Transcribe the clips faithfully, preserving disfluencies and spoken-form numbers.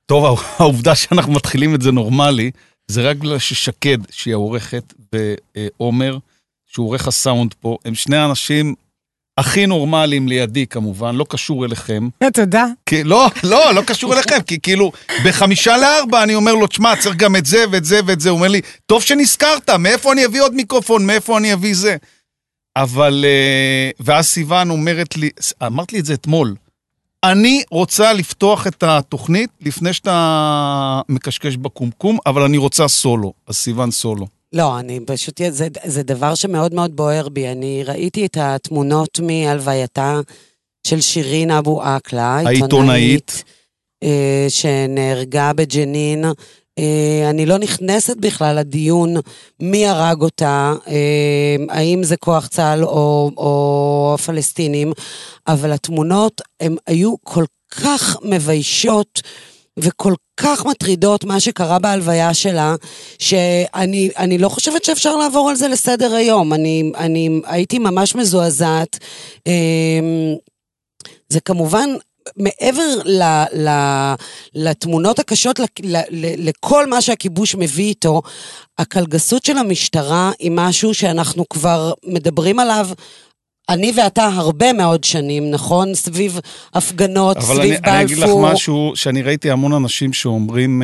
טוב, העובדה שאנחנו מתחילים את זה נורמלי, זה רק בגלל ששקד, שהיא העורכת, ועומר, שהוא עורך הסאונד פה, הם שני האנשים הכי נורמליים לידי כמובן, לא קשור אליכם. תודה. לא, לא, לא קשור אליכם, כי כאילו, בחמישה לארבע אני אומר לו, תשמע, צריך גם את זה ואת זה ואת זה, הוא אומר לי, טוב שנזכרת, מאיפה אני אביא עוד מיקרופון, מאיפה אני אביא זה? אבל, ואז סיוון אומרת לי, אמרת לי את זה אתמול, אני רוצה לפתוח את התוכנית לפני שאתה מקשקש בקומקום, אבל אני רוצה סולו, אז סיוון סולו. לא, אני פשוט, זה, זה דבר שמאוד מאוד בוער בי. אני ראיתי את התמונות מהלווייתה של שירין אבו אקלה, העיתונאית, אה, שנהרגה בג'נין. אה, אני לא נכנסת בכלל לדיון מי הרג אותה, אה, האם זה כוח צה"ל או, או פלסטינים, אבל התמונות הן היו כל כך מביישות, וכל כך מטרידות מה שקרה בהלוויה שלה, שאני אני לא חושבת שאפשר לעבור על זה לסדר היום. אני, אני הייתי ממש מזועזעת. זה כמובן, מעבר ל, ל, לתמונות הקשות, ל, ל, ל, לכל מה שהכיבוש מביא איתו, הקלגסות של המשטרה היא משהו שאנחנו כבר מדברים עליו, אני ואתה הרבה מאוד שנים, נכון? סביב הפגנות, סביב בלפור. אבל אני אגיד לך משהו, שאני ראיתי המון אנשים שאומרים, אה,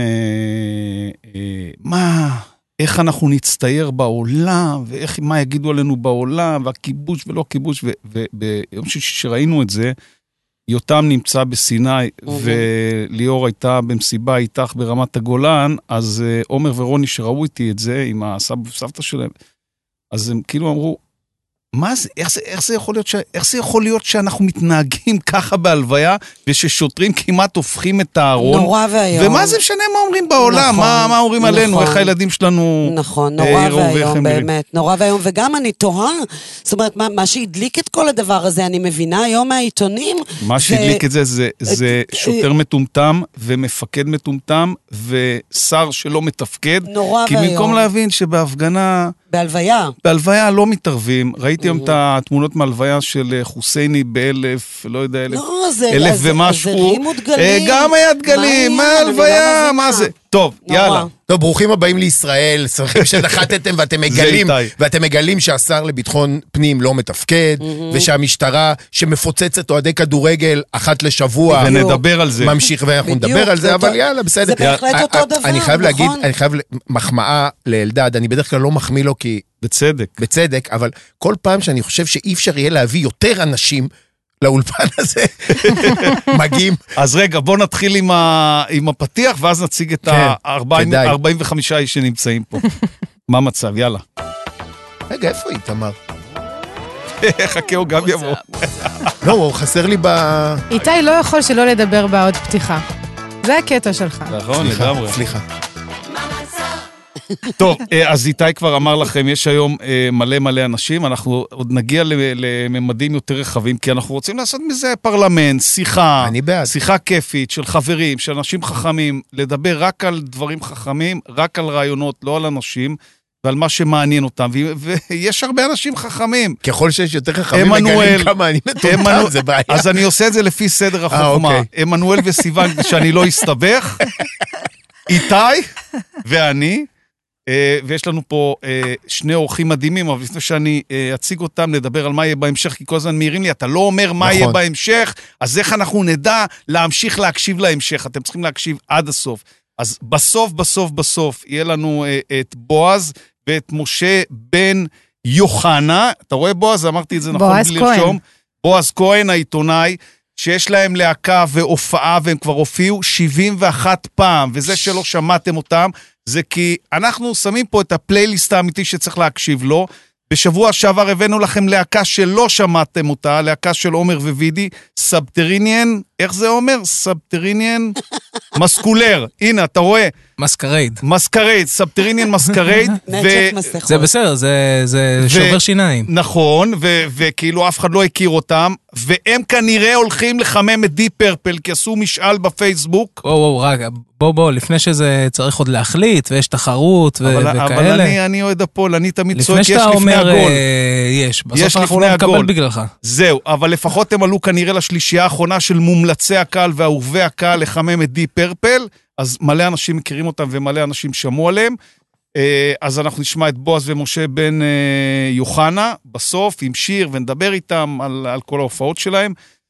אה, מה, איך אנחנו נצטייר בעולם, ואיך, מה יגידו עלינו בעולם, והכיבוש ולא כיבוש, וביום שראינו את זה, יותם נמצא בסיני, וליאור הייתה במסיבה איתך ברמת הגולן, אז עומר ורוני שראו איתי את זה, עם הסבא וסבתא שלהם, אז הם כאילו אמרו, מה זה, איך זה, איך זה יכול להיות, ש... איך זה יכול להיות שאנחנו מתנהגים ככה בהלוויה, וששוטרים כמעט הופכים את הארון? נורא והיום. ומה זה משנה מה אומרים בעולם? נכון, מה, מה אומרים נכון, עלינו? איך הילדים שלנו... נכון, נורא אה, והיום, באמת. נורא והיום, וגם אני תוהה, זאת אומרת, מה, מה שהדליק את כל הדבר הזה, אני מבינה היום מהעיתונים... מה זה... שהדליק את זה, זה, זה שוטר מטומטם, ומפקד מטומטם, ושר שלא מתפקד. נורא כי והיום. כי במקום להבין שבהפגנה... בהלוויה. בהלוויה לא מתערבים. ראיתי היום את התמונות מהלוויה של חוסייני באלף, לא יודע, אלף, לא, זה, אלף זה, ומשהו. זה רימו דגלים. גם היה דגלים, מה ההלוויה, מה זה? טוב, יאללה. טוב, ברוכים הבאים לישראל, שמחים שנחתתם ואתם מגלים, ואתם מגלים שהשר לביטחון פנים לא מתפקד, ושהמשטרה שמפוצצת אוהדי כדורגל אחת לשבוע, ונדבר על זה. ממשיך, ואנחנו נדבר על זה, אבל יאללה, בסדר. זה בהחלט אותו דבר, אני חייב להגיד, אני חייב מחמאה לאלדד, אני בדרך כלל לא מחמיא לו כי... בצדק. בצדק, אבל כל פעם שאני חושב שאי אפשר יהיה להביא יותר אנשים לאולפן הזה, מגיעים. אז רגע, בוא נתחיל עם, ה... עם הפתיח, ואז נציג את ה-ארבעים וחמישה איש שנמצאים פה. מה המצב? יאללה. רגע, איפה היא, תמר? חכה, הוא גם יבוא. לא, הוא חסר לי ב... איתי לא יכול שלא לדבר בעוד פתיחה. זה הקטע שלך. נכון, לגמרי. סליחה. טוב, אז איתי כבר אמר לכם, יש היום מלא מלא אנשים, אנחנו עוד נגיע לממדים יותר רחבים, כי אנחנו רוצים לעשות מזה פרלמנט, שיחה, שיחה כיפית של חברים, של אנשים חכמים, לדבר רק על דברים חכמים, רק על רעיונות, לא על אנשים, ועל מה שמעניין אותם, ויש הרבה אנשים חכמים. ככל שיש יותר חכמים, מגלים כמה אני מטומטם, זה בעיה. אז אני עושה את זה לפי סדר החוכמה. אמנואל וסיוון, שאני לא אסתבך, איתי ואני, ויש לנו פה שני אורחים מדהימים, אבל לפני שאני אציג אותם, נדבר על מה יהיה בהמשך, כי כל הזמן מהירים לי, אתה לא אומר מה יהיה בהמשך, אז איך אנחנו נדע להמשיך להקשיב להמשך, אתם צריכים להקשיב עד הסוף. אז בסוף, בסוף, בסוף, יהיה לנו את בועז ואת משה בן יוחנה, אתה רואה בועז? אמרתי את זה נכון בלי לרשום. בועז כהן, העיתונאי, שיש להם להקה והופעה, והם כבר הופיעו שבעים ואחת פעם, וזה שלא שמעתם אותם, זה כי אנחנו שמים פה את הפלייליסט האמיתי שצריך להקשיב לו. בשבוע שעבר הבאנו לכם להקה שלא שמעתם אותה, להקה של עומר ווידי, סבטריניאן, איך זה אומר? סבטריניאן מסקולר. הנה, אתה רואה? מסקרייד. מסקרייד, סבטריניאן מסקרייד. זה בסדר, זה שובר שיניים. נכון, וכאילו אף אחד לא הכיר אותם, והם כנראה הולכים לחמם את די פרפל, כי עשו משאל בפייסבוק. וואו, וואו, רגע, בוא, בוא, לפני שזה צריך עוד להחליט, ויש תחרות וכאלה. אבל אני אוהד הפועל, אני תמיד צועק, יש לפני שאתה אומר, יש. בסוף אנחנו לא נקבל בגללך. זהו, אבל לפחות הם עלו כנראה לשלישייה האחרונה של מומלצי הקהל ואהובי הקהל לחמם את די פרפל, אז מלא אנשים מכירים אותם ומלא אנשים שמעו עליהם. אז אנחנו נשמע את בועז ומשה בן יוחנה בסוף עם שיר ונדבר איתם על, על כל ההופעות שלהם.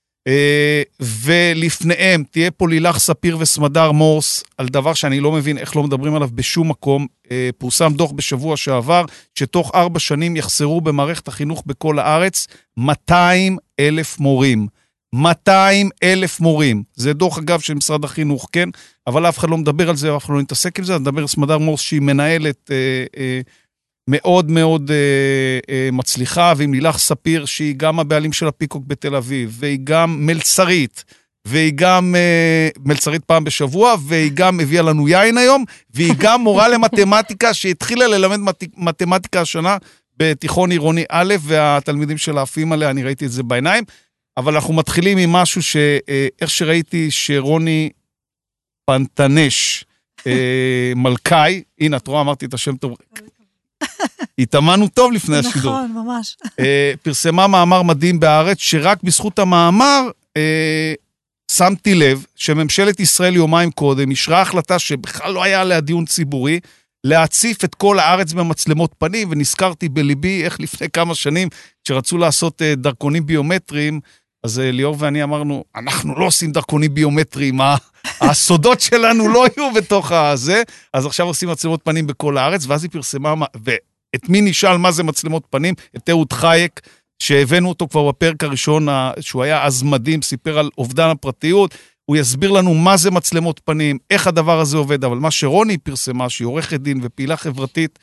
ולפניהם תהיה פה לילך ספיר וסמדר מורס על דבר שאני לא מבין איך לא מדברים עליו בשום מקום. פורסם דוח בשבוע שעבר שתוך ארבע שנים יחסרו במערכת החינוך בכל הארץ מאתיים אלף מורים. מאתיים אלף מורים. זה דוח אגב של משרד החינוך, כן? אבל אף אחד לא מדבר על זה, אף אחד לא נתעסק עם זה. נדבר על סמדר מורס שהיא מנהלת אה, אה, מאוד מאוד אה, אה, מצליחה, ועם לילך ספיר שהיא גם הבעלים של הפיקוק בתל אביב, והיא גם מלצרית, והיא גם אה, מלצרית פעם בשבוע, והיא גם הביאה לנו יין היום, והיא גם מורה למתמטיקה שהתחילה ללמד מת, מתמטיקה השנה בתיכון עירוני א', והתלמידים שלה עפים עליה, אני ראיתי את זה בעיניים. אבל אנחנו מתחילים עם משהו שאיך שראיתי שרוני פנטנש מלכאי, הנה, את רואה, אמרתי את השם טוב, התאמנו טוב לפני השידור. נכון, ממש. פרסמה מאמר מדהים בארץ, שרק בזכות המאמר שמתי לב שממשלת ישראל יומיים קודם אישרה החלטה שבכלל לא היה עליה דיון ציבורי, להציף את כל הארץ במצלמות פנים, ונזכרתי בליבי איך לפני כמה שנים, כשרצו לעשות דרכונים ביומטריים, אז ליאור ואני אמרנו, אנחנו לא עושים דרכונים ביומטריים, הסודות שלנו לא יהיו בתוך הזה, אז עכשיו עושים מצלמות פנים בכל הארץ, ואז היא פרסמה, ואת מי נשאל מה זה מצלמות פנים? את אהוד חייק, שהבאנו אותו כבר בפרק הראשון, שהוא היה אז מדהים, סיפר על אובדן הפרטיות, הוא יסביר לנו מה זה מצלמות פנים, איך הדבר הזה עובד, אבל מה שרוני פרסמה, שהיא עורכת דין ופעילה חברתית,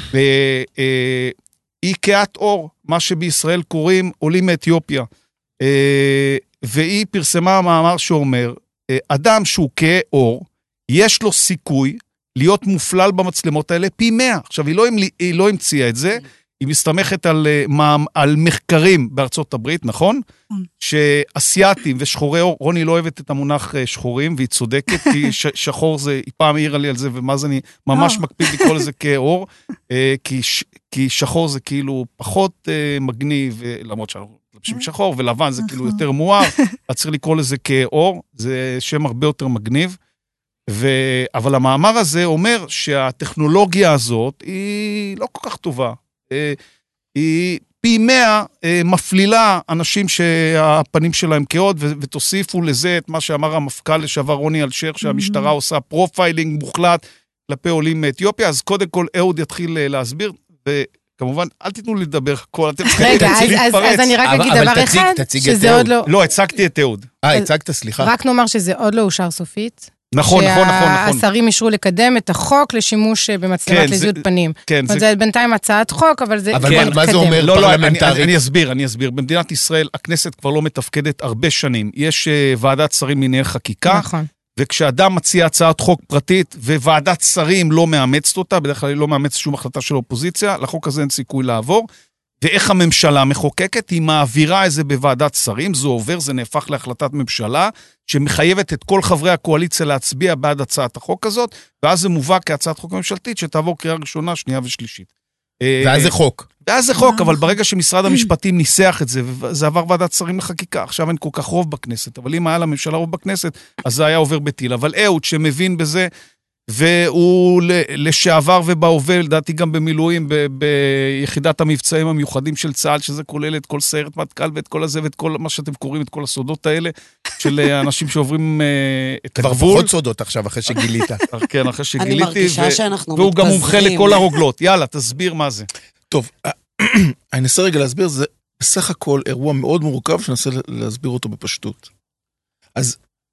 היא כעת אור, מה שבישראל קוראים עולים מאתיופיה, והיא פרסמה מאמר שאומר, אדם שהוא כהה אור, יש לו סיכוי להיות מופלל במצלמות האלה פי מאה. עכשיו, היא לא, היא לא המציאה את זה, היא מסתמכת על, על מחקרים בארצות הברית, נכון? שאסייתים ושחורי אור, רוני לא אוהבת את המונח שחורים, והיא צודקת, כי שחור זה, היא פעם העירה לי על זה, ומה זה אני ממש מקפיד לקרוא לזה כאור, כי, כי שחור זה כאילו פחות מגניב, למרות שאנחנו לבשים שחור, ולבן זה כאילו יותר מואר, אז צריך לקרוא לזה כאור, זה שם הרבה יותר מגניב, ו... אבל המאמר הזה אומר שהטכנולוגיה הזאת היא לא כל כך טובה, היא פי מאה מפלילה אנשים שהפנים שלהם כהות, ותוסיפו לזה את מה שאמר המפכ"ל לשעבר רוני אלשר, שהמשטרה עושה פרופיילינג מוחלט כלפי עולים מאתיופיה, אז קודם כל אהוד יתחיל להסביר, וכמובן, אל תיתנו לי לדבר הכל, אתם צריכים להתפרץ. אז אני רק אגיד דבר אחד, שזה עוד לא... לא, הצגתי את אהוד. אה, הצגת, סליחה. רק נאמר שזה עוד לא אושר סופית. נכון, נכון, נכון, נכון. שהשרים אישרו לקדם את החוק לשימוש במצלמת לזיהוי פנים. כן, זה... זה בינתיים הצעת חוק, אבל זה... אבל מה זה אומר פרלמנטרית? אני אסביר, אני אסביר. במדינת ישראל, הכנסת כבר לא מתפקדת הרבה שנים. יש ועדת שרים לענייני חקיקה. נכון. וכשאדם מציע הצעת חוק פרטית, וועדת שרים לא מאמצת אותה, בדרך כלל היא לא מאמצת שום החלטה של האופוזיציה, לחוק הזה אין סיכוי לעבור. ואיך הממשלה מחוקקת, היא מעבירה איזה בוועדת שרים, זה עובר, זה נהפך להחלטת ממשלה, שמחייבת את כל חברי הקואליציה להצביע בעד הצעת החוק הזאת, ואז זה מובא כהצעת חוק ממשלתית, שתעבור קריאה ראשונה, שנייה ושלישית. ואז זה חוק. ואז זה חוק, אבל ברגע שמשרד המשפטים ניסח את זה, וזה עבר ועדת שרים לחקיקה, עכשיו אין כל כך רוב בכנסת, אבל אם היה לממשלה רוב בכנסת, אז זה היה עובר בטיל. אבל אהוד שמבין בזה, והוא לשעבר ובהווה, לדעתי גם במילואים, ב- ביחידת המבצעים המיוחדים של צה"ל, שזה כולל את כל סיירת מטכ"ל ואת כל הזה, ואת כל מה שאתם קוראים, את כל הסודות האלה, של אנשים שעוברים את הגבול. כבר פחות סודות עכשיו, אחרי שגילית. כן, אחרי שגיליתי. אני מרגישה ו- שאנחנו והוא מתפזרים. גם מומחה לכל הרוגלות. יאללה, תסביר מה זה. טוב, אני אנסה רגע להסביר, זה בסך הכל אירוע מאוד מורכב, שננסה להסביר אותו בפשטות. אז,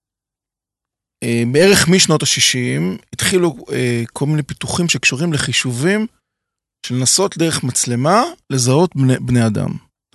בערך משנות ה-שישים, התחילו כל מיני פיתוחים שקשורים לחישובים, של לנסות דרך מצלמה, לזהות בני, בני אדם.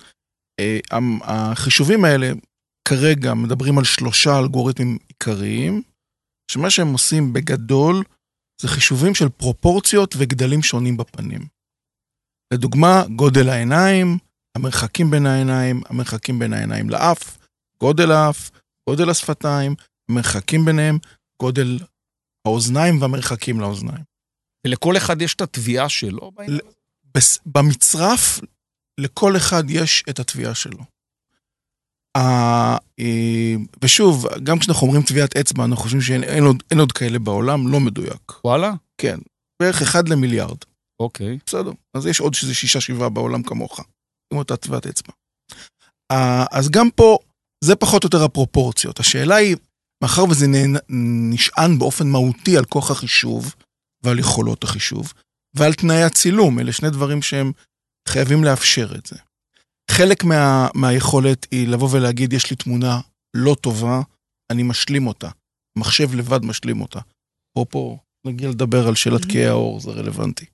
החישובים האלה, כרגע מדברים על שלושה אלגוריתמים עיקריים, שמה שהם עושים בגדול, זה חישובים של פרופורציות וגדלים שונים בפנים. לדוגמה, גודל העיניים, המרחקים בין העיניים, המרחקים בין העיניים לאף, גודל האף, גודל השפתיים, המרחקים ביניהם, גודל האוזניים והמרחקים לאוזניים. ולכל אחד יש את התביעה שלו? במצרף, לכל אחד יש את התביעה שלו. ושוב, גם כשאנחנו אומרים טביעת אצבע, אנחנו חושבים שאין עוד, אין עוד כאלה בעולם, לא מדויק. וואלה? כן, בערך אחד למיליארד. אוקיי. בסדר, אז יש עוד שזה שישה שבעה בעולם כמוך, עם אותה טביעת אצבע. אז גם פה, זה פחות או יותר הפרופורציות. השאלה היא, מאחר וזה נשען באופן מהותי על כוח החישוב, ועל יכולות החישוב, ועל תנאי הצילום, אלה שני דברים שהם חייבים לאפשר את זה. חלק מה, מהיכולת היא לבוא ולהגיד, יש לי תמונה לא טובה, אני משלים אותה. מחשב לבד משלים אותה. פה פה נגיע לדבר על שאלת קהי האור, זה רלוונטי.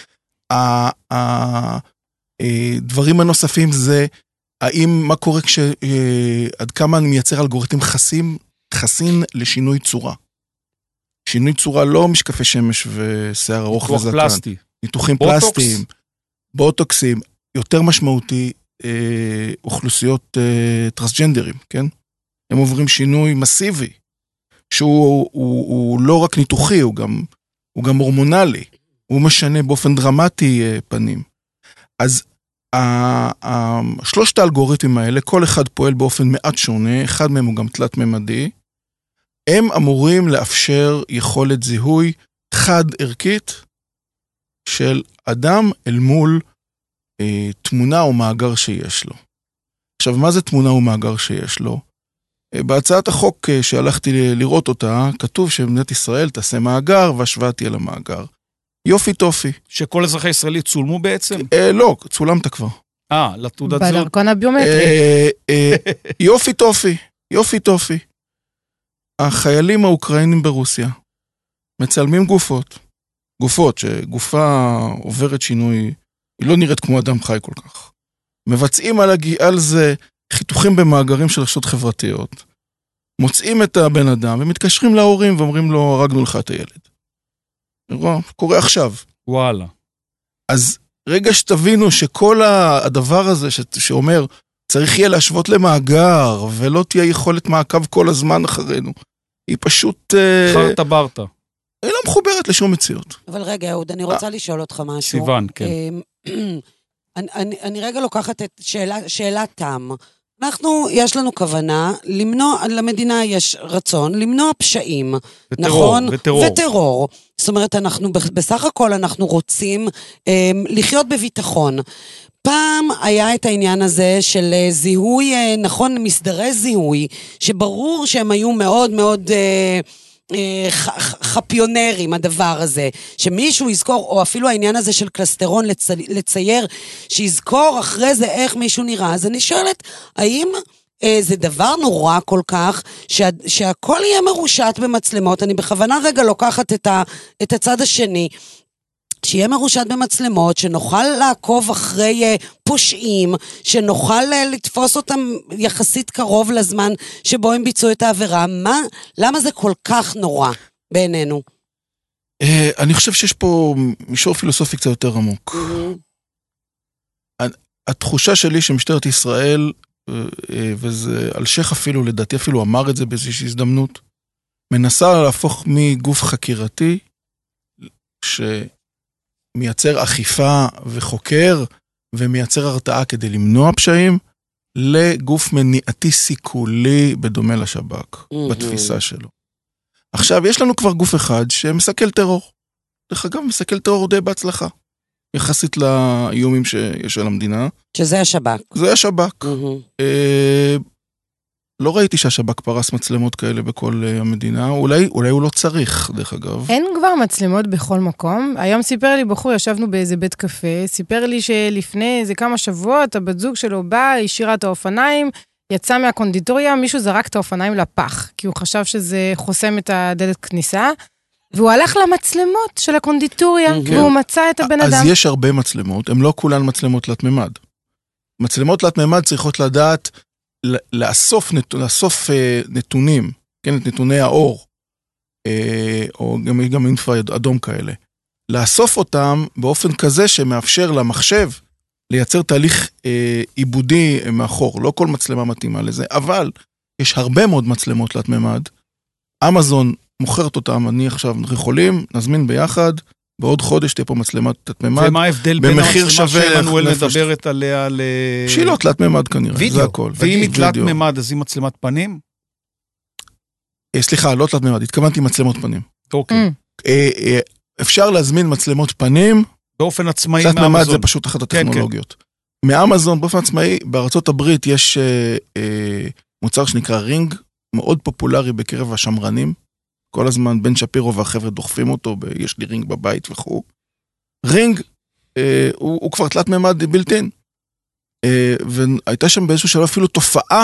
הדברים הנוספים זה, האם, מה קורה כש, עד כמה אני מייצר אלגוריתם חסים, חסין לשינוי צורה. שינוי צורה לא משקפי שמש ושיער ארוך וזקן. ניתוח פלסטי. ניתוחים בוטוקס. פלסטיים, בוטוקסים, יותר משמעותי, אה, אוכלוסיות אה, טרנסג'נדרים, כן? הם עוברים שינוי מסיבי, שהוא הוא, הוא לא רק ניתוחי, הוא גם, הוא גם הורמונלי, הוא משנה באופן דרמטי אה, פנים. אז ה- ה- שלושת האלגוריתמים האלה, כל אחד פועל באופן מעט שונה, אחד מהם הוא גם תלת-ממדי, הם אמורים לאפשר יכולת זיהוי חד-ערכית של אדם אל מול אה, תמונה או מאגר שיש לו. עכשיו, מה זה תמונה או מאגר שיש לו? אה, בהצעת החוק אה, שהלכתי לראות אותה, כתוב שמדינת ישראל תעשה מאגר והשוואתי על המאגר. יופי טופי. שכל אזרחי ישראלי צולמו בעצם? אה, לא, צולמת כבר. אה, לתעודת זהות. בדרכון הביומטרי. אה, אה, יופי טופי, יופי טופי. החיילים האוקראינים ברוסיה מצלמים גופות, גופות שגופה עוברת שינוי, היא לא נראית כמו אדם חי כל כך. מבצעים על, הג... על זה חיתוכים במאגרים של רשתות חברתיות, מוצאים את הבן אדם ומתקשרים להורים ואומרים לו, הרגנו לך את הילד. קורה עכשיו. וואלה. אז רגע שתבינו שכל הדבר הזה ש... שאומר, צריך יהיה להשוות למאגר, ולא תהיה יכולת מעקב כל הזמן אחרינו. היא פשוט... חרטה ברטה. היא לא מחוברת לשום מציאות. אבל רגע, אהוד, אני רוצה לשאול אותך משהו. סיוון, כן. אני, אני, אני רגע לוקחת את שאלה, שאלת תם. אנחנו, יש לנו כוונה למנוע, למדינה יש רצון, למנוע פשעים. וטרור, נכון? וטרור. וטרור. זאת אומרת, אנחנו, בסך הכל אנחנו רוצים אה, לחיות בביטחון. פעם היה את העניין הזה של זיהוי, נכון, מסדרי זיהוי, שברור שהם היו מאוד מאוד אה, אה, חפיונרים, הדבר הזה, שמישהו יזכור, או אפילו העניין הזה של קלסטרון לצ... לצייר, שיזכור אחרי זה איך מישהו נראה. אז אני שואלת, האם אה, זה דבר נורא כל כך, שה... שהכל יהיה מרושת במצלמות? אני בכוונה רגע לוקחת את, ה... את הצד השני, שיהיה מרושת במצלמות, שנוכל לעקוב אחרי פושעים, שנוכל לתפוס אותם יחסית קרוב לזמן שבו הם ביצעו את העבירה. מה, למה זה כל כך נורא בעינינו? אני חושב שיש פה מישור פילוסופי קצת יותר עמוק. התחושה שלי שמשטרת ישראל, וזה אלשך אפילו, לדעתי אפילו אמר את זה באיזושהי הזדמנות, מנסה להפוך מגוף חקירתי, ש... מייצר אכיפה וחוקר, ומייצר הרתעה כדי למנוע פשעים, לגוף מניעתי סיכולי בדומה לשב"כ, mm-hmm. בתפיסה שלו. עכשיו, יש לנו כבר גוף אחד שמסכל טרור. דרך אגב, מסכל טרור די בהצלחה, יחסית לאיומים שיש על המדינה. שזה השב"כ. זה השב"כ. Mm-hmm. אה, לא ראיתי שהשב"כ פרס מצלמות כאלה בכל המדינה, אולי, אולי הוא לא צריך, דרך אגב. אין כבר מצלמות בכל מקום. היום סיפר לי בחור, ישבנו באיזה בית קפה, סיפר לי שלפני איזה כמה שבועות, הבת זוג שלו באה, השאירה את האופניים, יצא מהקונדיטוריה, מישהו זרק את האופניים לפח, כי הוא חשב שזה חוסם את הדלת כניסה, והוא הלך למצלמות של הקונדיטוריה, כן. והוא מצא את הבן אז אדם. אז יש הרבה מצלמות, הן לא כולן מצלמות תלת-ממד. מצלמות תלת-ממד צריכות לדעת לאסוף, לאסוף נתונים, כן, את נתוני האור, או גם, גם אינפרה אדום כאלה. לאסוף אותם באופן כזה שמאפשר למחשב לייצר תהליך עיבודי מאחור. לא כל מצלמה מתאימה לזה, אבל יש הרבה מאוד מצלמות תלת-ממד. אמזון מוכרת אותם, אני עכשיו, אנחנו יכולים, נזמין ביחד, בעוד חודש תהיה פה מצלמת תת-ממד. ומה ההבדל בין המצלמה שמנואל מדברת עליה ל... שהיא לא תלת-ממד כנראה, זה הכל. ואם היא תלת-ממד, אז היא מצלמת פנים? סליחה, לא תלת-ממד, התכוונתי מצלמות פנים. אוקיי. אפשר להזמין מצלמות פנים, באופן עצמאי מאמזון. תלת-ממד זה פשוט אחת הטכנולוגיות. מאמזון, באופן עצמאי, בארצות הברית יש מוצר שנקרא רינג, מאוד פופולרי בקרב השמרנים. כל הזמן בן שפירו והחבר'ה דוחפים אותו, יש לי רינג בבית וכו'. רינג אה, הוא, הוא כבר תלת ממד בלתין. אה, והייתה שם באיזשהו שלב אפילו תופעה,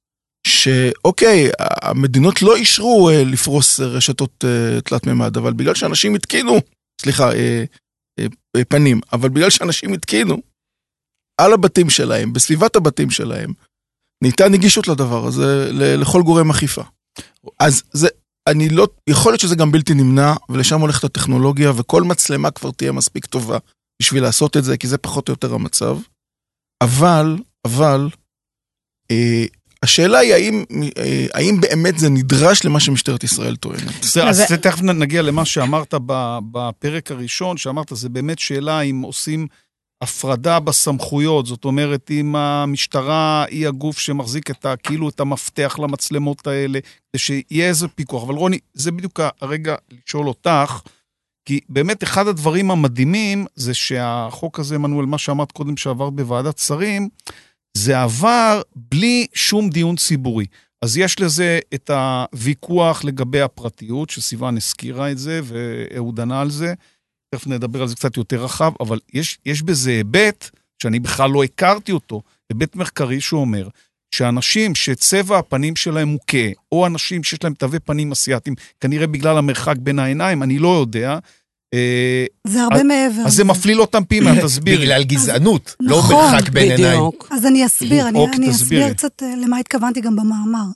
שאוקיי, המדינות לא אישרו אה, לפרוס רשתות אה, תלת ממד, אבל בגלל שאנשים התקינו, סליחה, אה, אה, אה, פנים, אבל בגלל שאנשים התקינו, על הבתים שלהם, בסביבת הבתים שלהם, ניתן נגישות לדבר הזה לכל גורם אכיפה. אז זה, אני לא, יכול להיות שזה גם בלתי נמנע, ולשם הולכת הטכנולוגיה, וכל מצלמה כבר תהיה מספיק טובה בשביל לעשות את זה, כי זה פחות או יותר המצב. אבל, אבל, אה, השאלה היא האם, אה, האם באמת זה נדרש למה שמשטרת ישראל טוענת. אז תכף נגיע למה שאמרת בפרק הראשון, שאמרת, זה באמת שאלה אם עושים הפרדה בסמכויות, זאת אומרת, אם המשטרה היא הגוף שמחזיק את ה, כאילו את המפתח למצלמות האלה, שיהיה איזה פיקוח. אבל רוני, זה בדיוק הרגע לשאול אותך, כי באמת אחד הדברים המדהימים, זה שהחוק הזה, מנואל, מה שאמרת קודם שעבר בוועדת שרים, זה עבר בלי שום דיון ציבורי. אז יש לזה את הוויכוח לגבי הפרטיות, שסיוון הזכירה את זה, ואהוד ענה על זה, תכף נדבר על זה קצת יותר רחב, אבל יש, יש בזה היבט, שאני בכלל לא הכרתי אותו, היבט מחקרי שאומר, שאנשים שצבע הפנים שלהם הוא כהה, או אנשים שיש להם תווי פנים אסיאטיים, כנראה בגלל המרחק בין העיניים, אני לא יודע. זה הרבה מעבר. אז זה מפליל אותם פימה, תסבירי. בגלל גזענות, לא מרחק בין עיניים. אז אני אסביר, אני אסביר קצת למה התכוונתי גם במאמר.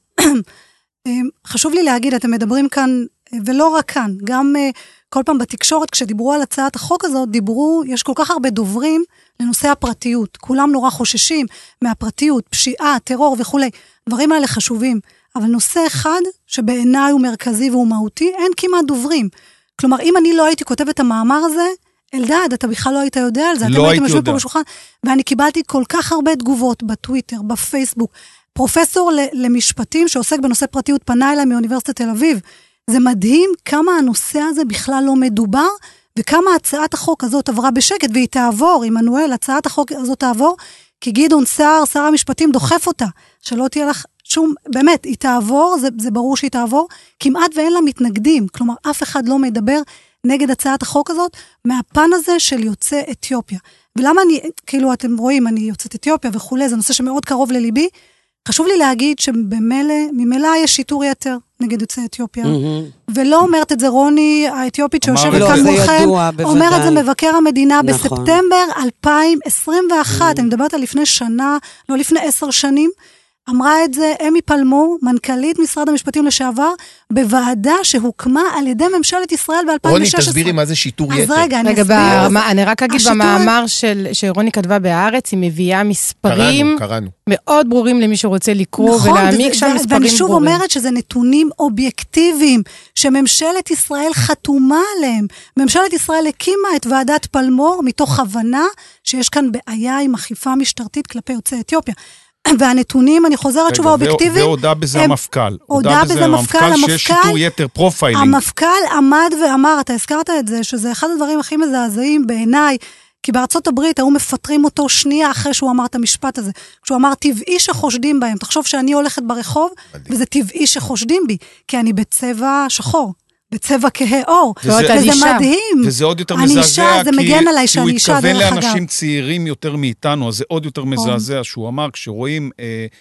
חשוב לי להגיד, אתם מדברים כאן, ולא רק כאן, גם כל פעם בתקשורת, כשדיברו על הצעת החוק הזאת, דיברו, יש כל כך הרבה דוברים לנושא הפרטיות. כולם נורא חוששים מהפרטיות, פשיעה, טרור וכו'. דברים האלה חשובים. אבל נושא אחד, שבעיניי הוא מרכזי והוא מהותי, אין כמעט דוברים. כלומר, אם אני לא הייתי כותבת את המאמר הזה, אלדד, אתה בכלל לא היית יודע על זה. לא הייתי יודע. פה בשולחן, ואני קיבלתי כל כך הרבה תגובות בטוויטר, בפייסבוק. פרופסור למשפטים שעוסק בנושא פרטיות פנה אליי מאוניברסיטת תל אביב. זה מדהים כמה הנושא הזה בכלל לא מדובר, וכמה הצעת החוק הזאת עברה בשקט, והיא תעבור, עמנואל, הצעת החוק הזאת תעבור, כי גדעון סער, שר המשפטים, דוחף אותה, שלא תהיה לך שום, באמת, היא תעבור, זה, זה ברור שהיא תעבור, כמעט ואין לה מתנגדים, כלומר, אף אחד לא מדבר נגד הצעת החוק הזאת, מהפן הזה של יוצא אתיופיה. ולמה אני, כאילו, אתם רואים, אני יוצאת אתיופיה וכולי, זה נושא שמאוד קרוב לליבי, חשוב לי להגיד שבמילא, ממילא יש שיטור יתר נגד יוצאי אתיופיה. ולא אומרת את זה רוני, האתיופית שיושבת כאן מולכם, אומר את זה מבקר המדינה בספטמבר אלפיים עשרים ואחת, אני מדברת על לפני שנה, לא לפני עשר שנים, אמרה את זה אמי פלמור, מנכ"לית משרד המשפטים לשעבר, בוועדה שהוקמה על ידי ממשלת ישראל ב-אלפיים ושש עשרה. רוני, תסבירי מה זה שיטור יתר. אז רגע, אני אסביר. אני רק אגיד במאמר שרוני כתבה בהארץ, היא מביאה מספרים מאוד ברורים למי שרוצה לקרוא ולהעמיק שם מספרים ברורים. ואני שוב אומרת שזה נתונים אובייקטיביים, שממשלת ישראל חתומה עליהם. ממשלת ישראל הקימה את ועדת פלמור, מתוך הבנה שיש כאן בעיה עם אכיפה משטרתית כלפי יוצאי אתיופיה. והנתונים, אני חוזרת שוב האובייקטיביים. והודע בזה המפכ"ל. הודע בזה המפכ"ל, שיש שיטור יתר פרופיילינג. המפכ"ל עמד ואמר, אתה הזכרת את זה, שזה אחד הדברים הכי מזעזעים בעיניי, כי בארצות הברית היו מפטרים אותו שנייה אחרי שהוא אמר את המשפט הזה. כשהוא אמר, טבעי שחושדים בהם. תחשוב שאני הולכת ברחוב, וזה טבעי שחושדים בי, כי אני בצבע שחור. בצבע כהה אור, וזה מדהים. וזה עוד יותר מזעזע, כי הוא התכוון לאנשים צעירים יותר מאיתנו, אז זה עוד יותר מזעזע, שהוא אמר, כשרואים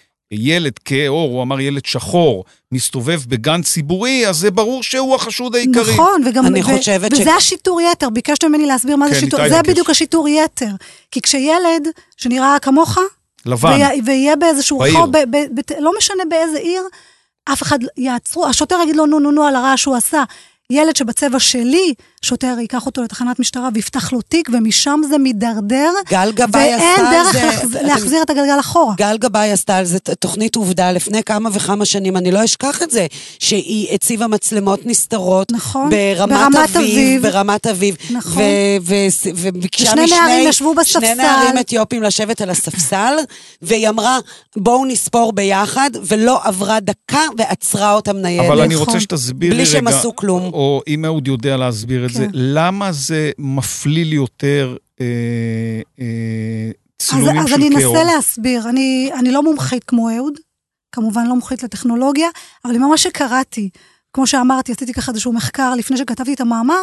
ילד כהה אור, הוא אמר ילד שחור, מסתובב בגן ציבורי, אז זה ברור שהוא החשוד העיקרי. נכון, וזה השיטור יתר, ביקשת ממני להסביר מה זה שיטור, זה בדיוק השיטור יתר, כי כשילד שנראה כמוך, לבן, ויהיה באיזשהו רחוב, לא משנה באיזה עיר, אף אחד יעצרו, השוטר יגיד לו, נו, נו, נו, על הרע שהוא עשה, ילד שבצבע שלי, שוטר ייקח אותו לתחנת משטרה ויפתח לו תיק, ומשם זה מדרדר, גל גבאי עשתה ואין על דרך זה... להחזיר את הגלגל אחורה. גל גבאי עשתה על זה תוכנית עובדה לפני כמה וכמה שנים, אני לא אשכח את זה, שהיא הציבה מצלמות נסתרות, נכון, ברמת ברמת אביב, אביב. ברמת אביב, נכון. וביקשה שני נערים ישבו משני, בספסל. שני נערים אתיופים לשבת על הספסל, והיא אמרה, בואו נספור ביחד, ולא עברה דקה ועצרה אותם ניידת. אבל אני רוצה שתסביר לי רגע, בלי שהם עשו כלום. או אם אהוד יודע להסביר את זה, למה זה מפליל יותר צילומים של כאור? אז אני אנסה להסביר, אני לא מומחית כמו אהוד, כמובן לא מומחית לטכנולוגיה, אבל ממה שקראתי, כמו שאמרתי, עשיתי ככה איזשהו מחקר לפני שכתבתי את המאמר,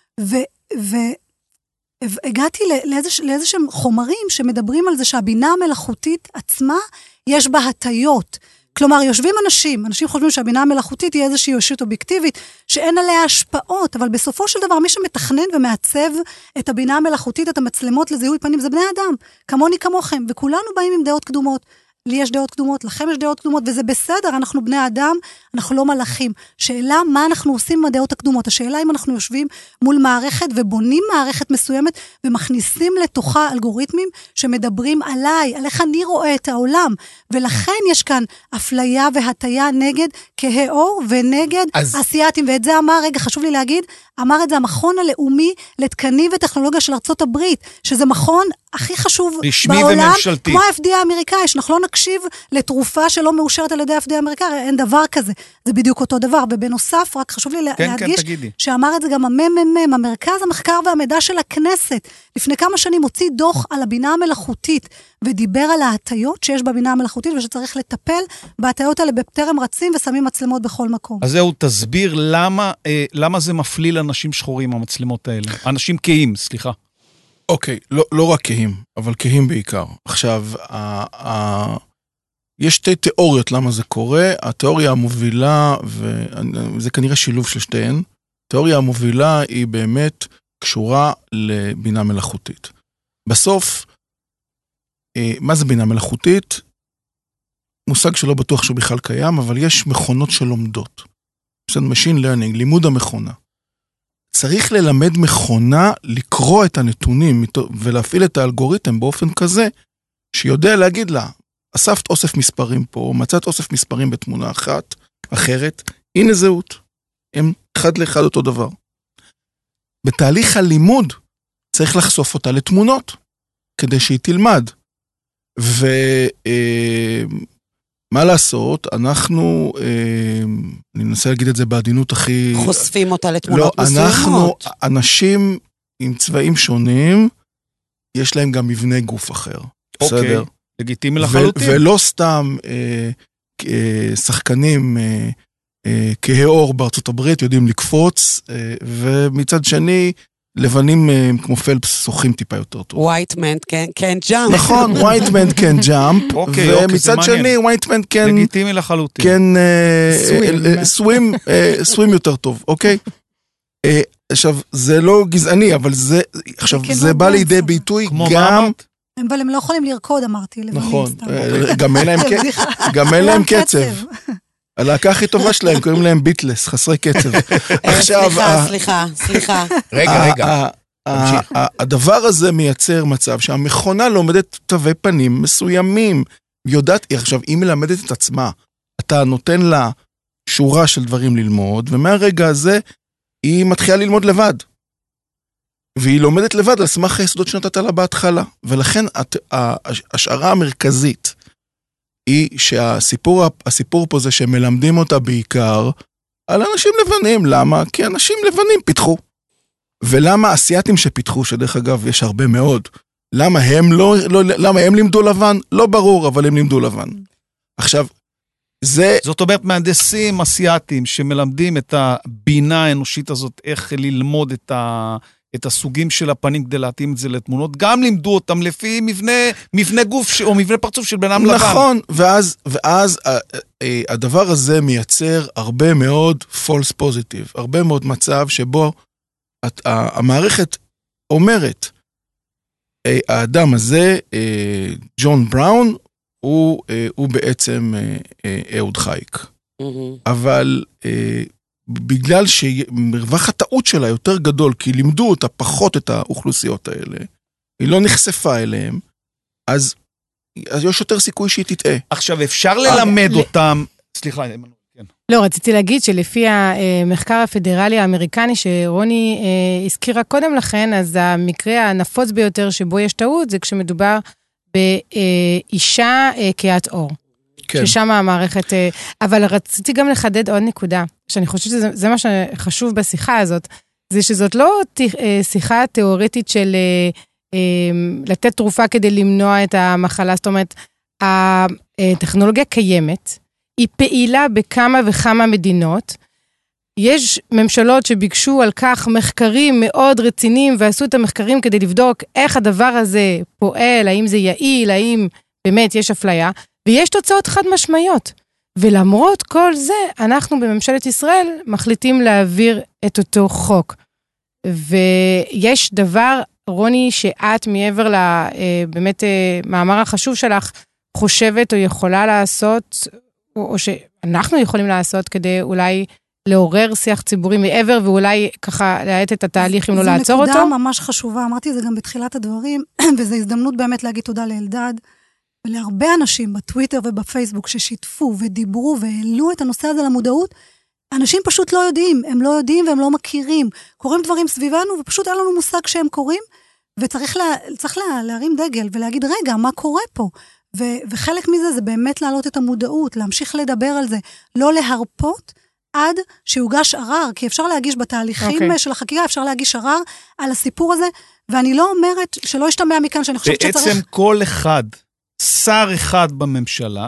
והגעתי לאיזשהם חומרים שמדברים על זה שהבינה המלאכותית עצמה יש בה הטיות. כלומר, יושבים אנשים, אנשים חושבים שהבינה המלאכותית היא איזושהי ישות אובייקטיבית, שאין עליה השפעות, אבל בסופו של דבר, מי שמתכנן ומעצב את הבינה המלאכותית, את המצלמות לזיהוי פנים, זה בני אדם, כמוני כמוכם, וכולנו באים עם דעות קדומות. לי יש דעות קדומות, לכם יש דעות קדומות, וזה בסדר, אנחנו בני אדם, אנחנו לא מלאכים. שאלה, מה אנחנו עושים עם הדעות הקדומות? השאלה אם אנחנו יושבים מול מערכת ובונים מערכת מסוימת, ומכניסים לתוכה אלגוריתמים שמדברים עליי, על איך אני רואה את העולם. ולכן יש כאן אפליה והטיה נגד כהי אור ונגד אז... אסיאטים. ואת זה אמר, רגע, חשוב לי להגיד, אמר את זה המכון הלאומי לתקנים וטכנולוגיה של ארצות הברית, שזה מכון הכי חשוב בעולם, וממשלתי. כמו ה-אף די איי האמריקאי, שאנחנו לא נקשיב לתרופה שלא מאושרת על ידי ה-אף די איי האמריקאי, אין דבר כזה, זה בדיוק אותו דבר, ובנוסף, רק חשוב לי כן, להדגיש, כן, שאמר את זה גם המ-מ-מ, המרכז המחקר והמידע של הכנסת, לפני כמה שנים הוציא דוח על הבינה המלאכותית, ודיבר על ההטיות שיש בבינה המלאכותית, ושצריך לטפל בהטיות האלה בפטרם רצים ושמים מצלמות בכל מקום. אז זהו, תסביר למה, אה, למה זה מפליל אנשים שחורים, המצלמות האלה. אנשים כהים, סליחה. אוקיי, לא, לא רק כהים, אבל כהים בעיקר. עכשיו, ה, ה, יש שתי תיאוריות למה זה קורה. התיאוריה המובילה, וזה כנראה שילוב של שתיהן, התיאוריה המובילה היא באמת קשורה לבינה מלאכותית. בסוף, מה זה בינה מלאכותית? מושג שלא בטוח שהוא בכלל קיים, אבל יש מכונות שלומדות. יש לנו machine learning, לימוד המכונה. צריך ללמד מכונה לקרוא את הנתונים ולהפעיל את האלגוריתם באופן כזה, שיודע להגיד לה, אספת אוסף מספרים פה, מצאת אוסף מספרים בתמונה אחת, אחרת, הנה זהות. הם אחד לאחד אותו דבר. בתהליך הלימוד צריך לחשוף אותה לתמונות, כדי שהיא תלמד. ומה לעשות, אנחנו, אני מנסה להגיד את זה בעדינות הכי... חושפים אותה לתמונות לא, מסוימות. אנחנו, אנשים עם צבעים שונים, יש להם גם מבנה גוף אחר. אוקיי, בסדר? לגיטימי לחלוטין. ולא סתם אה, אה, שחקנים אה, אה, כהי אור בארצות הברית יודעים לקפוץ, אה, ומצד שני, לבנים אה, כמו פלפס שוחים טיפה יותר טוב. white man can, can jump. נכון, white man can jump, אוקיי, אוקיי, ומצד שני, white man can... לגיטימי לחלוטין. כן, swim, swim יותר טוב, אוקיי? עכשיו, זה לא גזעני, אבל זה, עכשיו, זה בא לידי ביטוי גם... אבל הם לא יכולים לרקוד, אמרתי. נכון, גם אין להם קצב. הלהקה הכי טובה שלהם, קוראים להם ביטלס, חסרי קצב. סליחה, סליחה, סליחה. רגע, רגע. הדבר הזה מייצר מצב שהמכונה לומדת תווי פנים מסוימים. יודעת, עכשיו, היא מלמדת את עצמה. אתה נותן לה שורה של דברים ללמוד, ומהרגע הזה היא מתחילה ללמוד לבד. והיא לומדת לבד על סמך היסודות שנתת לה בהתחלה. ולכן השערה המרכזית היא שהסיפור הסיפור פה זה שמלמדים אותה בעיקר על אנשים לבנים. למה? כי אנשים לבנים פיתחו. ולמה אסיאטים שפיתחו, שדרך אגב יש הרבה מאוד, למה הם לא, לא למה הם לימדו לבן? לא ברור, אבל הם לימדו לבן. עכשיו, זה... זאת אומרת, מהנדסים אסיאטים שמלמדים את הבינה האנושית הזאת, איך ללמוד את, ה, את הסוגים של הפנים כדי להתאים את זה לתמונות, גם לימדו אותם לפי מבנה, מבנה גוף ש, או מבנה פרצוף של בנם לבן. נכון, ואז, ואז הדבר הזה מייצר הרבה מאוד false positive, הרבה מאוד מצב שבו המערכת אומרת, האדם הזה, ג'ון בראון, הוא, הוא בעצם אהוד חייק. אבל בגלל שמרווח הטעות שלה יותר גדול, כי לימדו אותה פחות את האוכלוסיות האלה, היא לא נחשפה אליהם, אז, אז יש יותר סיכוי שהיא תטעה. עכשיו, אפשר ללמד אותם, סליחה, כן. לא, רציתי להגיד שלפי המחקר הפדרלי האמריקני שרוני אה, הזכירה קודם לכן, אז המקרה הנפוץ ביותר שבו יש טעות, זה כשמדובר באישה אה, כהת אור. כן. ששם המערכת, אה, אבל רציתי גם לחדד עוד נקודה, שאני חושבת שזה זה מה שחשוב בשיחה הזאת, זה שזאת לא אה, שיחה תיאורטית של אה, אה, לתת תרופה כדי למנוע את המחלה, זאת אומרת, הטכנולוגיה קיימת, היא פעילה בכמה וכמה מדינות. יש ממשלות שביקשו על כך מחקרים מאוד רציניים, ועשו את המחקרים כדי לבדוק איך הדבר הזה פועל, האם זה יעיל, האם באמת יש אפליה, ויש תוצאות חד משמעיות. ולמרות כל זה, אנחנו בממשלת ישראל מחליטים להעביר את אותו חוק. ויש דבר, רוני, שאת מעבר לבאמת מאמר החשוב שלך, חושבת או יכולה לעשות, או שאנחנו יכולים לעשות כדי אולי לעורר שיח ציבורי מעבר, ואולי ככה להעט את התהליך אם לא לעצור אותו. זו נקודה ממש חשובה, אמרתי את זה גם בתחילת הדברים, וזו הזדמנות באמת להגיד תודה לאלדד, ולהרבה אנשים בטוויטר ובפייסבוק ששיתפו ודיברו והעלו את הנושא הזה למודעות, אנשים פשוט לא יודעים, הם לא יודעים והם לא מכירים, קוראים דברים סביבנו ופשוט אין לנו מושג שהם קוראים, וצריך לה, צריך לה, להרים דגל ולהגיד, רגע, מה קורה פה? ו- וחלק מזה זה באמת להעלות את המודעות, להמשיך לדבר על זה, לא להרפות עד שיוגש ערר, כי אפשר להגיש בתהליכים okay. של החקירה, אפשר להגיש ערר על הסיפור הזה, ואני לא אומרת שלא ישתמע מכאן, שאני חושבת בעצם שצריך... בעצם כל אחד, שר אחד בממשלה,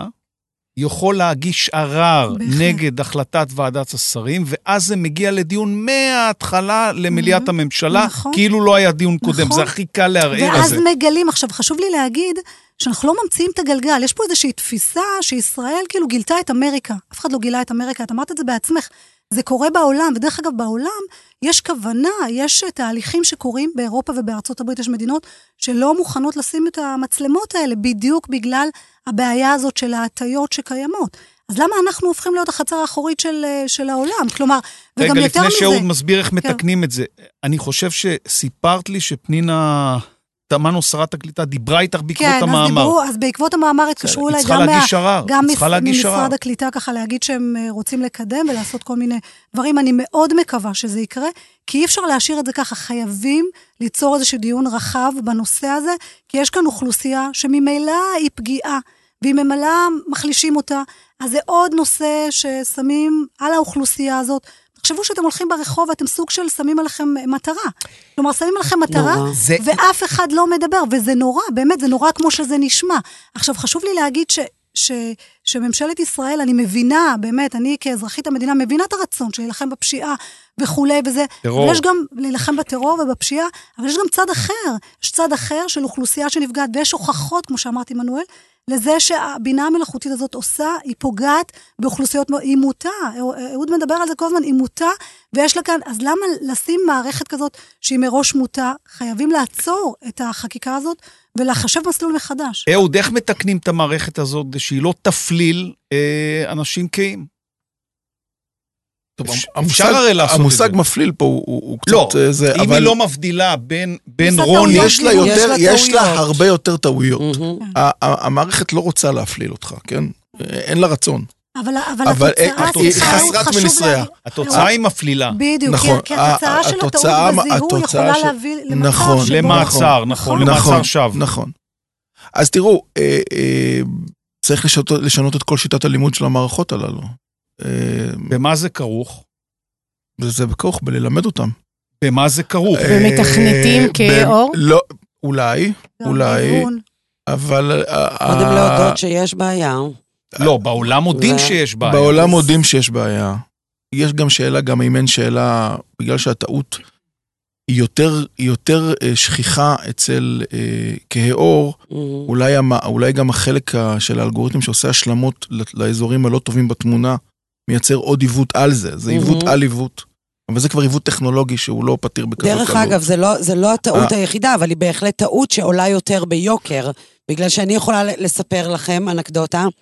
יכול להגיש ערר בהחלט. נגד החלטת ועדת השרים, ואז זה מגיע לדיון מההתחלה למליאת mm-hmm. הממשלה, נכון. כאילו לא היה דיון קודם, נכון. זה הכי קל לערער על זה. ואז מגלים, עכשיו חשוב לי להגיד, שאנחנו לא ממציאים את הגלגל, יש פה איזושהי תפיסה שישראל כאילו גילתה את אמריקה, אף אחד לא גילה את אמריקה, את אמרת את זה בעצמך, זה קורה בעולם, ודרך אגב בעולם יש כוונה, יש תהליכים שקורים באירופה ובארצות הברית, יש מדינות שלא מוכנות לשים את המצלמות האלה, בדיוק בגלל הבעיה הזאת של ההטיות שקיימות. אז למה אנחנו הופכים להיות החצר האחורית של, של העולם? כלומר, וגם רגע, יותר מזה... רגע, לפני שהוא מסביר איך מתקנים את זה, אני חושב שסיפרת לי שפנינה... תמנו שרת הקליטה, דיברה איתך בעקבות כן, המאמר. כן, אז דיברו, אז בעקבות המאמר התקשרו אליי גם, מה, גם ממשרד הקליטה ככה להגיד שהם רוצים לקדם ולעשות כל מיני דברים. אני מאוד מקווה שזה יקרה, כי אי אפשר להשאיר את זה ככה, חייבים ליצור איזשהו דיון רחב בנושא הזה, כי יש כאן אוכלוסייה שממילא היא פגיעה, והיא ממילא מחלישים אותה, אז זה עוד נושא ששמים על האוכלוסייה הזאת, תחשבו שאתם הולכים ברחוב, ואתם סוג של שמים עליכם מטרה. כלומר, שמים עליכם מטרה, זה... ואף אחד לא מדבר, וזה נורא, באמת, זה נורא כמו שזה נשמע. עכשיו, חשוב לי להגיד ש... ש... שממשלת ישראל, אני מבינה, באמת, אני כאזרחית המדינה, מבינה את הרצון שלהילחם בפשיעה וכולי וזה. טרור. ויש גם להילחם בטרור ובפשיעה, אבל יש גם צד אחר. יש צד אחר של אוכלוסייה שנפגעת, ויש הוכחות, כמו שאמרתי מנואל, לזה שהבינה המלאכותית הזאת עושה, היא פוגעת באוכלוסיות, היא מוטה, אהוד מדבר על זה כל הזמן, היא מוטה, ויש לה כאן, אז למה לשים מערכת כזאת שהיא מראש מוטה, חייבים לעצור את החקיקה הזאת, ולחשב מסלול מחדש. אהוד, איך מתקנים את המערכת הזאת, שהיא לא תפליל אה, אנשים קיים? טוב, אפשר הרי לעשות את זה. המושג מפליל פה הוא, הוא קצת... לא, זה, אם אבל... היא לא מבדילה בין, בין רוני... יש לה, יותר, יש, יש לה הרבה יותר טעויות. Mm-hmm. המערכת לא רוצה להפליל אותך, כן? אין לה רצון. אבל, אבל, אבל התוצאה היא חסרת מנסריה. התוצאה היא מפלילה. בדיוק, נכון, כי התוצאה של הטעות בזיהוי יכולה ש... להביא למצב נכון, שבו... למעצר, נכון, למעצר שווא. נכון. אז תראו, אה, אה, צריך לשנות, לשנות את כל שיטת הלימוד של המערכות הללו. במה זה כרוך? זה בכוח, בללמד אותם. במה זה כרוך? במתכנתים כאור? לא, אולי, אולי, אבל... קודם להודות שיש בעיה. לא, בעולם מודים שיש בעיה. בעולם מודים שיש בעיה. יש גם שאלה, גם אם אין שאלה, בגלל שהטעות היא יותר, יותר שכיחה אצל כהאור, אולי, אולי גם החלק של האלגוריתם שעושה השלמות לאזורים הלא טובים בתמונה, מייצר עוד עיוות על זה, זה עיוות על עיוות. אבל זה כבר עיוות טכנולוגי שהוא לא פתיר בכזאת קלות. דרך אגב, זה לא, זה לא הטעות היחידה, אבל היא בהחלט טעות שעולה יותר ביוקר, בגלל שאני יכולה לספר לכם אנקדוטה,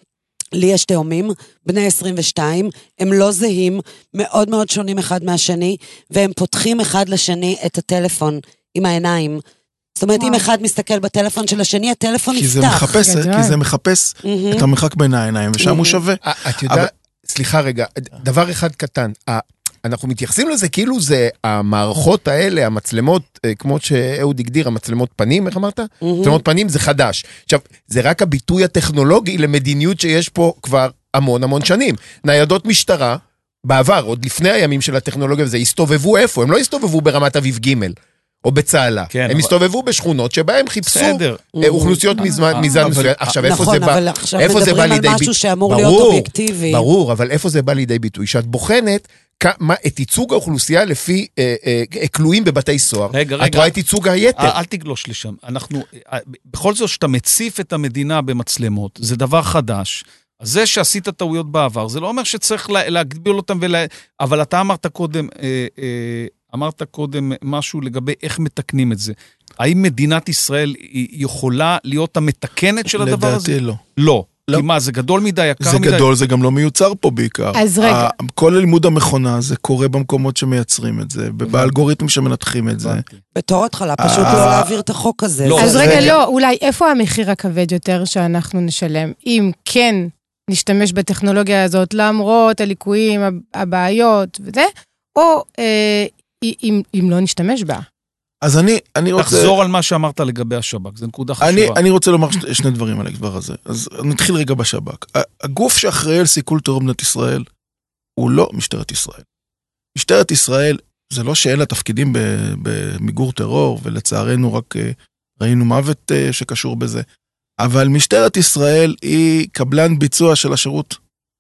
לי יש תאומים, בני עשרים ושתיים, הם לא זהים, מאוד מאוד שונים אחד מהשני, והם פותחים אחד לשני את הטלפון עם העיניים. זאת אומרת, אם אחד מסתכל בטלפון של השני, הטלפון יפתח. כי זה מחפש, כי זה מחפש את המרחק בין העיניים, ושם הוא שווה. את יודעת, סליחה רגע, דבר אחד קטן, אנחנו מתייחסים לזה כאילו זה המערכות האלה, המצלמות, כמו שאהוד הגדיר, המצלמות פנים, איך אמרת? מצלמות פנים זה חדש. עכשיו, זה רק הביטוי הטכנולוגי למדיניות שיש פה כבר המון המון שנים. ניידות משטרה, בעבר, עוד לפני הימים של הטכנולוגיה, זה הסתובבו איפה? הם לא הסתובבו ברמת אביב ג' או בצהלה. כן, הם אבל... הסתובבו בשכונות שבהם חיפשו בסדר. אוכלוסיות מזמן מסוים. עכשיו, איפה נכון, זה בא? אבל עכשיו איפה זה בא מדברים לידי על משהו ביטוי? שאמור ברור, להיות אובייקטיבי. ברור, אבל איפה זה בא לידי ביטוי? שאת בוחנת כמה, את ייצוג האוכלוסייה לפי אה, אה, כלואים בבתי סוהר. רגע, רגע. את רואה את ייצוג היתר. אל, אל תגלוש לשם. אנחנו, בכל זאת שאתה מציף את המדינה במצלמות, זה דבר חדש. זה שעשית טעויות בעבר, זה לא אומר שצריך לה, להגביל אותם, ולה... אבל אתה אמרת קודם, אה, אה, אמרת קודם משהו לגבי איך מתקנים את זה. האם מדינת ישראל יכולה להיות המתקנת של הדבר הזה? לדעתי לא. לא. לא. כי מה, זה גדול מדי, יקר זה מדי? זה גדול, זה גם לא מיוצר פה בעיקר. אז רגע. כל לימוד המכונה זה קורה במקומות שמייצרים את זה, באלגוריתמים שמנתחים את זה. בתור התחלה, פשוט לא להעביר את החוק הזה. לא, אז רגע, לא, אולי איפה המחיר הכבד יותר שאנחנו נשלם? אם כן נשתמש בטכנולוגיה הזאת, למרות הליקויים, הבעיות וזה, או אה, אם, אם לא נשתמש בה. אז אני, אני רוצה... תחזור על מה שאמרת לגבי השב"כ, זה נקודה חשובה. אני, אני רוצה לומר שני, שני דברים על הדבר הזה. אז נתחיל רגע בשב"כ. הגוף שאחראי על סיכול טרור במדינת ישראל, הוא לא משטרת ישראל. משטרת ישראל, זה לא שאלה התפקידים במיגור טרור, ולצערנו רק ראינו מוות שקשור בזה. אבל משטרת ישראל היא קבלן ביצוע של השירות.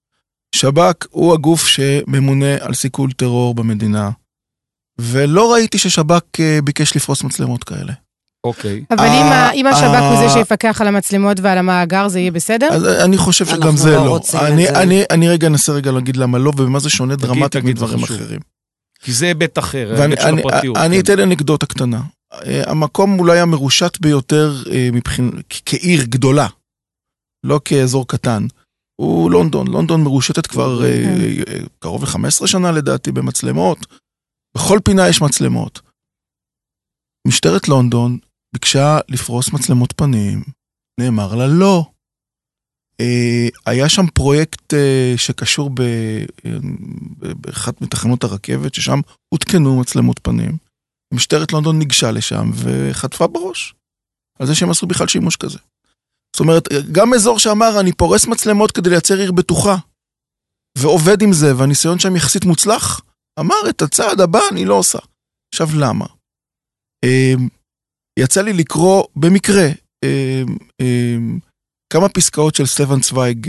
שב"כ הוא הגוף שממונה על סיכול טרור במדינה. ולא ראיתי ששב"כ ביקש לפרוס מצלמות כאלה. אוקיי. אבל אם השב"כ הוא זה שיפקח על המצלמות ועל המאגר, זה יהיה בסדר? אז אני חושב שגם זה לא. אני רגע אנסה רגע להגיד למה לא, ומה זה שונה דרמטית מדברים אחרים. כי זה היבט אחר, היבט של הפרטיות. אני אתן אנקדוטה קטנה. המקום אולי המרושת ביותר כעיר גדולה, לא כאזור קטן, הוא לונדון. לונדון מרושתת כבר קרוב ל-חמש עשרה שנה לדעתי במצלמות. בכל פינה יש מצלמות. משטרת לונדון ביקשה לפרוס מצלמות פנים, נאמר לה לא. היה שם פרויקט שקשור באחת מתחנות הרכבת, ששם הותקנו מצלמות פנים. משטרת לונדון ניגשה לשם וחטפה בראש, על זה שהם עשו בכלל שימוש כזה. זאת אומרת, גם אזור שאמר, אני פורס מצלמות כדי לייצר עיר בטוחה, ועובד עם זה, והניסיון שם יחסית מוצלח, אמר, את הצעד הבא אני לא עושה. עכשיו, למה? יצא לי לקרוא במקרה כמה פסקאות של סטפן צוויג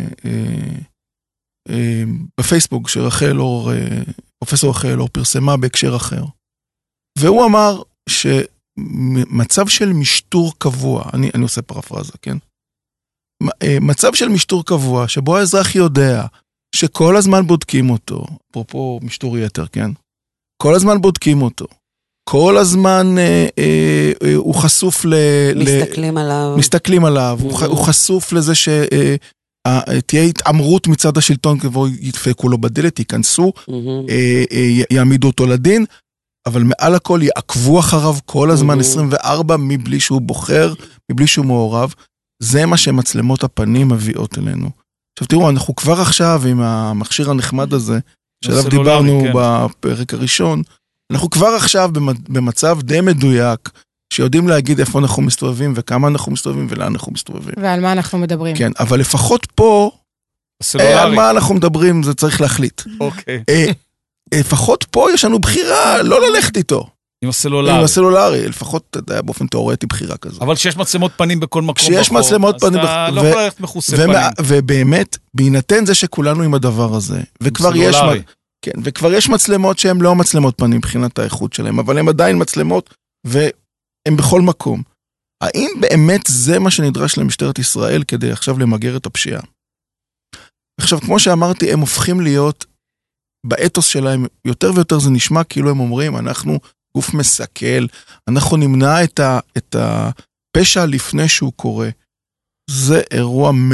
בפייסבוק, שרחל אור, פרופסור רחל אור פרסמה בהקשר אחר. והוא אמר שמצב של משטור קבוע, אני, אני עושה פרפרזה, כן? מצב של משטור קבוע, שבו האזרח יודע שכל הזמן בודקים אותו, אפרופו משטור יתר, כן? כל הזמן בודקים אותו. כל הזמן אה, אה, אה, הוא חשוף ל... מסתכלים ל, עליו. מסתכלים עליו. Mm-hmm. הוא, הוא חשוף לזה שתהיה אה, התאמרות מצד השלטון, כבו ידפקו לו בדלת, ייכנסו, mm-hmm. אה, אה, יעמידו אותו לדין, אבל מעל הכל יעקבו אחריו כל הזמן mm-hmm. עשרים וארבע, מבלי שהוא בוחר, מבלי שהוא מעורב. זה מה שמצלמות הפנים מביאות אלינו. עכשיו תראו, אנחנו כבר עכשיו עם המכשיר הנחמד הזה, שעליו דיברנו כן. בפרק הראשון, אנחנו כבר עכשיו במצב די מדויק, שיודעים להגיד איפה אנחנו מסתובבים, וכמה אנחנו מסתובבים, ולאן אנחנו מסתובבים. ועל מה אנחנו מדברים. כן, אבל לפחות פה, אה, על מה אנחנו מדברים, זה צריך להחליט. אוקיי. אה, לפחות פה יש לנו בחירה, לא ללכת איתו. עם הסלולרי. עם הסלולרי, לפחות באופן תיאורטי בחירה כזו. אבל שיש מצלמות פנים בכל מקום. שיש מצלמות פנים. אז אתה לא יכול ללכת מחוסה פנים. ובאמת, בהינתן זה שכולנו עם הדבר הזה, וכבר יש... כן, וכבר יש מצלמות שהן לא מצלמות פנים מבחינת האיכות שלהן, אבל הן עדיין מצלמות, והן בכל מקום. האם באמת זה מה שנדרש למשטרת ישראל כדי עכשיו למגר את הפשיעה? עכשיו, כמו שאמרתי, הם הופכים להיות, באתוס שלהם, יותר ויותר זה נשמע כאילו הם אומרים, אנחנו גוף מסכל, אנחנו נמנע את, ה, את הפשע לפני שהוא קורה. זה אירוע מאוד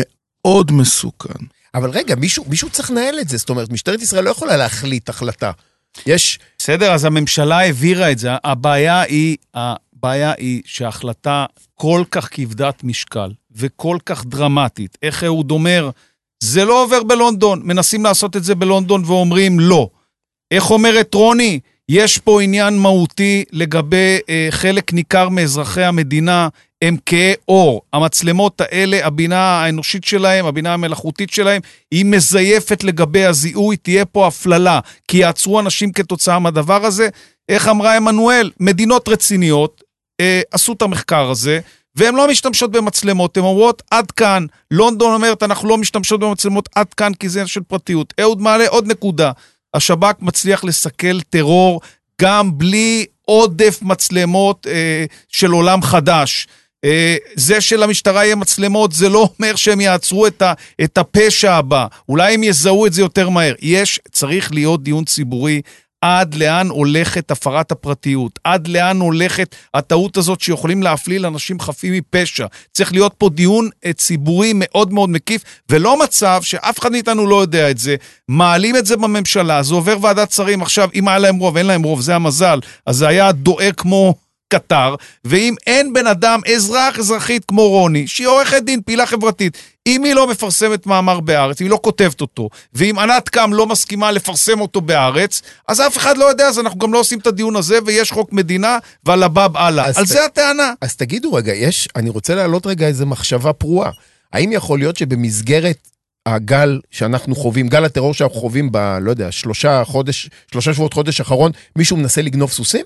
מאוד מסוכן. אבל רגע, מישהו, מישהו צריך לנהל את זה, זאת אומרת, משטרת ישראל לא יכולה להחליט החלטה. יש... בסדר, אז הממשלה העבירה את זה, הבעיה היא, הבעיה היא שההחלטה כל כך כבדת משקל, וכל כך דרמטית, איך אהוד אומר, זה לא עובר בלונדון, מנסים לעשות את זה בלונדון ואומרים לא. איך אומרת רוני? יש פה עניין מהותי לגבי אה, חלק ניכר מאזרחי המדינה, הם כאור. המצלמות האלה, הבינה האנושית שלהם, הבינה המלאכותית שלהם, היא מזייפת לגבי הזיהוי, תהיה פה הפללה, כי יעצרו אנשים כתוצאה מהדבר הזה. איך אמרה אמנואל? מדינות רציניות אה, עשו את המחקר הזה, והן לא משתמשות במצלמות, הן אומרות עד כאן, לונדון אומרת אנחנו לא משתמשות במצלמות עד כאן, כי זה של פרטיות. אהוד מעלה עוד נקודה, השב"כ מצליח לסכל טרור, גם בלי עודף מצלמות אה, של עולם חדש. אה, זה שלמשטרה יהיה מצלמות, זה לא אומר שהם יעצרו את, ה, את הפשע הבא. אולי הם יזהו את זה יותר מהר. יש, צריך להיות דיון ציבורי, עד לאן הולכת הפרת הפרטיות, עד לאן הולכת הטעות הזאת שיכולים להפליל אנשים חפים מפשע. צריך להיות פה דיון ציבורי מאוד מאוד מקיף, ולא מצב שאף אחד מאיתנו לא יודע את זה, מעלים את זה בממשלה, זה עובר ועדת שרים, עכשיו אם היה להם רוב, אין להם רוב, זה המזל, אז זה היה דואר כמו קטר, ואם אין בן אדם, אזרח, אזרחית כמו רוני, שהיא עורכת דין, פעילה חברתית, אם היא לא מפרסמת מאמר בארץ, אם היא לא כותבת אותו, ואם ענת קם לא מסכימה לפרסם אותו בארץ, אז אף אחד לא יודע, אז אנחנו גם לא עושים את הדיון הזה, ויש חוק מדינה, ועל הבב הלאה. על ת... זה הטענה. אז תגידו רגע, יש, אני רוצה להעלות רגע איזו מחשבה פרועה. האם יכול להיות שבמסגרת הגל שאנחנו חווים, גל הטרור שאנחנו חווים ב, לא יודע, שלושה חודש, שלושה שבועות חודש אחרון, מישהו מנסה לגנוב סוסים?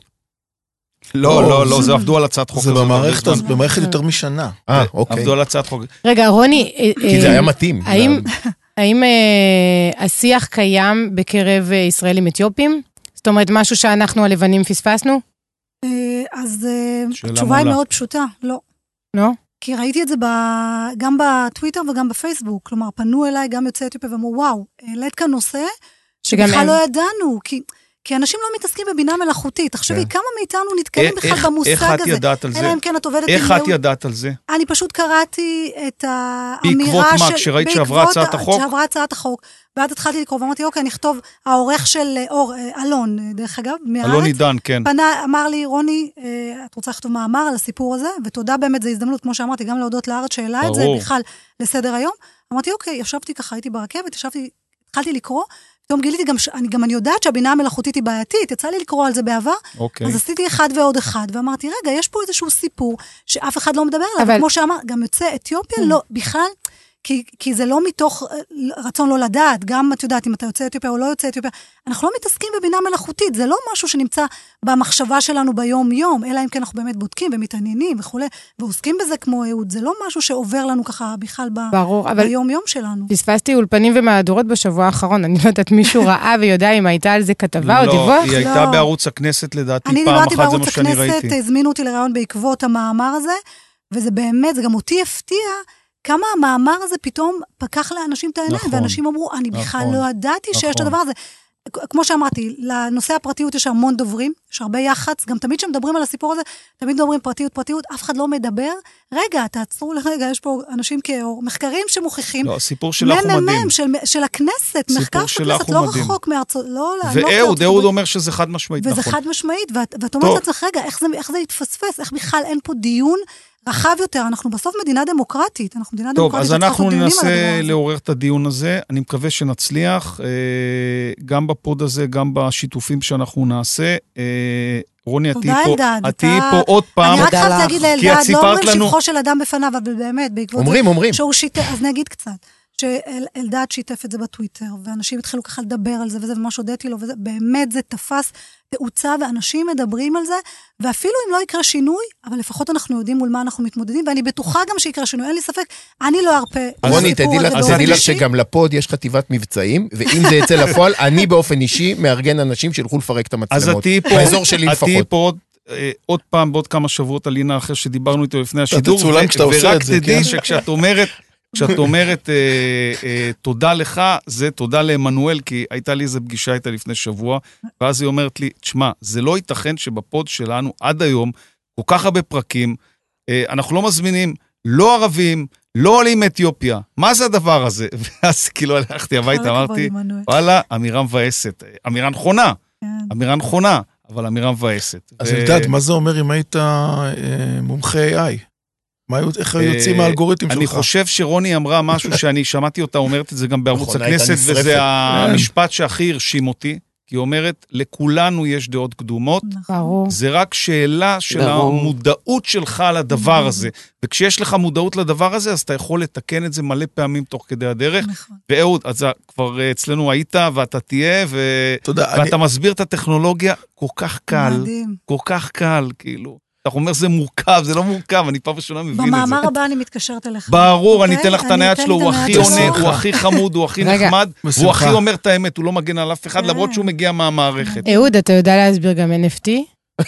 לא, לא, לא, זה עבדו על הצעת חוק. זה במערכת, במערכת יותר משנה. אה, אוקיי. עבדו על הצעת חוק. רגע, רוני... כי זה היה מתאים. האם השיח קיים בקרב ישראלים אתיופים? זאת אומרת, משהו שאנחנו הלבנים פספסנו? אז התשובה היא מאוד פשוטה, לא. לא? כי ראיתי את זה גם בטוויטר וגם בפייסבוק, כלומר, פנו אליי גם יוצאי אתיופיה ואמרו, וואו, העלית כאן נושא שבכלל לא ידענו, כי... כי אנשים לא מתעסקים בבינה מלאכותית. תחשבי, כמה מאיתנו נתקלים בכלל במושג הזה. איך את ידעת על זה? אלא אם כן את עובדת עם... איך את ידעת על זה? אני פשוט קראתי את האמירה של... בעקבות מה? כשראית שעברה הצעת החוק? שעברה הצעת החוק. ואז התחלתי לקרוא, ואמרתי, אוקיי, נכתוב, העורך של אור, אלון, דרך אגב, מהארץ. אלון עידן, כן. פנה, אמר לי, רוני, את רוצה לכתוב מאמר על הסיפור הזה? ותודה באמת, זו הזדמנות, כמו שאמרתי, גם להודות לארץ שהעלה את זה בכלל לסדר היום. אמרתי, אוקיי, ישבתי ככה, הייתי ברכבת, ישבתי, התחלתי לקרוא, פתאום גיליתי גם, אני גם אני יודעת שהבינה המלאכותית היא בעייתית, יצא לי לקרוא על זה בעבר, okay. אז עשיתי אחד ועוד אחד, ואמרתי, רגע, יש פה איזשהו סיפור שאף אחד לא מדבר עליו, אבל... כמו שאמר, גם יוצא אתיופיה, לא, בכלל, כי, כי זה לא מתוך רצון לא לדעת, גם את יודעת, אם אתה יוצא אתיופיה או לא יוצא אתיופיה, אנחנו לא מתעסקים בבינה מלאכותית, זה לא משהו שנמצא במחשבה שלנו ביום-יום, אלא אם כן אנחנו באמת בודקים ומתעניינים וכו', ועוסקים בזה כמו אהוד, זה לא משהו שעובר לנו ככה בכלל ב... ברור, אבל ביום-יום שלנו. פספסתי אולפנים ומהדורות בשבוע האחרון, אני לא יודעת מישהו ראה ויודע אם הייתה על זה כתבה או דיווח? לא, היא הייתה בערוץ הכנסת לדעתי, פעם אחת זה מה שאני ראיתי. הזמינו אותי לראיון בעקבות המאמר הזה, וזה באמת, זה גם אותי הפתיע כמה המאמר הזה פתאום פקח לאנשים את העיניים, נכון, ואנשים אמרו, אני בכלל נכון, לא ידעתי נכון. שיש את הדבר הזה. כמו שאמרתי, לנושא הפרטיות יש המון דוברים, יש הרבה יחץ, גם תמיד שמדברים על הסיפור הזה, תמיד מדברים פרטיות, פרטיות, אף אחד לא מדבר. רגע, תעצרו לרגע, יש פה אנשים כאור, מחקרים שמוכיחים. לא, הסיפור שלך הוא מדהים. של, של הכנסת, מחקר של הכנסת, לא רחוק מארצות, לא, ואהוד, אהוד אומר שזה חד משמעית, וזה נכון. חד משמעית, ואת, ואת אומרת לעצמך, רגע, איך זה, איך זה יתפספס, איך בכלל אין פה דיון רחב יותר, אנחנו בסוף מדינה דמוקרטית, אנחנו מדינה טוב, דמוקרטית. טוב, אז אנחנו ננסה לעורר את הדיון הזה, אני מקווה שנצליח, גם בפוד הזה, גם בשיתופים שאנחנו נעשה. רוני, את תהיי פה עוד פעם. אני רק חייבת להגיד לאלדד, לא אומרים שבחו של אדם בפניו, אבל באמת, בעקבות זה. אומרים, אומרים. אז נגיד קצת. שאלדד שיתף את זה בטוויטר, ואנשים התחילו ככה לדבר על זה, וזה ממש הודיתי לו, וזה באמת זה תפס תאוצה, ואנשים מדברים על זה, ואפילו אם לא יקרה שינוי, אבל לפחות אנחנו יודעים מול מה אנחנו מתמודדים, ואני בטוחה גם שיקרה שינוי, אין לי ספק, אני לא ארפה. רוני, תדעי לך שגם לפוד יש חטיבת מבצעים, ואם זה יצא לפועל, אני באופן אישי מארגן אנשים שילכו לפרק את המצלמות. באזור שלי לפחות. אז פה עוד פעם, בעוד כמה שבועות עלינה אחר שדיברנו איתו לפני השידור, ורק תדעי שכשאת אומרת כשאת אומרת, אה, אה, תודה לך, זה תודה לאמנואל, כי הייתה לי איזו פגישה איתה לפני שבוע, ואז היא אומרת לי, תשמע, זה לא ייתכן שבפוד שלנו עד היום, כל כך הרבה פרקים, אה, אנחנו לא מזמינים לא ערבים, לא עולים מאתיופיה, מה זה הדבר הזה? ואז כאילו הלכתי הביתה, אמרתי, וואלה, אמירה מבאסת, אמירה נכונה, אמירה נכונה, אבל אמירה מבאסת. אז אלדד, מה זה אומר אם היית מומחה איי איי? איך יוצאים האלגוריתם שלך? אני חושב שרוני אמרה משהו שאני שמעתי אותה, אומרת את זה גם בערוץ הכנסת, וזה המשפט שהכי הרשים אותי, כי היא אומרת, לכולנו יש דעות קדומות, זה רק שאלה של המודעות שלך לדבר הזה, וכשיש לך מודעות לדבר הזה, אז אתה יכול לתקן את זה מלא פעמים תוך כדי הדרך, ואהוד, אז כבר אצלנו היית, ואתה תהיה, ואתה מסביר את הטכנולוגיה כל כך קל, כל כך קל, כאילו. אתה אומר, זה מורכב, זה לא מורכב, אני פעם ראשונה מבין את זה. במאמר הבא אני מתקשרת אליך. ברור, אני אתן לך את הנייד שלו, הוא הכי עונה, הוא הכי חמוד, הוא הכי נחמד, הוא הכי אומר את האמת, הוא לא מגן על אף אחד, למרות שהוא מגיע מהמערכת. אהוד, אתה יודע להסביר גם אן אף טי?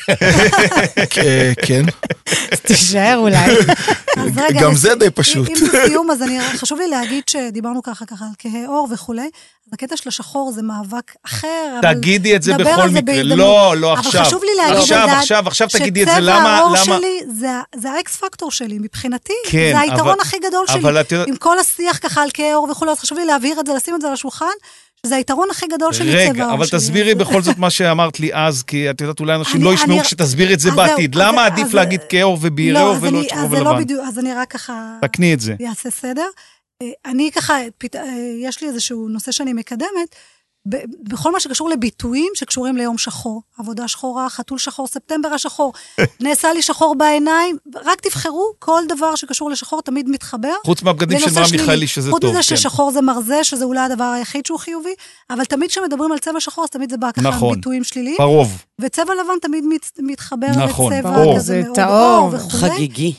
כן. אז תישאר אולי. גם זה די פשוט. אם זה סיום, אז חשוב לי להגיד שדיברנו ככה ככה על כהי אור וכולי, אז הקטע של השחור זה מאבק אחר. תגידי את זה בכל מקרה. לא, לא עכשיו. אבל חשוב לי להגיד, עכשיו, עכשיו, עכשיו תגידי את זה. למה? שצבע האור שלי זה האקס פקטור שלי, מבחינתי. זה היתרון הכי גדול שלי. עם כל השיח ככה על כהי אור וכולי, אז חשוב לי להבהיר את זה, לשים את זה על השולחן. זה היתרון הכי גדול שלי צבע. רגע, אבל תסבירי בכל זאת מה שאמרת לי אז, כי את יודעת, אולי אנשים לא ישמעו כשתסבירי את זה בעתיד. למה עדיף להגיד כאור ובהירי אור ולא שחור ולבן? אז אני רק ככה... תקני את זה. יעשה סדר. אני ככה, יש לי איזשהו נושא שאני מקדמת, בכל מה שקשור לביטויים שקשורים ליום שחור, עבודה שחורה, חתול שחור, ספטמבר השחור, נעשה לי שחור בעיניים, רק תבחרו, כל דבר שקשור לשחור תמיד מתחבר. חוץ מהבגדים של מרב מיכאלי שזה טוב. חוץ מזה ששחור זה מרזה, שזה אולי הדבר היחיד שהוא חיובי, אבל תמיד כשמדברים על צבע שחור, אז תמיד זה בא ככה ביטויים שליליים. ברוב. וצבע לבן תמיד מתחבר לצבע כזה מאוד טהור חגיגי.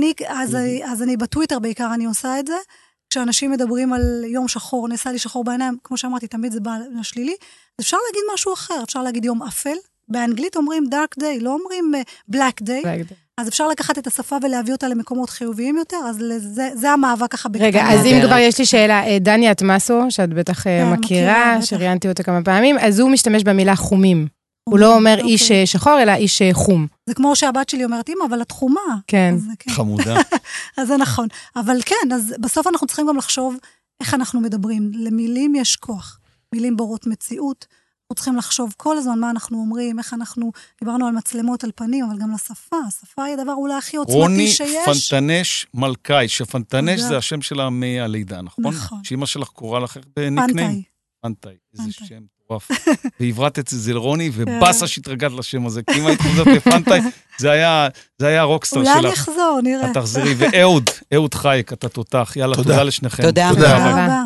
אז אני בטוויטר בעיקר אני עושה את זה, כשאנשים מדברים על יום שחור, נעשה לי שחור בעיניים, כמו שאמרתי, תמיד זה בא לשלילי, אפשר להגיד משהו אחר, אפשר להגיד יום אפל, באנגלית אומרים dark day, לא אומרים black day, אז אפשר לקחת את השפה ולהביא אותה למקומות חיוביים יותר, אז זה, זה המאבק ככה בקטנה. רגע, אז אם כבר יש לי שאלה, דני אטמסו, שאת בטח מכירה, שראיינתי אותה כמה פעמים, אז הוא משתמש במילה חומים. הוא לא אומר איש שחור, אלא איש חום. זה כמו שהבת שלי אומרת, אמא, אבל את חומה. כן. חמודה. אז זה נכון. אבל כן, אז בסוף אנחנו צריכים גם לחשוב איך אנחנו מדברים. למילים יש כוח. מילים בורות מציאות. אנחנו צריכים לחשוב כל הזמן מה אנחנו אומרים, איך אנחנו, דיברנו על מצלמות, על פנים, אבל גם לשפה. השפה היא הדבר אולי הכי עוצמתי שיש. רוני פנטנש מלכאי, שפנטנש זה השם שלה מהלידה, נכון? נכון. שאמא שלך קוראה לך בניקניים? פנטאי. איזה שם. ועברת את זה לרוני, ובאסה שהתרגעת לשם הזה, כי אם היית חוזרת לפנטאי, זה היה הרוקסטר שלך. אולי נחזור, נראה. את תחזרי, ואהוד, אהוד חייק, אתה תותח, יאללה, תודה לשניכם. תודה רבה.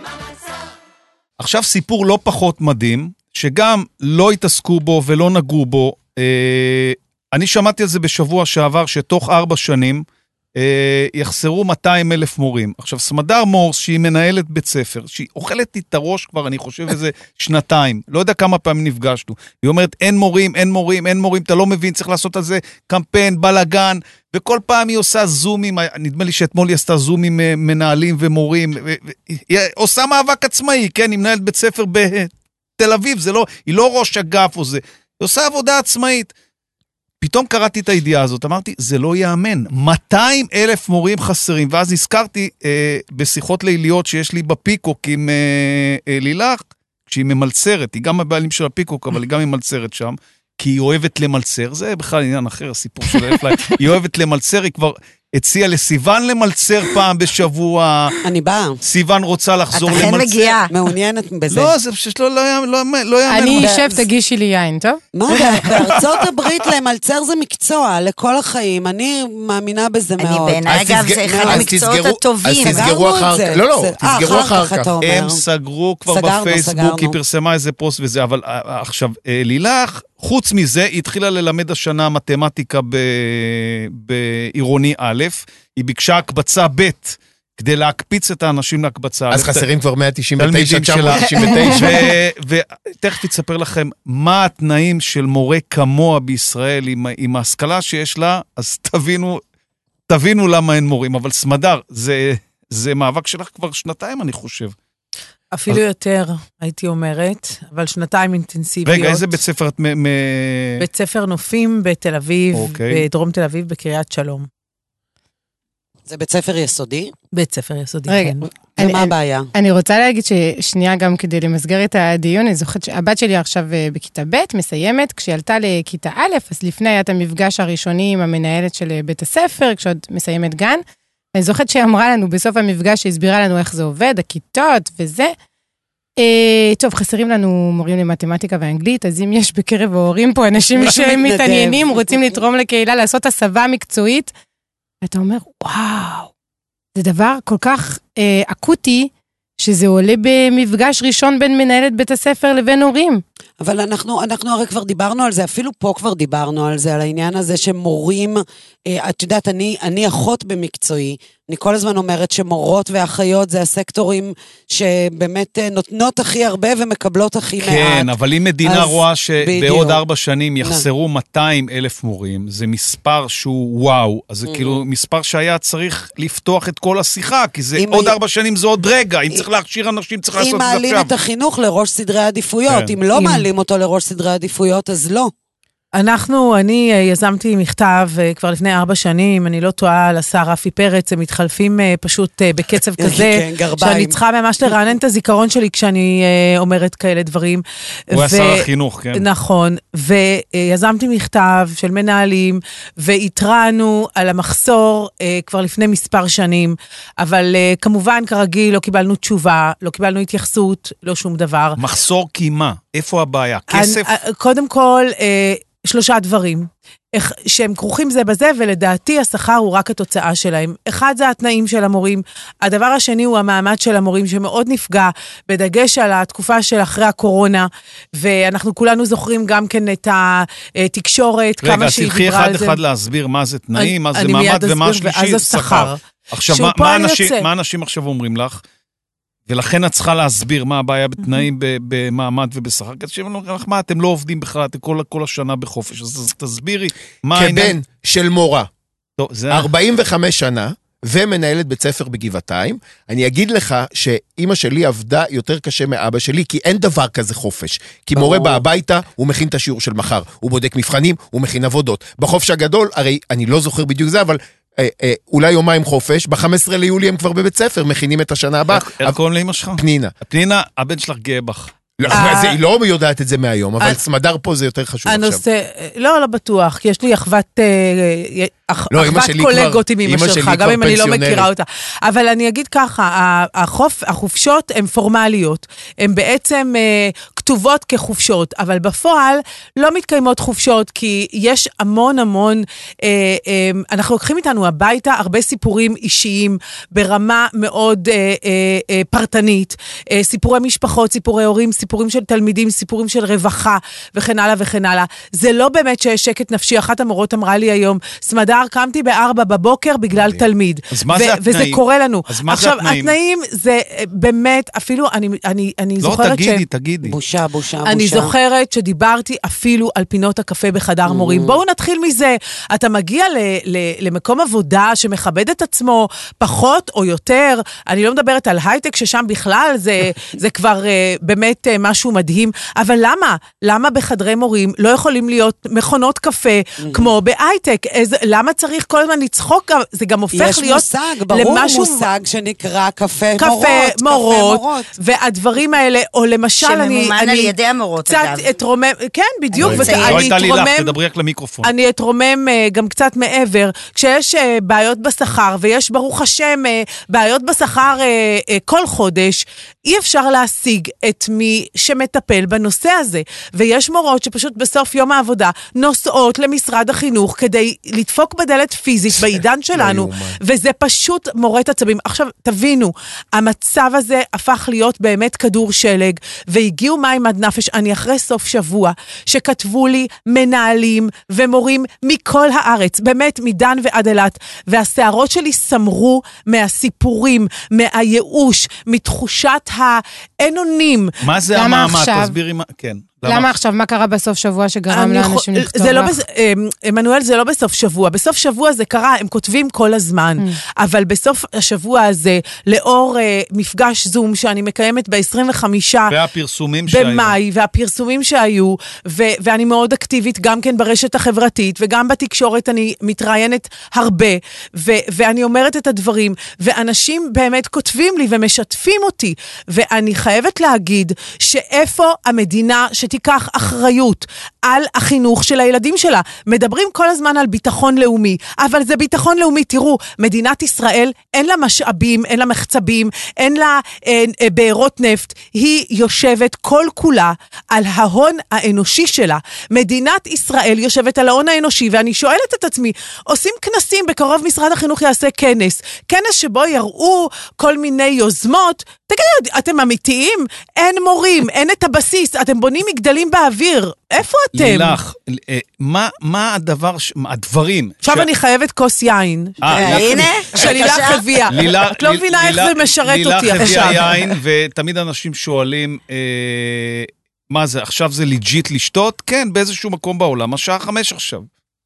עכשיו סיפור לא פחות מדהים, שגם לא התעסקו בו ולא נגעו בו, אני שמעתי על זה בשבוע שעבר, שתוך ארבע שנים, יחסרו מאתיים אלף מורים. עכשיו, סמדר מורס, שהיא מנהלת בית ספר, שהיא אוכלת את הראש כבר, אני חושב איזה שנתיים, לא יודע כמה פעמים נפגשנו, היא אומרת, אין מורים, אין מורים, אין מורים, אתה לא מבין, צריך לעשות על זה קמפיין, בלגן, וכל פעם היא עושה זומים, נדמה לי שאתמול היא עשתה זומים מנהלים ומורים, היא עושה מאבק עצמאי, כן, היא מנהלת בית ספר בתל אביב, זה לא, היא לא ראש אגף או זה, היא עושה עבודה עצמאית, פתאום קראתי את הידיעה הזאת, אמרתי, זה לא יאמן, מאתיים אלף מורים חסרים, ואז נזכרתי אה, בשיחות ליליות שיש לי בפיקוק עם אה, אה, לילך, כשהיא ממלצרת, היא גם הבעלים של הפיקוק, אבל היא גם ממלצרת שם, כי היא אוהבת למלצר, זה בכלל עניין אחר, הסיפור של האפלי, היא אוהבת למלצר, היא כבר הציעה לסיוון למלצר פעם בשבוע. אני באה. סיוון רוצה לחזור למלצר. את אכן מגיעה. מעוניינת בזה. לא, זה פשוט לא יאמן. אני אשב, תגישי לי יין, טוב? מה, בארצות הברית למלצר זה מקצוע, לכל החיים. אני מאמינה בזה מאוד. אני בעיניי, אגב, זה אחד המקצועות הטובים. אז תסגרו אחר כך. לא, לא, תסגרו אחר כך. הם סגרו כבר בפייסבוק, היא פרסמה איזה פוסט וזה, אבל עכשיו, לילך, חוץ מזה, היא התחילה ללמד השנה מתמטיקה בעירוני א', היא ביקשה הקבצה ב', כדי להקפיץ את האנשים להקבצה. אז חסרים כבר מאה תשעים ותשע, תשע מאות תשעים ותשע. ותכף תספר לכם מה התנאים של מורה כמוה בישראל, עם ההשכלה שיש לה, אז תבינו, תבינו למה אין מורים. אבל סמדר, זה מאבק שלך כבר שנתיים, אני חושב. אפילו יותר, הייתי אומרת, אבל שנתיים אינטנסיביות. רגע, איזה בית ספר את מ... בית ספר נופים בתל אביב, בדרום תל אביב, בקריית שלום. זה בית ספר יסודי? בית ספר יסודי, רגע, כן. אני- ומה הבעיה? אני רוצה להגיד ששנייה גם כדי למסגר את הדיון, אני זוכרת שהבת שלי עכשיו אה, בכיתה ב' מסיימת, כשהיא עלתה לכיתה א', אז לפני היה את המפגש הראשוני עם המנהלת של אה, בית הספר, כשעוד מסיימת גן, אני זוכרת שהיא אמרה לנו בסוף המפגש, שהסבירה לנו איך זה עובד, הכיתות וזה. אה, טוב, חסרים לנו מורים למתמטיקה ואנגלית, אז אם יש בקרב ההורים פה אנשים שמתעניינים, רוצים לתרום לקהילה, לעשות הסבה מקצועית, אתה אומר, וואו, זה דבר כל כך אה, אקוטי, שזה עולה במפגש ראשון בין מנהלת בית הספר לבין הורים. אבל אנחנו, אנחנו הרי כבר דיברנו על זה, אפילו פה כבר דיברנו על זה, על העניין הזה שמורים, אה, את יודעת, אני, אני אחות במקצועי, אני כל הזמן אומרת שמורות ואחיות זה הסקטורים שבאמת אה, נותנות הכי הרבה ומקבלות הכי מעט. כן, אבל אם מדינה אז רואה שבעוד בדיוק. ארבע שנים יחסרו מאתיים אלף מורים, זה מספר שהוא וואו, אז זה כאילו מספר שהיה צריך לפתוח את כל השיחה, כי זה אם עוד היה- ארבע שנים זה עוד רגע, אם צריך להכשיר אנשים צריך אם לעשות את זה מעלים עכשיו. את החינוך לראש סדרי העדיפויות, כן. אם לא אם- מעלים אותו לראש סדרי העדיפויות, אז לא. אנחנו, אני אה, יזמתי מכתב אה, כבר לפני ארבע שנים, אני לא טועה, לשר רפי פרץ, הם מתחלפים אה, פשוט אה, בקצב כזה, כן, גרביים. שאני צריכה ממש לרענן את הזיכרון שלי כשאני אה, אומרת כאלה דברים. הוא היה ו- שר החינוך, כן. נכון, ויזמתי מכתב של מנהלים, והתרענו על המחסור אה, כבר לפני מספר שנים, אבל אה, כמובן, כרגיל, לא קיבלנו תשובה, לא קיבלנו התייחסות, לא שום דבר. מחסור קימה, איפה הבעיה? כסף? אני, קודם כל, אה, שלושה דברים, איך, שהם כרוכים זה בזה, ולדעתי השכר הוא רק התוצאה שלהם. אחד זה התנאים של המורים, הדבר השני הוא המעמד של המורים, שמאוד נפגע, בדגש על התקופה של אחרי הקורונה, ואנחנו כולנו זוכרים גם כן את התקשורת, רגע, כמה שהיא תלכי דיברה אחד על זה. אחד להסביר מה זה תנאים, מה זה אני מיד מעמד, ומה אסביר, השלישי, ואז שכר. השכר. עכשיו, שהוא מה- פועל מה אנשים- יוצא. מה אנשים עכשיו אומרים לך? ולכן את צריכה להסביר מה הבעיה בתנאים, ב- במעמד ובשכר. כי תשאיר לנו לך, מה, אתם לא עובדים בכלל, אתם כל, כל השנה בחופש, אז תסבירי מה כבן של מורה, טוב, זה... ארבעים וחמש שנה, ומנהלת בית ספר בגבעתיים, אני אגיד לך שאימא שלי עבדה יותר קשה מאבא שלי, כי אין דבר כזה חופש. כי מורה בא הביתה, הוא מכין את השיעור של מחר, הוא בודק מבחנים, הוא מכין עבודות. בחופש הגדול, הרי אני לא זוכר בדיוק זה, אבל אה, אה, אולי יומיים חופש, ב-חמישה עשר ליולי הם כבר בבית ספר, מכינים את השנה הבאה. איך קוראים לאמא שלך? פנינה. פנינה, הבן שלך גאה בך. לא, אה, זה- היא לא יודעת את זה מהיום, אבל אה, סמדר פה זה יותר חשוב עכשיו. הנושא, לא, לא בטוח, כי יש לי אחוות, אה, אח- לא, אמא אחוות שלי קולגות כבר- עם אמא אמא שלך, שלי גם כבר אם אני לא פנסיונרית. מכירה אותה. אבל אני אגיד ככה, ה- החוף, החופשות הן פורמליות, הן בעצם אה, כתובות כחופשות, אבל בפועל לא מתקיימות חופשות, כי יש המון המון, אה, אה, אנחנו לוקחים איתנו הביתה הרבה סיפורים אישיים, ברמה מאוד אה, אה, אה, פרטנית, אה, סיפורי משפחות, סיפורי הורים, סיפורים של תלמידים, סיפורים של רווחה, וכן הלאה וכן הלאה. זה לא באמת שיש שקט נפשי. אחת המורות אמרה לי היום, סמדר, קמתי בארבע בבוקר בגלל תלמיד. אז מה ו- זה וזה התנאים? קורה לנו. אז מה זה עכשיו, התנאים? התנאים זה אה, באמת, אפילו, אני, אני, אני לא, זוכרת תגידי, תגידי. בושה, בושה, בושה. אני זוכרת שדיברתי אפילו על פינות הקפה בחדר מורים. בואו נתחיל מזה. אתה מגיע ל- ל- למקום עבודה שמכבד את עצמו פחות או יותר. אני לא מדברת על הייטק, ששם בכלל זה, זה כבר uh, באמת uh, משהו מדהים. אבל למה? למה בחדרי מורים לא יכולים להיות מכונות קפה כמו בהייטק? איזה, למה צריך כל הזמן לצחוק? זה גם הופך יש להיות מושג, ברור למשהו... מושג שנקרא קפה, קפה, מורות, מורות, קפה מורות. והדברים האלה, או למשל אני... שממומן אני על ידי המורות, קצת אגב. אתרומם, כן, בדיוק, אני וזה- אציין. לא אני הייתה לי לך, אתרומם, תדברי רק למיקרופון. אני אתרומם אה, גם קצת מעבר, כשיש אה, בעיות בשכר, ויש ברוך השם אה, בעיות בשכר אה, אה, כל חודש, אי אפשר להשיג את מי שמטפל בנושא הזה, ויש מורות שפשוט בסוף יום העבודה נוסעות למשרד החינוך כדי לדפוק בדלת פיזית בעידן שלנו, וזה פשוט מורת עצבים. עכשיו, תבינו, המצב הזה הפך להיות באמת כדור שלג, והגיעו מים עד נפש. אני אחרי סוף שבוע, שכתבו לי מנהלים ומורים מכל הארץ, באמת מדן ועד אילת, והשערות שלי סמרו מהסיפורים, מהייאוש, מתחושת האין אונים. מה זה למה המעמד? עכשיו? תסבירי מה... כן. למה עכשיו? מה קרה בסוף שבוע שגרם לאנשים לכתוב לך? אמנואל, זה לא בסוף שבוע. בסוף שבוע זה קרה, הם כותבים כל הזמן. אבל בסוף השבוע הזה, לאור מפגש זום שאני מקיימת ב-עשרים וחמישה והפרסומים שהיו. במאי, והפרסומים שהיו, ואני מאוד אקטיבית גם כן ברשת החברתית, וגם בתקשורת אני מתראיינת הרבה, ואני אומרת את הדברים, ואנשים באמת כותבים לי ומשתפים אותי, ואני חייבת להגיד שאיפה המדינה שתיקח אחריות על החינוך של הילדים שלה. מדברים כל הזמן על ביטחון לאומי, אבל זה ביטחון לאומי, תראו, מדינת ישראל אין לה משאבים, אין לה מחצבים, אין לה אה, אה, בעירות נפט, היא יושבת כל כולה על ההון האנושי שלה. מדינת ישראל יושבת על ההון האנושי, ואני שואלת את עצמי, עושים כנסים, בקרוב משרד החינוך יעשה כנס, כנס שבו יראו כל מיני יוזמות, תגידו, אתם אמיתיים? אין מורים, אין את הבסיס, אתם בונים מגדלים באוויר, איפה אתם? לילך, מה, מה הדבר, הדברים? עכשיו אני חייבת כוס יין. הנה, שלילך הביאה. את לא מבינה איך זה משרת אותי עכשיו. לילך הביאה יין, ותמיד אנשים שואלים, מה זה, עכשיו זה ליג'יט לשתות? כן, באיזשהו מקום בעולם, השעה חמש עכשיו.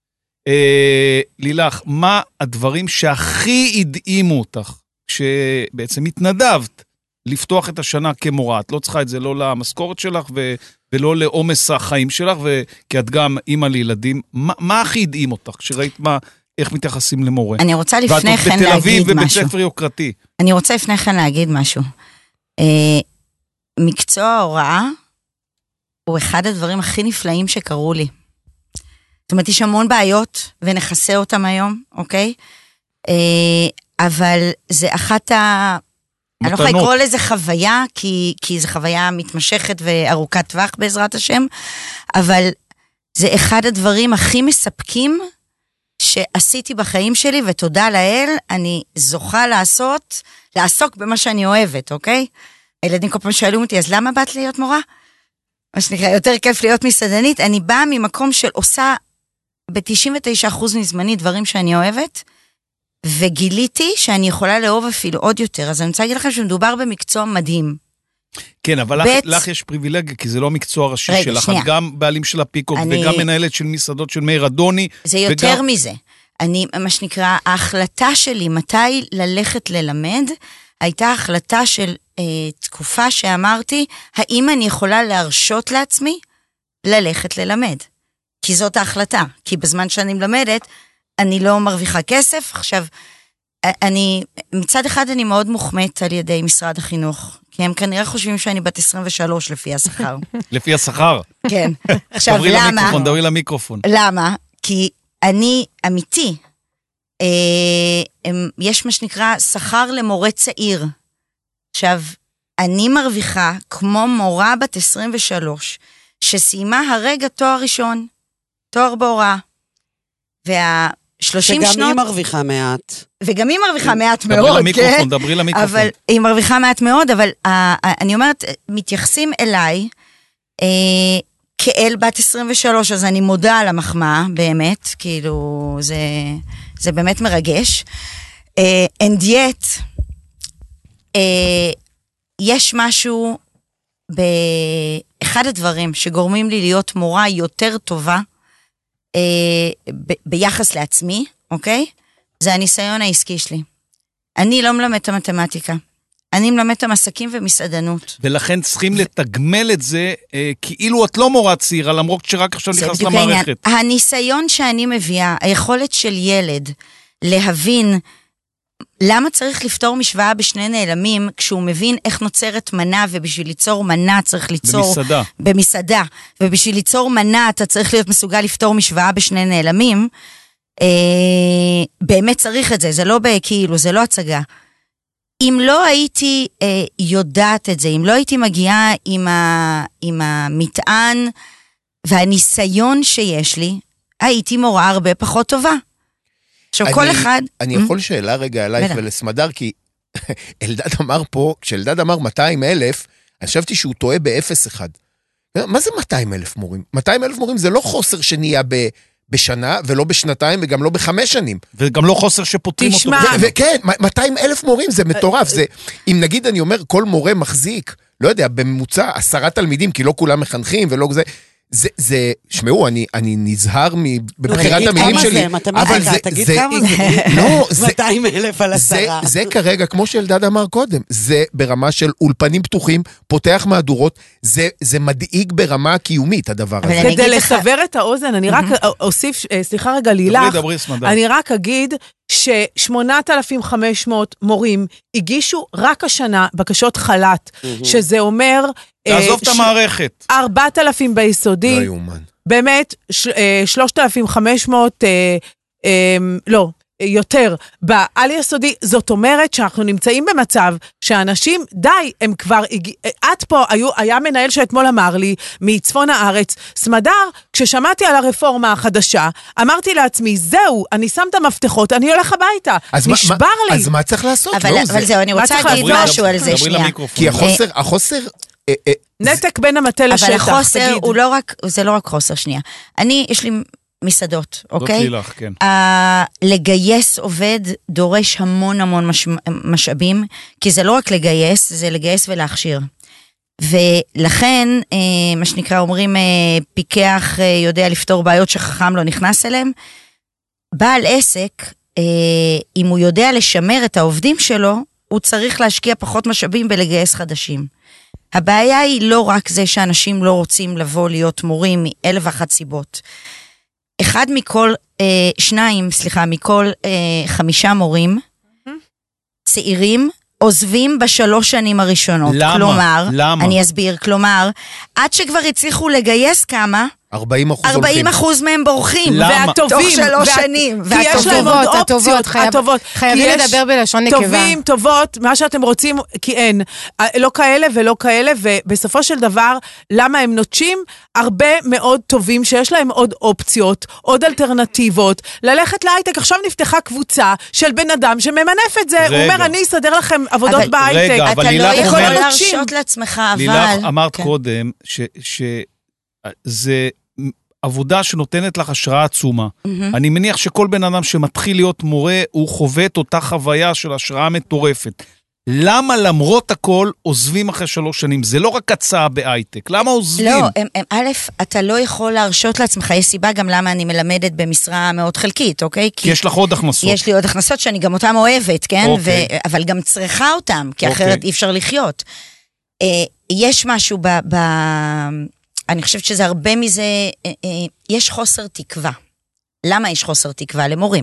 לילך, מה הדברים שהכי הדהימו אותך, כשבעצם התנדבת לפתוח את השנה כמורה? את לא צריכה את זה לא למשכורת שלך ו... ולא לעומס החיים שלך, כי את גם אימא לילדים. מה, מה הכי הדהים אותך כשראית מה, איך מתייחסים למורה? אני רוצה לפני כן להגיד משהו. ואת בתל אביב ובית ספר יוקרתי. אני רוצה לפני כן להגיד משהו. אה, מקצוע ההוראה הוא אחד הדברים הכי נפלאים שקרו לי. זאת אומרת, יש המון בעיות, ונחסה אותם היום, אוקיי? אה, אבל זה אחת ה... אני לא יכולה לקרוא לזה חוויה, כי, כי זו חוויה מתמשכת וארוכת טווח בעזרת השם, אבל זה אחד הדברים הכי מספקים שעשיתי בחיים שלי, ותודה לאל, אני זוכה לעשות, לעסוק במה שאני אוהבת, אוקיי? הילדים כל פעם שאלו אותי, אז למה באת להיות מורה? מה שנקרא, יותר כיף להיות מסעדנית. אני באה ממקום של עושה ב-תשעים ותשעה אחוז מזמני דברים שאני אוהבת, וגיליתי שאני יכולה לאהוב אפילו עוד יותר. אז אני רוצה להגיד לכם שמדובר במקצוע מדהים. כן, אבל בית... לך, לך יש פריבילגיה, כי זה לא מקצוע ראשי רגע, שלך. שנייה. את גם בעלים של הפיקוק, אני... וגם מנהלת של מסעדות של מאיר אדוני. זה יותר וגם... מזה. אני, מה שנקרא, ההחלטה שלי, מתי ללכת ללמד, הייתה החלטה של אה, תקופה שאמרתי, האם אני יכולה להרשות לעצמי ללכת ללמד? כי זאת ההחלטה. כי בזמן שאני מלמדת, אני לא מרוויחה כסף. עכשיו, אני, מצד אחד אני מאוד מוחמת על ידי משרד החינוך, כי הם כנראה חושבים שאני בת עשרים ושלוש לפי השכר. לפי השכר? כן. עכשיו, למה? דברי למיקרופון, דברי למיקרופון. למה? כי אני אמיתי. אה, יש מה שנקרא שכר למורה צעיר. עכשיו, אני מרוויחה כמו מורה בת עשרים ושלוש, שסיימה הרגע תואר ראשון, תואר בהוראה. וה... שלושים שנות... שגם היא מרוויחה מעט. וגם היא מרוויחה מעט דברי מאוד, למיקרופון, כן? דברי למיקרופון. אבל היא מרוויחה מעט מאוד, אבל uh, אני אומרת, מתייחסים אליי uh, כאל בת עשרים ושלוש, אז אני מודה על המחמאה, באמת, כאילו, זה, זה באמת מרגש. Uh, and yet, uh, יש משהו באחד הדברים שגורמים לי להיות מורה יותר טובה, Uh, ב- ביחס לעצמי, אוקיי? זה הניסיון העסקי שלי. אני לא מלמד את המתמטיקה. אני מלמד את המסקים ומסעדנות. ולכן צריכים לתגמל את זה, uh, כאילו את לא מורה צעירה, למרות שרק עכשיו נכנס למערכת. הניסיון שאני מביאה, היכולת של ילד להבין למה צריך לפתור משוואה בשני נעלמים, כשהוא מבין איך נוצרת מנה, ובשביל ליצור מנה צריך ליצור... במסעדה. במסעדה. ובשביל ליצור מנה, אתה צריך להיות מסוגל לפתור משוואה בשני נעלמים. אה, באמת צריך את זה, זה לא כאילו, זה לא הצגה. אם לא הייתי אה, יודעת את זה, אם לא הייתי מגיעה עם, ה, עם המטען והניסיון שיש לי, הייתי מורה הרבה פחות טובה. עכשיו אני, כל אחד... אני יכול שאלה רגע עלייך ולסמדר, כי אלדד אמר פה, כשאלדד אמר מאתיים אלף, אני חשבתי שהוא טועה ב-אפס אחד. מה זה מאתיים אלף מורים? מאתיים אלף מורים זה לא חוסר שנהיה ב... בשנה, ולא בשנתיים, וגם לא בחמש שנים. וגם לא חוסר שפותרים אותו. וכן, מאתיים אלף מורים, זה מטורף. זה, אם נגיד אני אומר, כל מורה מחזיק, לא יודע, בממוצע עשרה תלמידים, כי לא כולם מחנכים ולא זה, זה, זה, שמעו, אני, אני נזהר בבחירת המילים שלי. אבל זה, תגיד כמה זה. לא, זה, מאתיים אלף על עשרה. זה כרגע, כמו שאלדד אמר קודם, זה ברמה של אולפנים פתוחים, פותח מהדורות, זה, זה מדאיג ברמה הקיומית, הדבר הזה. כדי לסבר את האוזן, אני רק אוסיף, סליחה רגע לילך, אני רק אגיד ש-שמונת אלפים וחמש מאות מורים הגישו רק השנה בקשות חל"ת, שזה אומר... לעזוב את המערכת. ארבעת אלפים ביסודי. לא יאומן. באמת, שלושת אלפים וחמש מאות, לא, יותר, בעל יסודי. זאת אומרת שאנחנו נמצאים במצב שאנשים, די, הם כבר, עד פה היו, היה מנהל שאתמול אמר לי, מצפון הארץ, סמדר, כששמעתי על הרפורמה החדשה, אמרתי לעצמי, זהו, אני שם את המפתחות, אני הולך הביתה. נשבר מה, לי. אז מה צריך לעשות? אבל, לא, אבל זה... זהו, אני רוצה להגיד משהו על זה שנייה. כי החוסר, החוסר... נתק בין המטה לשטח, אבל החוסר הוא לא רק, זה לא רק חוסר, שנייה. אני, יש לי מסעדות, אוקיי? לילך, כן. לגייס עובד דורש המון המון משאבים, כי זה לא רק לגייס, זה לגייס ולהכשיר. ולכן, מה שנקרא, אומרים, פיקח יודע לפתור בעיות שחכם לא נכנס אליהם. בעל עסק, אם הוא יודע לשמר את העובדים שלו, הוא צריך להשקיע פחות משאבים ולגייס חדשים. הבעיה היא לא רק זה שאנשים לא רוצים לבוא להיות מורים מאלף ואחת סיבות. אחד מכל, אה, שניים, סליחה, מכל אה, חמישה מורים mm-hmm. צעירים עוזבים בשלוש שנים הראשונות. למה? כלומר, למה? אני אסביר, כלומר, עד שכבר הצליחו לגייס כמה, ארבעים אחוז ארבעים אחוז מהם בורחים. למה? והטובים. תוך שלוש שנים. כי יש להם עוד אופציות. הטובות. חייבים לדבר בלשון נקבה. טובים, טובות, מה שאתם רוצים, כי אין. לא כאלה ולא כאלה, ובסופו של דבר, למה הם נוטשים? הרבה מאוד טובים שיש להם עוד אופציות, עוד אלטרנטיבות. ללכת להייטק, עכשיו נפתחה קבוצה של בן אדם שממנף את זה. הוא אומר, אני אסדר לכם עבודות בהייטק. רגע, אבל אתה לא לילך יכול אומר- להרשות לעצמך, אבל... לילך אמרת כן. קודם, ש- שזה עבודה שנותנת לך השראה עצומה. אני מניח שכל בן אדם שמתחיל להיות מורה, הוא חווה את אותה חוויה של השראה מטורפת. למה למרות הכל עוזבים אחרי שלוש שנים? זה לא רק הצעה בהייטק. למה עוזבים? לא, הם, הם, א', אתה לא יכול להרשות לעצמך, יש סיבה גם למה אני מלמדת במשרה מאוד חלקית, אוקיי? כי יש לך עוד הכנסות. יש לי עוד הכנסות שאני גם אותם אוהבת, כן? אוקיי. ו, אבל גם צריכה אותם, כי אוקיי. אחרת אי אפשר לחיות. אה, יש משהו ב... ב אני חושבת שזה הרבה מזה, אה, אה, יש חוסר תקווה. למה יש חוסר תקווה? למורים.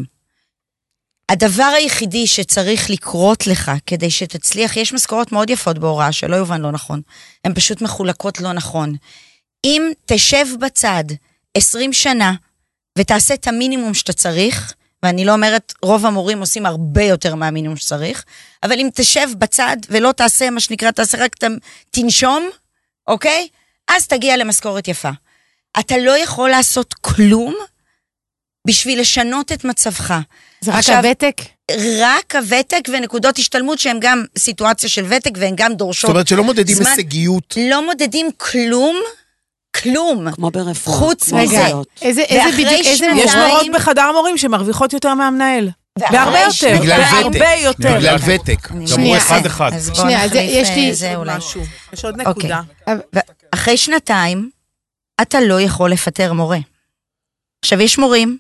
הדבר היחידי שצריך לקרות לך כדי שתצליח, יש משכורות מאוד יפות בהוראה, שלא יובן לא נכון. הן פשוט מחולקות לא נכון. אם תשב בצד עשרים שנה ותעשה את המינימום שאתה צריך, ואני לא אומרת, רוב המורים עושים הרבה יותר מהמינימום שצריך, אבל אם תשב בצד ולא תעשה מה שנקרא, תעשה רק תנשום, אוקיי? אז תגיע למשכורת יפה. אתה לא יכול לעשות כלום בשביל לשנות את מצבך. זה רק הוותק? רק הוותק ונקודות השתלמות שהן גם סיטואציה של ותק והן גם דורשות. זאת אומרת שלא מודדים הישגיות. לא מודדים כלום, כלום. כמו ברפואה. חוץ מזה. איזה בדיוק, איזה יש מורות בחדר מורים שמרוויחות יותר מהמנהל. והרבה יותר. בגלל והרבה יותר. בגלל ותק. גמרו אחד אחד. שנייה, יש לי... משהו. יש עוד נקודה. אחרי שנתיים, אתה לא יכול לפטר מורה. עכשיו, יש מורים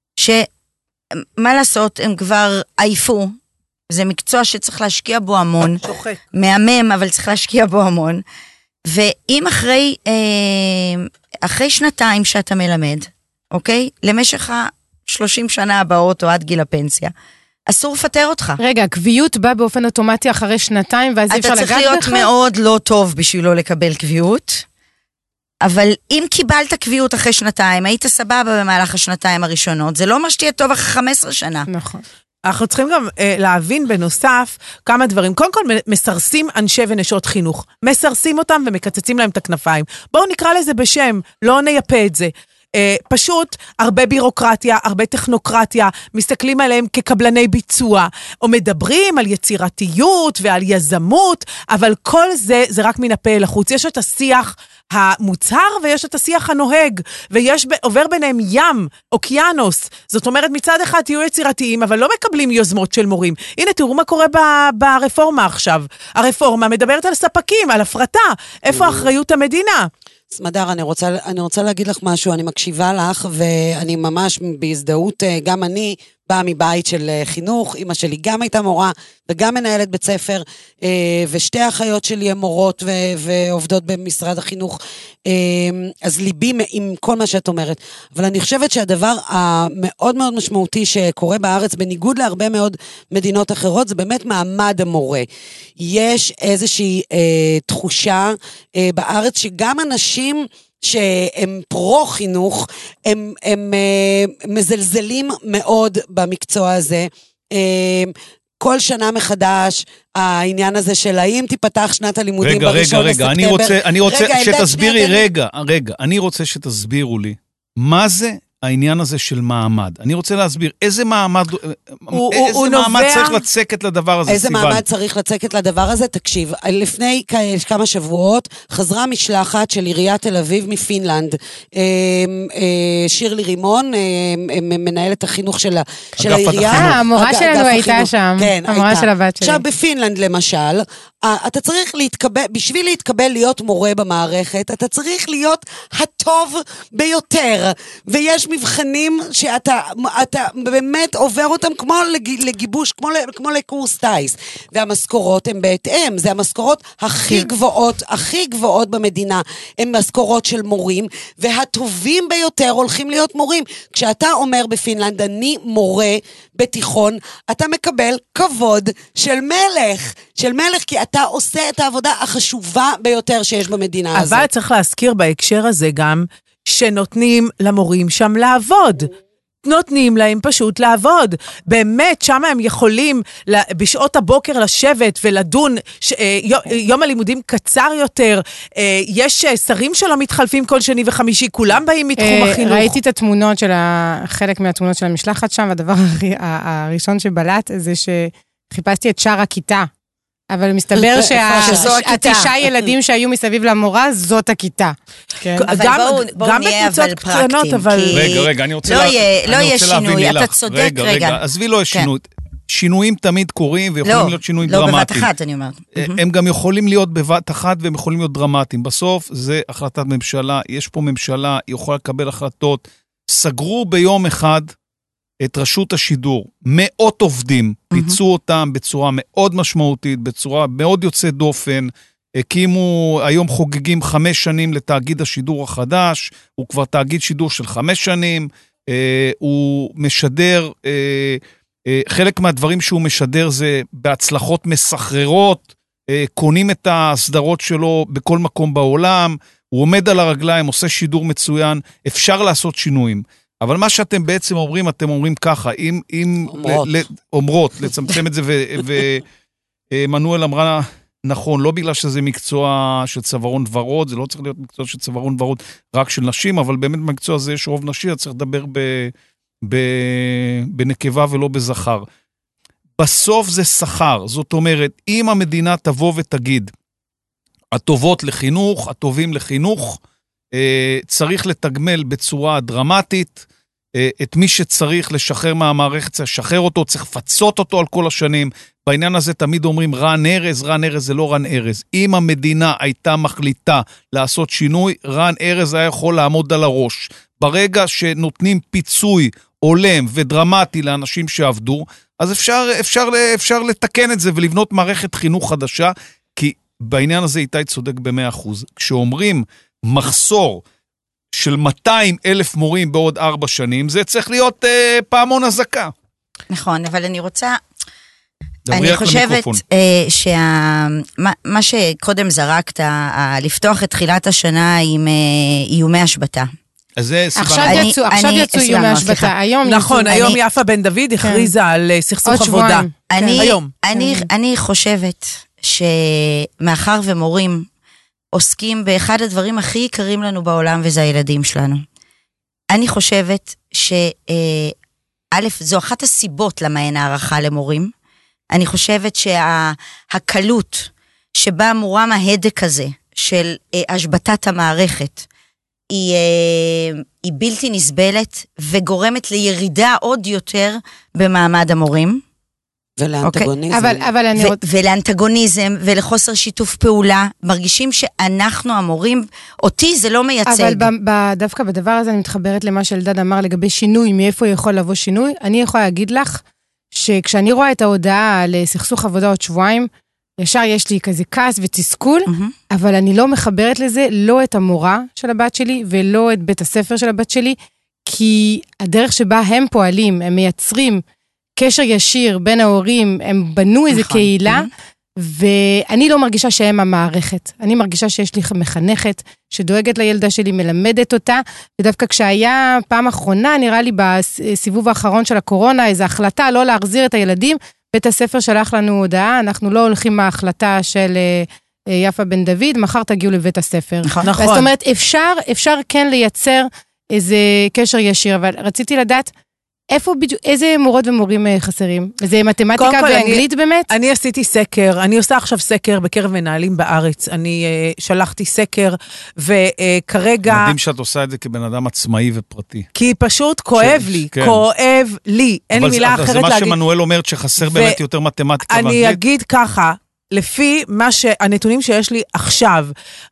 שמה לעשות, הם כבר עייפו, זה מקצוע שצריך להשקיע בו המון, מהמם, אבל צריך להשקיע בו המון, ואם אחרי, אחרי שנתיים שאתה מלמד, אוקיי? למשך ה-שלושים שנה הבאות או עד גיל הפנסיה, אסור לפטר אותך. רגע, קביעות בא באופן אוטומטי אחרי שנתיים, ואז אי אפשר לגעת בך? אתה צריך להיות מאוד לא טוב בשביל לא לקבל קביעות, אבל אם קיבלת קביעות אחרי שנתיים, היית סבבה במהלך השנתיים הראשונות, זה לא אומר שתהיה טוב אחרי חמש עשרה שנה. נכון. אנחנו צריכים גם אה, להבין בנוסף כמה דברים. קודם כל, מסרסים אנשי ונשות חינוך. מסרסים אותם ומקצצים להם את הכנפיים. בואו נקרא לזה בשם, לא נייפה את זה. אה, פשוט הרבה בירוקרטיה, הרבה טכנוקרטיה, מסתכלים עליהם כקבלני ביצוע, או מדברים על יצירתיות ועל יזמות, אבל כל זה, זה רק מן הפה אל החוץ. יש את השיח המוצהר ויש את השיח הנוהג, ויש עובר ביניהם ים, אוקיינוס. זאת אומרת, מצד אחד תהיו יצירתיים, אבל לא מקבלים יוזמות של מורים. הנה, תראו מה קורה ברפורמה עכשיו. הרפורמה מדברת על ספקים, על הפרטה. איפה אחריות המדינה? סמדר, אני רוצה, אני רוצה להגיד לך משהו, אני מקשיבה לך, ואני ממש בהזדהות, גם אני באה מבית של חינוך, אמא שלי גם הייתה מורה, וגם מנהלת בית ספר, ושתי האחיות שלי הן מורות ו- ועובדות במשרד החינוך, אז ליבי עם כל מה שאת אומרת. אבל אני חושבת שהדבר המאוד מאוד משמעותי שקורה בארץ, בניגוד להרבה מאוד מדינות אחרות, זה באמת מעמד המורה. יש איזושהי אה, תחושה אה, בארץ שגם אנשים שהם פרו-חינוך, הם, הם אה, מזלזלים מאוד במקצוע הזה. אה, כל שנה מחדש, העניין הזה של האם תיפתח שנת הלימודים רגע, בראשון רגע, לספטמבר. רגע, אני רוצה, אני רוצה רגע, שתסבירי, רגע, רגע, אני רוצה שתסבירו לי, מה זה העניין הזה של מעמד? אני רוצה להסביר, איזה מעמד, הוא, איזה הוא מעמד נובע... צריך לצקת לדבר הזה, איזה סיוון? מעמד צריך לצקת לדבר הזה? תקשיב, לפני כמה שבועות חזרה משלחת של עיריית תל אביב מפינלנד, שירלי רימון, מנהלת החינוך של העירייה. המורה שלנו הייתה שם, המורה של הבת שלי. עכשיו בפינלנד למשל, אתה צריך להתקבל, בשביל להתקבל להיות מורה במערכת, אתה צריך להיות הטוב ביותר, ויש מבחנים שאתה אתה באמת עובר אותם כמו לגיבוש, כמו, כמו לקורס טייס, והמשכורות הן בהתאם, זה המשכורות הכי גבוהות, הכי גבוהות במדינה, הן משכורות של מורים, והטובים ביותר הולכים להיות מורים. כשאתה אומר בפינלנד, אני מורה בתיכון, אתה מקבל כבוד של מלך, של מלך, כי אתה עושה את העבודה החשובה ביותר שיש במדינה הזאת. אבל צריך להזכיר בהקשר הזה גם, שנותנים למורים שם לעבוד. נותנים להם פשוט לעבוד. באמת, שם הם יכולים בשעות הבוקר לשבת ולדון, ש, יום הלימודים קצר יותר, יש שרים שלא מתחלפים כל שני וחמישי, כולם באים מתחום החינוך. ראיתי את התמונות של חלק מהתמונות של המשלחת שם, והדבר הראשון שבלט זה שחיפשתי את שאר הכיתה. אבל מסתבר שהתשעה ילדים שהיו מסביב למורה, זאת הכיתה. אבל בואו נהיה אבל פרקטיים. רגע, רגע, אני רוצה לא יהיה שינוי, אתה צודק רגע. רגע, עזבי לא יש שינוי. שינויים תמיד קורים ויכולים להיות שינויים דרמטיים. דרמטיים. לא, בבת אחת אני אומרת. הם גם יכולים להיות בבת אחת והם יכולים להיות דרמטיים. בסוף זה החלטת ממשלה, יש פה ממשלה, היא יכולה לקבל החלטות. סגרו ביום אחד את רשות השידור, מאות עובדים, פיצו אותם בצורה מאוד משמעותית, בצורה מאוד יוצאת דופן, הקימו, היום חוגגים חמש שנים לתאגיד השידור החדש, הוא כבר תאגיד שידור של חמש שנים, הוא משדר, חלק מהדברים שהוא משדר זה בהצלחות מסחררות, קונים את הסדרות שלו בכל מקום בעולם, הוא עומד על הרגליים, עושה שידור מצוין, אפשר לעשות שינויים. אבל מה שאתם בעצם אומרים, אתם אומרים ככה, אם, אם אומרות, ל, אומרות לצמצם את זה, ומנואל אמרה, נכון, לא בגלל שזה מקצוע של צווארון ורוד, זה לא צריך להיות מקצוע של צווארון ורוד רק של נשים, אבל באמת במקצוע הזה יש רוב נשי, צריך לדבר ב, ב, בנקבה ולא בזכר. בסוף זה שכר, זאת אומרת, אם המדינה תבוא ותגיד, הטובות לחינוך, הטובים לחינוך, צריך לתגמל בצורה דרמטית, את מי שצריך לשחרר מהמערכת, צריך לשחרר אותו, צריך לפצות אותו על כל השנים. בעניין הזה תמיד אומרים רן ארז, רן ארז זה לא רן ארז. אם המדינה הייתה מחליטה לעשות שינוי, רן ארז היה יכול לעמוד על הראש. ברגע שנותנים פיצוי עולם ודרמטי לאנשים שעבדו, אז אפשר, אפשר, אפשר לתקן את זה ולבנות מערכת חינוך חדשה, כי בעניין הזה איתי צודק ב-מאה אחוז. כשאומרים מחסור של מאתיים אלף מורים בעוד ארבע שנים, זה צריך להיות אה, פעמון הזקה. נכון, אבל אני רוצה, אני חושבת אה, שמה מה שקודם זרקת, אה, לפתוח את תחילת השנה עם אה, איומי השבתה. אז זה סיבה. עכשיו יצאו, עכשיו יצאו איומי השבתה. נכון, היום יפה בן דוד הכריזה על סכסוך עבודה. אני חושבת שמאחר ומורים, עוסקים באחד הדברים הכי יקרים לנו בעולם, וזה הילדים שלנו. אני חושבת ש... א', זו אחת הסיבות למה אין הערכה למורים. אני חושבת שהקלות שבה מורם ההדק הזה של השבטת המערכת, היא, היא בלתי נסבלת וגורמת לירידה עוד יותר במעמד המורים. ולאנטגוניזם. אבל, אבל אני ו- ולאנטגוניזם ולחוסר שיתוף פעולה, מרגישים שאנחנו המורים, אותי זה לא מייצג. אבל ב- ב- דווקא בדבר הזה אני מתחברת למה שאלדד אמר לגבי שינוי, מאיפה יכול לבוא שינוי. אני יכולה להגיד לך שכשאני רואה את ההודעה לסכסוך עבודה עוד שבועיים, ישר יש לי כזה כעס ותסכול, mm-hmm. אבל אני לא מחברת לזה לא את המורה של הבת שלי ולא את בית הספר של הבת שלי, כי הדרך שבה הם פועלים, הם מייצרים קשר ישיר בין ההורים, הם בנו איזו נכון. קהילה, mm-hmm. ואני לא מרגישה שהם המערכת. אני מרגישה שיש לי מחנכת שדואגת לילדה שלי, מלמדת אותה, ודווקא כשהיה פעם אחרונה, נראה לי בסיבוב האחרון של הקורונה, איזו החלטה לא להחזיר את הילדים, בית הספר שלח לנו הודעה, אנחנו לא הולכים מההחלטה של יפה בן דוד, מחר תגיעו לבית הספר. נכון. זאת אומרת, אפשר, אפשר כן לייצר איזה קשר ישיר, אבל רציתי לדעת, איפה בדיוק, איזה מורות ומורים חסרים? זה מתמטיקה ואנגלית אני, באמת? אני עשיתי סקר, אני עושה עכשיו סקר בקרב מנהלים בארץ, אני uh, שלחתי סקר, וכרגע... מדהים שאת עושה את זה כבן אדם עצמאי ופרטי. כי פשוט כואב ש... לי, כן. כואב לי, אין לי מילה זה, אחרת להגיד. אבל זה מה להגיד... שמנואל אומרת שחסר ו... באמת יותר מתמטיקה ואנגלית. ואנגלית. אני אגיד ככה, לפי מה שהנתונים שיש לי עכשיו,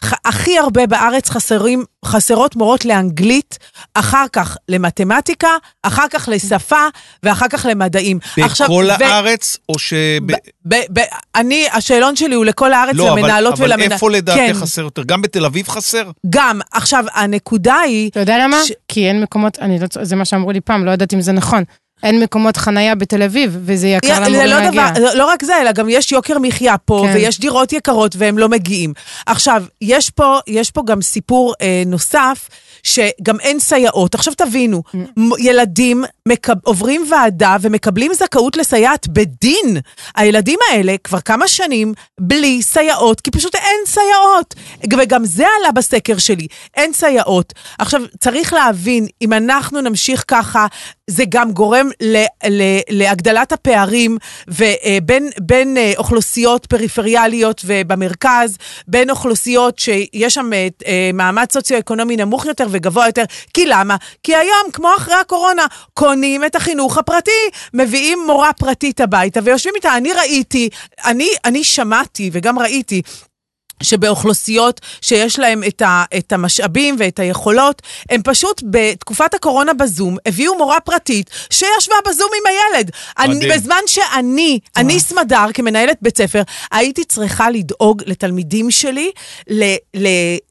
הכי הרבה בארץ חסרים, חסרות מורות לאנגלית, אחר כך למתמטיקה, אחר כך לשפה, ואחר כך למדעים. בכל עכשיו, הארץ, ו... או ש... ב... ב... ב... אני, השאלון שלי הוא לכל הארץ, לא, למנהלות אבל, ולמנהל... אבל איפה לדעתך כן. חסר יותר? גם בתל אביב חסר? גם. עכשיו, הנקודה היא... אתה יודע למה? ש... כי אין מקומות, אני לא, זה מה שאמרו לי פעם, לא יודעת אם זה נכון. אין מקומות חנייה בתל אביב, וזה יקר למורים לא להגיע. דבר, לא רק זה, אלא גם יש יוקר מחיה פה, כן. ויש דירות יקרות, והם לא מגיעים. עכשיו, יש פה, יש פה גם סיפור אה, נוסף, שגם אין סייעות. עכשיו תבינו, mm. ילדים מקב... עוברים ועדה, ומקבלים זכאות לסייעת בדין. הילדים האלה כבר כמה שנים, בלי סייעות, כי פשוט אין סייעות. וגם זה עלה בסקר שלי, אין סייעות. עכשיו, צריך להבין, אם אנחנו נמשיך ככה, זה גם גורם ל, ל, להגדלת הפערים ובין בין אוכלוסיות פריפריאליות ובמרכז, בין אוכלוסיות שיש שם מעמד סוציו-אקונומי נמוך יותר וגבוה יותר. כי למה? כי היום, כמו אחרי הקורונה, קונים את החינוך הפרטי, מביאים מורה פרטית הביתה ויושבים איתה. אני ראיתי, אני, אני שמעתי וגם ראיתי, שבאוכלוסיות שיש להם את, ה, את המשאבים ואת היכולות, הם פשוט בתקופת הקורונה בזום, הביאו מורה פרטית שישבה בזום עם הילד. אני, בזמן שאני, אני סמדר כמנהלת בית ספר, הייתי צריכה לדאוג לתלמידים שלי ל, ל,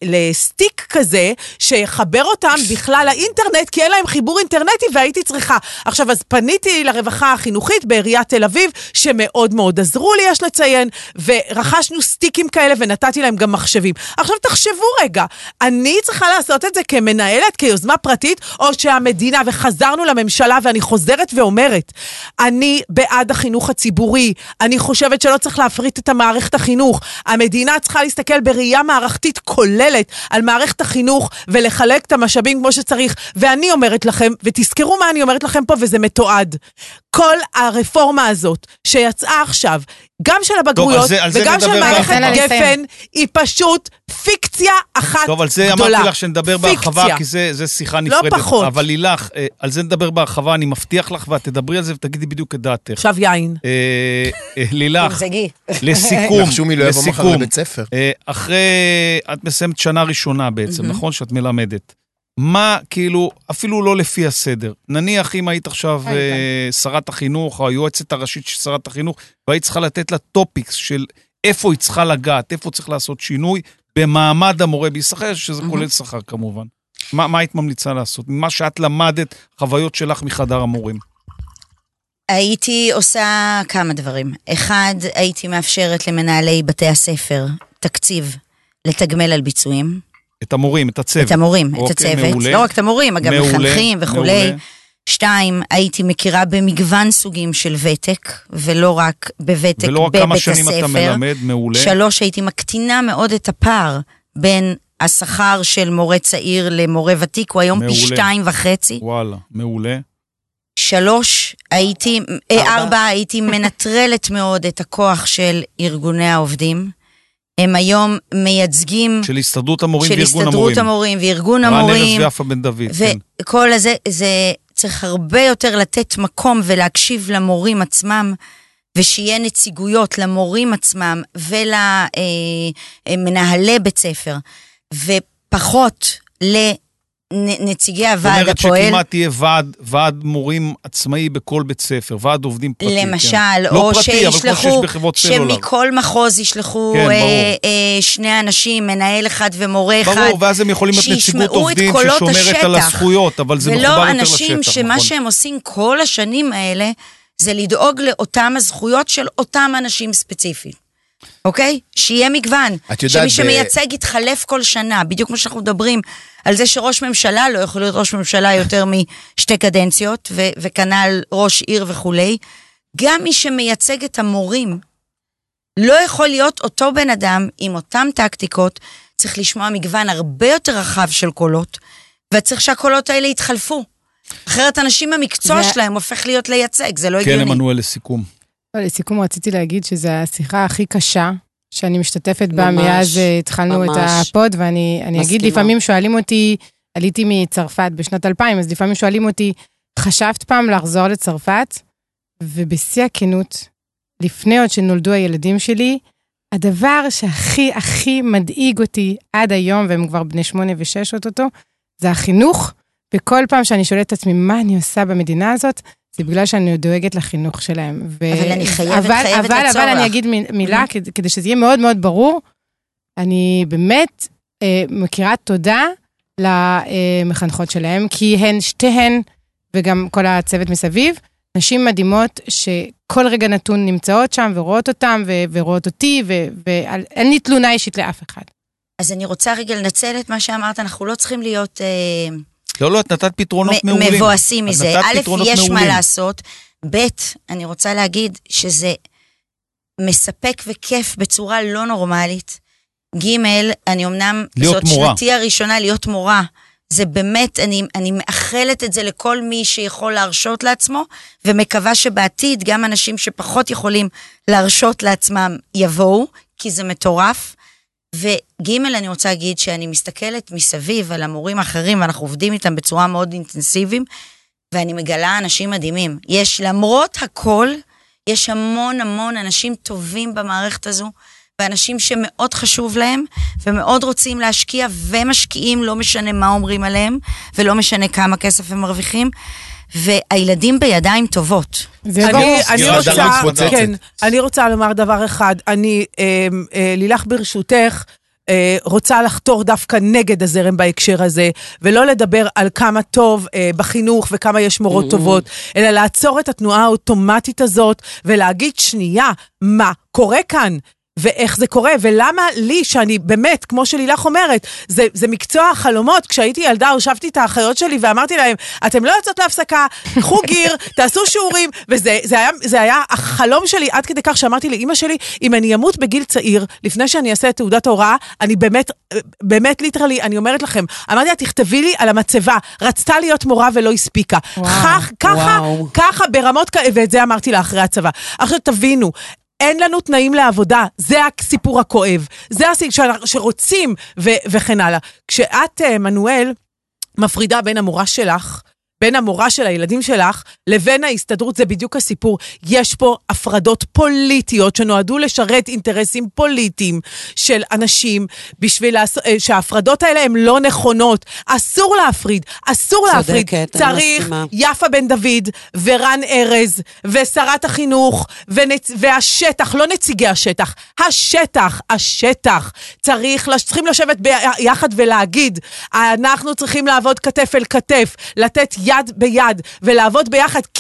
לסטיק כזה, שיחבר אותם בכלל לאינטרנט, כי אין להם חיבור אינטרנטי והייתי צריכה. עכשיו, אז פניתי לרווחה החינוכית בעיריית תל אביב, שמאוד מאוד עזרו לי, יש לציין, ורכשנו סטיקים כאלה ונתתי להם גם מחשבים. עכשיו תחשבו רגע, אני צריכה לעשות את זה כמנהלת, כיוזמה פרטית, או שהמדינה, וחזרנו לממשלה, ואני חוזרת ואומרת, אני בעד החינוך הציבורי, אני חושבת שלא צריך להפריט את המערכת החינוך, המדינה צריכה להסתכל בראייה מערכתית כוללת, על מערכת החינוך, ולחלק את המשאבים כמו שצריך, ואני אומרת לכם, ותזכרו מה אני אומרת לכם פה, וזה מתועד. כל הרפורמה הזאת, שיצאה עכשיו, גם של הבגרויות, טוב, על זה, על וגם של מערכת גפן, היא פשוט פיקציה אחת גדולה. טוב, על זה אמרתי לך שנדבר בהרחבה, כי זה, זה שיחה נפרדת. לא פחות. אבל לילך, על זה נדבר בהרחבה, אני מבטיח לך, ואת תדברי על זה ותגידי בדיוק את דעתך. עכשיו יין. לילך, לסיכום, לחשומי לא יבוא מחר לבית ספר. אחרי, את מסיימת שנה ראשונה בעצם, נכון? שאת מלמדת. מה, כאילו, אפילו לא לפי הסדר. נניח אם היית עכשיו אה, שרת החינוך, או היועצת הראשית של שרת החינוך, והיית צריכה לתת לה טופיקס של איפה היא צריכה לגעת, איפה צריך לעשות שינוי, במעמד המורה בישראל, שזה כולל שכר כמובן. מה, מה היית ממליצה לעשות? מה שאת למדת, חוויות שלך מחדר המורים. הייתי עושה כמה דברים. אחד, הייתי מאפשרת למנהלי בתי הספר תקציב לתגמל על ביצועים. את המורים, את הצוות. את המורים, אוקיי, את הצוות. מעולה. לא רק את המורים, אגב מעולה, מחנכים וכולי. מעולה. שתיים, הייתי מכירה במגוון סוגים של ותק, ולא רק בוותק בבית הספר. ולא רק כמה שנים אתה מלמד, מעולה. שלוש, הייתי מקטינה מאוד את הפער בין השכר של מורה צעיר למורה ותיק, הוא היום מעולה. פי שתיים וחצי. וואלה, מעולה. שלוש, הייתי, ארבע, ארבע הייתי מנטרלת מאוד את הכוח של ארגוני העובדים. הם היום מייצגים... של הסתדרות המורים של וארגון המורים. של הסתדרות המורים וארגון המורים. רן ארז ויפה בן דוד, כן. וכל הזה, זה צריך הרבה יותר לתת מקום ולהקשיב למורים עצמם, ושיהיה נציגויות למורים עצמם ולמנהלי בית ספר, ופחות לנציגי הוועד הפועל. זאת אומרת שכמעט תהיה ועד, ועד מורים עצמאי בכל בית ספר, ועד עובדים פרטיים. למשל, כן. או לא פרטי, שישלחו, סלולר. שמכל מחוז ישלחו כן, אה, אה, שני אנשים, מנהל אחד ומורה אחד. ברור, ואז הם יכולים להיות נציגות עובדים ששומרת השטח, על הזכויות, אבל זה מחובר יותר לשטח. ולא אנשים שמה נכון. שהם עושים כל השנים האלה, זה לדאוג לאותם הזכויות של אותם אנשים ספציפיים. אוקיי? שיהיה מגוון. שמי שמייצג יתחלף כל שנה, בדיוק כמו שאנחנו מדברים, על זה שראש ממשלה לא יכול להיות ראש ממשלה יותר משתי קדנציות, ו- וכנ"ל ראש עיר וכולי. גם מי שמייצג את המורים, לא יכול להיות אותו בן אדם עם אותם טקטיקות, צריך לשמוע מגוון הרבה יותר רחב של קולות, וצריך שהקולות האלה יתחלפו. אחרת אנשים במקצוע שלהם הופך להיות לייצג, זה לא הגיוני. כן, עמנואל, לסיכום. לסיכום רציתי להגיד שזו השיחה הכי קשה שאני משתתפת בה מאז התחלנו את הפוד, ואני אגיד, לפעמים שואלים אותי, עליתי מצרפת בשנת אלפיים, אז לפעמים שואלים אותי, חשבת פעם לחזור לצרפת? ובשיא הכנות, לפני עוד שנולדו הילדים שלי, הדבר שהכי הכי מדאיג אותי עד היום, והם כבר בני שמונה ושש אותו, זה החינוך, וכל פעם שאני שואלת את עצמי, מה אני עושה במדינה הזאת, זה בגלל שאני דואגת לחינוך שלהם. ו... אבל אני חייבת, אבל, חייבת אבל, לצורך. אבל אני אגיד מילה, mm-hmm. כדי, כדי שזה יהיה מאוד מאוד ברור, אני באמת אה, מכירה תודה למחנכות שלהם, כי הן שתיהן, וגם כל הצוות מסביב, נשים מדהימות שכל רגע נתון נמצאות שם, ורואות אותם, ו- ורואות אותי, ו- ואין לי תלונה אישית לאף אחד. אז אני רוצה רגע לנצל את מה שאמרת, אנחנו לא צריכים להיות... אה... לא, לא, את נתת פתרונות מעולים. מבואסים מזה. א', יש מעולים. מה לעשות. ב', אני רוצה להגיד שזה מספק וכיף בצורה לא נורמלית. ג', אני אמנם, זאת מורה. שנתי הראשונה להיות מורה. זה באמת, אני, אני מאחלת את זה לכל מי שיכול להרשות לעצמו, ומקווה שבעתיד גם אנשים שפחות יכולים להרשות לעצמם יבואו, כי זה מטורף. וג' אני רוצה להגיד שאני מסתכלת מסביב על המורים האחרים, ואנחנו עובדים איתם בצורה מאוד אינטנסיביים, ואני מגלה אנשים מדהימים. יש, למרות הכל, יש המון המון אנשים טובים במערכת הזו, ואנשים שמאוד חשוב להם, ומאוד רוצים להשקיע, ומשקיעים, לא משנה מה אומרים עליהם, ולא משנה כמה כסף הם מרוויחים, והילדים בידיים טובות. אני, אני רוצה, כן, אני רוצה לומר דבר אחד, אני, אה, אה, לילך ברשותך, אה, רוצה לחתור דווקא נגד הזרם בהקשר הזה, ולא לדבר על כמה טוב אה, בחינוך וכמה יש מורות טובות, אלא לעצור את התנועה האוטומטית הזאת, ולהגיד שנייה, מה קורה כאן? ואיך זה קורה, ולמה לי, שאני באמת, כמו שלילך אומרת, זה, זה מקצוע החלומות. כשהייתי ילדה, הושבתי את האחיות שלי, ואמרתי להם, אתם לא יוצאות להפסקה, קחו גיר, תעשו שיעורים, וזה זה היה, זה היה החלום שלי, עד כדי כך שאמרתי לאמא שלי, אם אני אמות בגיל צעיר, לפני שאני אעשה את תעודת ההוראה, אני באמת, באמת ליטרלי, אני אומרת לכם, אמרתי לה, תכתבי לי על המצבה, רצתה להיות מורה ולא הספיקה. כך, ככה, ככה, ברמות כאלה, ואת זה אמרתי לה אחרי הצבא. עכשיו תבינו, אין לנו תנאים לעבודה, זה הסיפור הכואב, זה הסיפור שרוצים ו- וכן הלאה. כשאת, מנואל, מפרידה בין המורה שלך, בין המורה של הילדים שלך, לבין ההסתדרות, זה בדיוק הסיפור. יש פה הפרדות פוליטיות, שנועדו לשרת אינטרסים פוליטיים של אנשים, בשביל שההפרדות האלה הן לא נכונות. אסור להפריד, אסור להפריד. צריך יפה בן דוד, ורן ארז, ושרת החינוך, ונצ... והשטח, לא נציגי השטח, השטח, השטח. צריך, צריכים לשבת ביחד ולהגיד, אנחנו צריכים לעבוד כתף אל כתף, לתת יד ביד ולעבוד ביחד, כי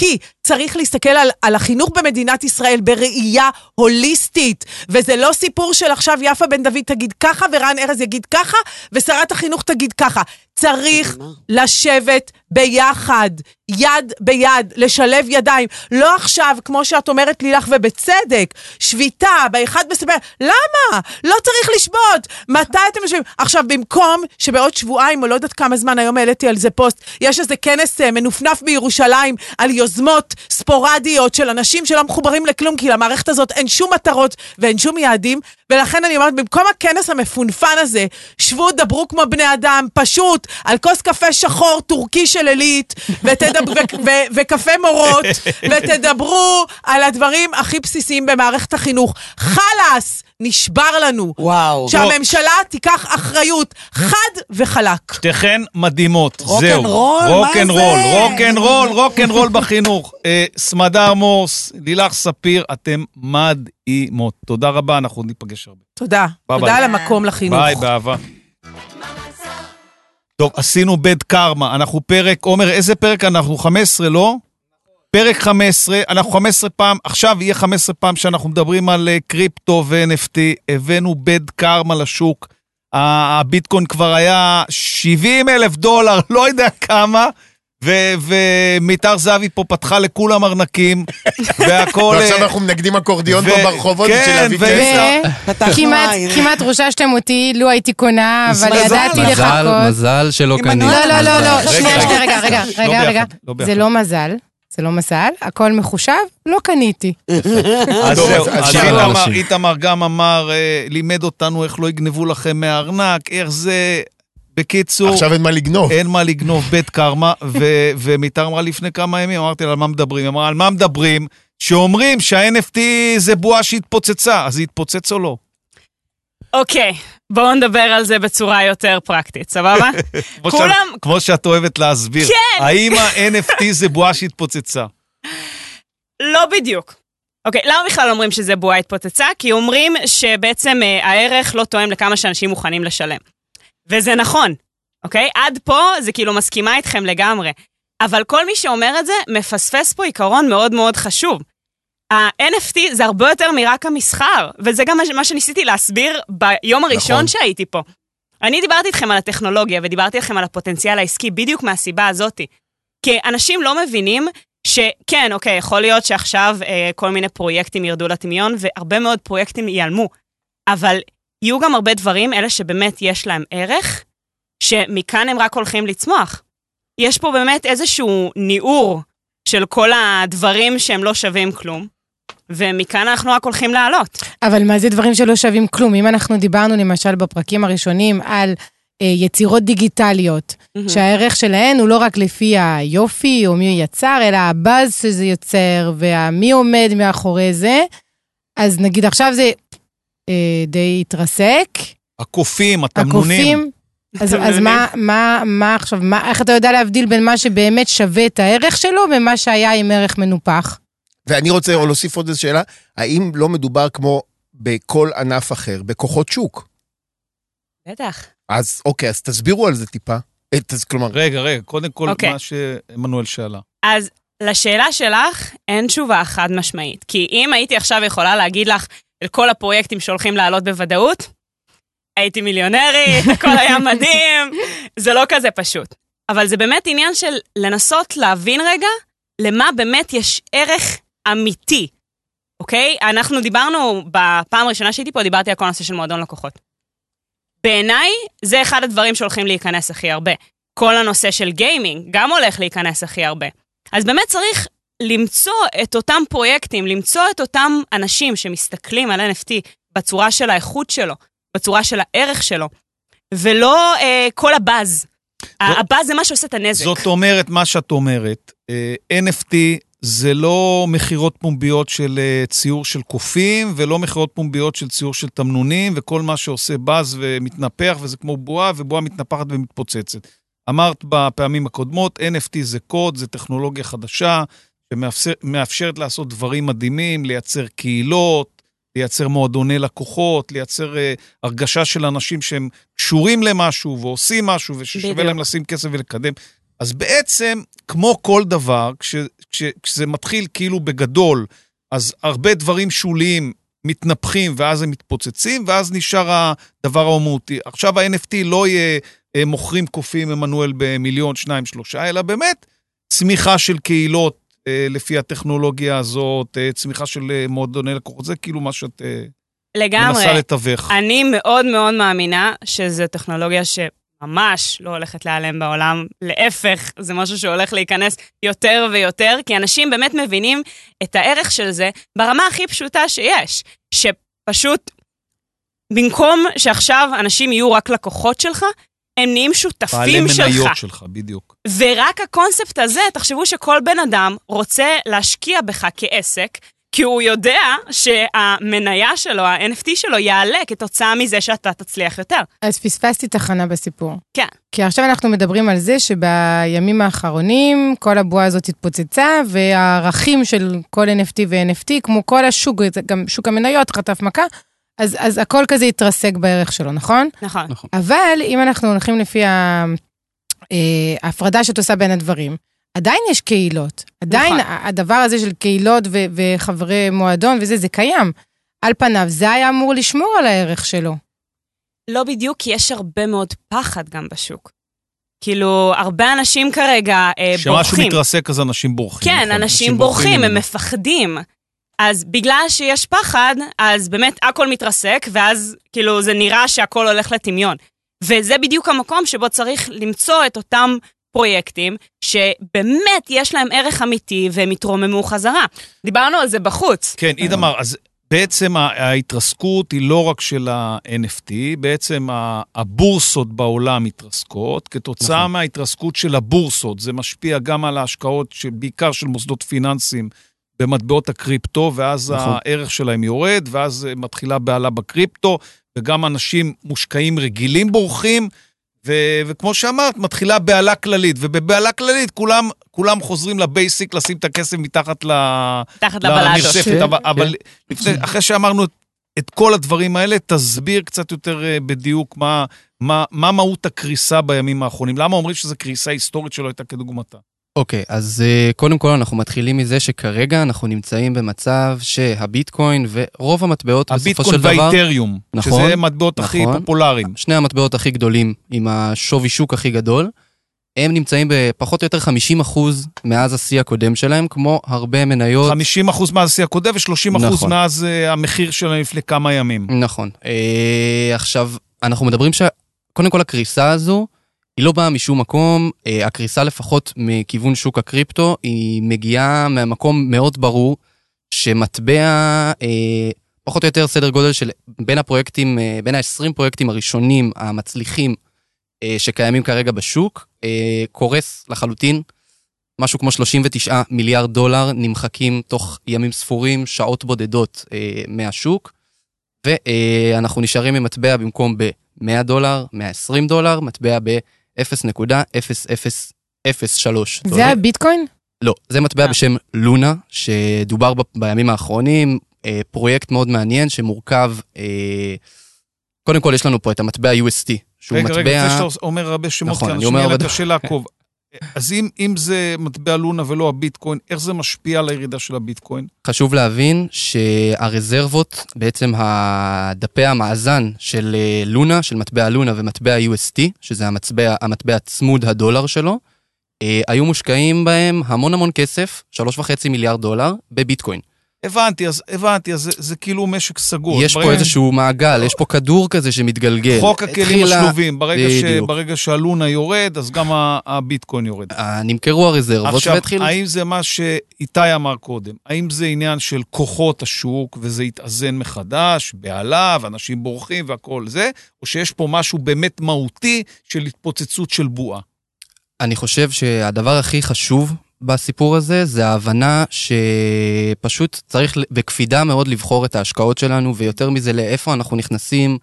צריך להסתכל על, על החינוך במדינת ישראל בראייה הוליסטית, וזה לא סיפור של עכשיו יפה בן דוד תגיד ככה, ורן ארז יגיד ככה, ושרת החינוך תגיד ככה. צריך לשבת ביחד, יד ביד, לשלב ידיים. לא עכשיו, כמו שאת אומרת לילך ובצדק, שביתה באחד בספר. למה? לא צריך לשבות. מתי אתם יושבים? עכשיו, במקום שבעוד שבועיים, או לא יודעת כמה זמן, היום העליתי על זה פוסט, יש איזה כנס מנופנף בירושלים, על יוזמות ספורדיות של אנשים שלא מחוברים לכלום, כי למערכת הזאת אין שום מטרות ואין שום יעדים, ולכן אני אומרת, במקום הכנס המפונפן הזה, שבו, דברו כמו בני אדם, פשוט, על כוס קפה שחור, טורקי של אלית, ותדבר, ו- ו- וקפה מורות, ותדברו על הדברים הכי בסיסיים במערכת החינוך. חלס, נשבר לנו. וואו. שהממשלה תיקח אחריות, חד וחלק. שתיכן מדהימות, רוק זהו. אנד רול, רוק מה אנד זה? רול, רוק אנד רול, רוק אנד רול בחינוך. אה, סמדר מורס, לילך ספיר, אתם מדהימות. תודה רבה, אנחנו ניפגש הרבה. תודה. ביי תודה ביי. על המקום לחינוך. ביי, באהבה. טוב, עשינו בד קרמה, אנחנו פרק, עומר, איזה פרק אנחנו? חמש עשרה, לא? פרק חמש עשרה, אנחנו חמש עשרה פעם, עכשיו יהיה חמש עשרה פעם שאנחנו מדברים על קריפטו ו-אן אף טי, הבאנו בד קרמה לשוק, הביטקוין כבר היה שבעים אלף דולר, לא יודע כמה, ומיתר זהבי פה פתחה לכולם ארנקים, והכל... ועכשיו אנחנו מנגדים אקורדיון פה ברחובות של להביא כסף. כמעט רוששתם אותי, לא הייתי קונה, אבל ידעתי לחכות. מזל שלא קנית. לא, לא, לא, לא, שנייה, רגע, רגע, רגע, רגע, זה לא מזל. זה לא מזל, הכל מחושב, לא קניתי. אז זהו, אז איתמר גם אמר, לימד אותנו איך לא יגנבו לכם מהארנק, איך זה... בקיצור, עכשיו אין מה לגנוב. אין מה לגנוב בית קרמה, ומיתר אמרה לפני כמה ימים, אמרתי לה, על מה מדברים? היא אמרה, על מה מדברים? שאומרים שה-אן אף טי זה בועה שהתפוצצה, אז היא התפוצץ או לא? אוקיי, בואו נדבר על זה בצורה יותר פרקטית, סבבה? כולם... כמו שאת אוהבת להסביר. כן! האם ה-אן אף טי זה בועה שהתפוצצה? לא בדיוק. אוקיי, למה בכלל אומרים שזה בועה התפוצצה? כי אומרים שבעצם הערך לא תואם לכמה שאנשים מוכנים לשלם. וזה נכון, אוקיי? עד פה זה כאילו מסכימה איתכם לגמרי. אבל כל מי שאומר את זה, מפספס פה עיקרון מאוד מאוד חשוב. ה-אן אף טי זה הרבה יותר מרק המסחר, וזה גם מה שניסיתי להסביר ביום הראשון נכון. שהייתי פה. אני דיברתי איתכם על הטכנולוגיה, ודיברתי איתכם על הפוטנציאל העסקי, בדיוק מהסיבה הזאת. כי אנשים לא מבינים שכן, אוקיי, יכול להיות שעכשיו אה, כל מיני פרויקטים ירדו לטמיון, והרבה מאוד פרויקטים ייעלמו. אבל... יהיו גם הרבה דברים, אלה שבאמת יש להם ערך, שמכאן הם רק הולכים לצמוח. יש פה באמת איזשהו ניעור של כל הדברים שהם לא שווים כלום, ומכאן אנחנו רק הולכים לעלות. אבל מה זה דברים שלא שווים כלום? אם אנחנו דיברנו למשל בפרקים הראשונים על אה, יצירות דיגיטליות, mm-hmm. שהערך שלהן הוא לא רק לפי היופי או מי יצר, אלא הבאז שזה יוצר, ומי עומד מאחורי זה, אז נגיד עכשיו זה... די התרסק. הקופים, התמנונים. הקופים. אז, אז מה, מה, מה עכשיו, מה, איך אתה יודע להבדיל בין מה שבאמת שווה את הערך שלו, ומה שהיה עם ערך מנופח? ואני רוצה להוסיף עוד איזו שאלה, האם לא מדובר כמו בכל ענף אחר, בכוחות שוק? בטח. אז אוקיי, אז תסבירו על זה טיפה. אז, כלומר... רגע, רגע, קודם כל אוקיי. מה שמנואל שאלה. אז לשאלה שלך אין תשובה חד משמעית, כי אם הייתי עכשיו יכולה להגיד לך, על כל הפרויקטים שהולכים לעלות בוודאות, הייתי מיליונרית, הכל היה מדהים, זה לא כזה פשוט. אבל זה באמת עניין של לנסות להבין רגע, למה באמת יש ערך אמיתי, אוקיי? אנחנו דיברנו, בפעם הראשונה שהייתי פה, דיברתי על כל נושא של מועדון לקוחות. בעיניי, זה אחד הדברים שהולכים להיכנס הכי הרבה. כל הנושא של גיימינג, גם הולך להיכנס הכי הרבה. אז באמת צריך... למצוא את אותם פרויקטים, למצוא את אותם אנשים שמסתכלים על אן אף טי בצורה של האיכות שלו, בצורה של הערך שלו, ולא אה, כל הבאז. הבאז זה מה שעושה את הנזק. זאת אומרת מה שאת אומרת, אה, אן אף טי זה לא מחירות פומביות של אה, ציור של קופים, ולא מחירות פומביות של ציור של תמנונים, וכל מה שעושה באז ומתנפח, וזה כמו בועה, ובועה מתנפחת ומתפוצצת. אמרת בפעמים הקודמות, אן אף טי זה קוד, זה טכנולוגיה חדשה, שמאפשרת לעשות דברים מדהימים, לייצר קהילות, לייצר מועדוני לקוחות, לייצר uh, הרגשה של אנשים שהם קשורים למשהו ועושים משהו, וששווה להם לשים כסף ולקדם. אז בעצם, כמו כל דבר, כש, כש, כשזה מתחיל כאילו בגדול, אז הרבה דברים שוליים מתנפחים, ואז הם מתפוצצים, ואז נשאר הדבר האומנותי. עכשיו ה-אן אף טי לא יהיה מוכרים קופים, עמנואל, במיליון, שניים, שלושה, אלא באמת צמיחה של קהילות, לפי הטכנולוגיה הזאת, צמיחה של מועדוני לקוחות, זה כאילו מה שאת לגמרי. מנסה לתווך. אני מאוד מאוד מאמינה שזו טכנולוגיה שממש לא הולכת להיעלם בעולם, להפך, זה משהו שהולך להיכנס יותר ויותר, כי אנשים באמת מבינים את הערך של זה ברמה הכי פשוטה שיש, שפשוט במקום שעכשיו אנשים יהיו רק לקוחות שלך, הם נהיים שותפים שלך. בעלי מניות שלך, בדיוק. ורק הקונספט הזה, תחשבו שכל בן אדם רוצה להשקיע בך כעסק, כי הוא יודע שהמניה שלו, ה-אן אף טי שלו, יעלה כתוצאה מזה שאתה תצליח יותר. אז פספסתי תחנה בסיפור. כן. כי עכשיו אנחנו מדברים על זה שבימים האחרונים, כל הבועה הזאת התפוצצה, והערכים של כל אן אף טי ו-אן אף טי, כמו כל השוק, גם שוק המניות, חטף מכה, אז, אז הכל כזה יתרסק בערך שלו, נכון? נכון. אבל אם אנחנו הולכים לפי ההפרדה שאת עושה בין הדברים, עדיין יש קהילות. עדיין נכון. הדבר הזה של קהילות ו- וחברי מועדון וזה, זה קיים. על פניו, זה היה אמור לשמור על הערך שלו. לא בדיוק, כי יש הרבה מאוד פחד גם בשוק. כאילו, הרבה אנשים כרגע אה, בורחים. שמשהו מתרסק, אז אנשים בורחים. כן, נכון? אנשים, אנשים בורחים, בורחים הם מפחדים. אז בגלל שיש פחד, אז באמת הכל מתרסק, ואז כאילו זה נראה שהכל הולך לטמיון. וזה בדיוק המקום שבו צריך למצוא את אותם פרויקטים, שבאמת יש להם ערך אמיתי, והם יתרוממו חזרה. דיברנו על זה בחוץ. כן, אידמר, אז בעצם ההתרסקות היא לא רק של ה-אן אף טי, בעצם הבורסות בעולם מתרסקות, כתוצאה מההתרסקות של הבורסות, זה משפיע גם על ההשקעות, בעיקר של מוסדות פיננסיים, במטבעות הקריפטו, ואז נכון. הערך שלהם יורד, ואז מתחילה בעלה בקריפטו, וגם אנשים מושקעים רגילים בורחים, ו- וכמו שאמרת, מתחילה בעלה כללית, ובבעלה כללית כולם, כולם חוזרים לבייסיק, לשים את הכסף מתחת ל... מתחת לבלטות. ש... אבל, אבל לפני, אחרי שאמרנו את, את כל הדברים האלה, תסביר קצת יותר בדיוק מה, מה, מה מהות הקריסה בימים האחרונים. למה אומרים שזו קריסה היסטורית שלא הייתה כדוגמתה? אוקיי, okay, אז uh, קודם כל אנחנו מתחילים מזה שכרגע אנחנו נמצאים במצב שהביטקוין ורוב המטבעות בסופו של דבר... הביטקוין והאיתריום, נכון, שזה המטבעות נכון, הכי פופולריים. שני המטבעות הכי גדולים עם השווי שוק הכי גדול, הם נמצאים בפחות או יותר חמישים אחוז מאז השיא הקודם שלהם, כמו הרבה מניות... חמישים אחוז מאז השיא הקודם ו-שלושים אחוז נכון. מאז uh, המחיר שלהם לפני כמה ימים. נכון. Uh, עכשיו, אנחנו מדברים שקודם כל הקריסה הזו, היא לא באה משום מקום, הקריסה לפחות מכיוון שוק הקריפטו, היא מגיעה מהמקום מאוד ברור, שמטבע פחות או יותר סדר גודל של בין הפרויקטים, בין ה-עשרים פרויקטים הראשונים המצליחים שקיימים כרגע בשוק, קורס לחלוטין, משהו כמו שלושים ותשעה מיליארד דולר נמחקים תוך ימים ספורים, שעות בודדות מהשוק, ואנחנו נשארים עם מטבע במקום ב-מאה דולר, מאה ועשרים דולר, מטבע ב- אפס נקודה אפס אפס אפס שלוש. זה הביטקוין? לא, זה מטבע בשם לונה, שדובר ב- בימים האחרונים, אה, פרויקט מאוד מעניין שמורכב, אה, קודם כל יש לנו פה את המטבע יו אס טי, שהוא רגע, מטבע... רגע, רגע, זה שאתה אומר הרבה שמות, נכון, כאן, אני אומר שנייה הרבה... לקשה לעקוב. אז אם, אם זה מטבע לונה ולא הביטקוין, איך זה משפיע על הירידה של הביטקוין? חשוב להבין שהרזרבות, בעצם הדפי המאזן של לונה, של מטבע לונה ומטבע יו אס טי, שזה המטבע, המטבע צמוד הדולר שלו, היו מושקעים בהם המון המון כסף, שלוש וחצי מיליארד דולר, בביטקוין. הבנתי, אז הבנתי, אז זה, זה כאילו משק סגור. יש ברגע... פה איזשהו מעגל, יש פה כדור כזה שמתגלגל. חוק הכלים השלובים, ברגע, ש... ברגע שהלונה יורד, אז גם הביטקוין יורד. נמכרו הרזרבות עכשיו, והתחיל... האם זה מה שאיתי אמר קודם? האם זה עניין של כוחות השוק, וזה יתאזן מחדש, בעליו, אנשים בורחים והכל זה, או שיש פה משהו באמת מהותי של התפוצצות של בועה? אני חושב שהדבר הכי חשוב בסיפור הזה, זה ההבנה שפשוט צריך בקפידה מאוד לבחור את ההשקעות שלנו, ויותר מזה לאיפה אנחנו נכנסים.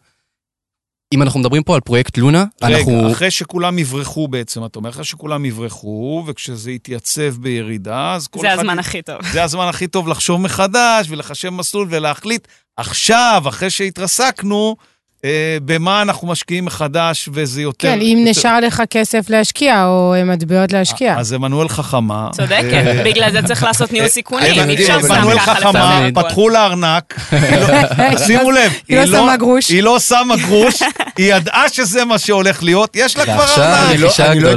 אם אנחנו מדברים פה על פרויקט לונה, רגע, אנחנו... אחרי שכולם יברחו בעצם, אתה אומר, אחרי שכולם יברחו, וכשזה יתייצב בירידה, אז כל זה אחד... הזמן הכי טוב. זה הזמן הכי טוב לחשוב מחדש, ולחשב מסלול ולהחליט, עכשיו, אחרי שהתרסקנו, במה אנחנו משקיעים מחדש, וזה יותר... כן, אם נשאר לך כסף להשקיע, או מטבעות להשקיע. אז עמנואל חכמה. צודקת, בגלל זה צריך לעשות ניהול סיכונים. עמנואל חכמה, פתחו לארנק, שימו לב, היא לא שמה גרוש, היא ידעה שזה מה שהולך להיות, יש לה כבר ארנק.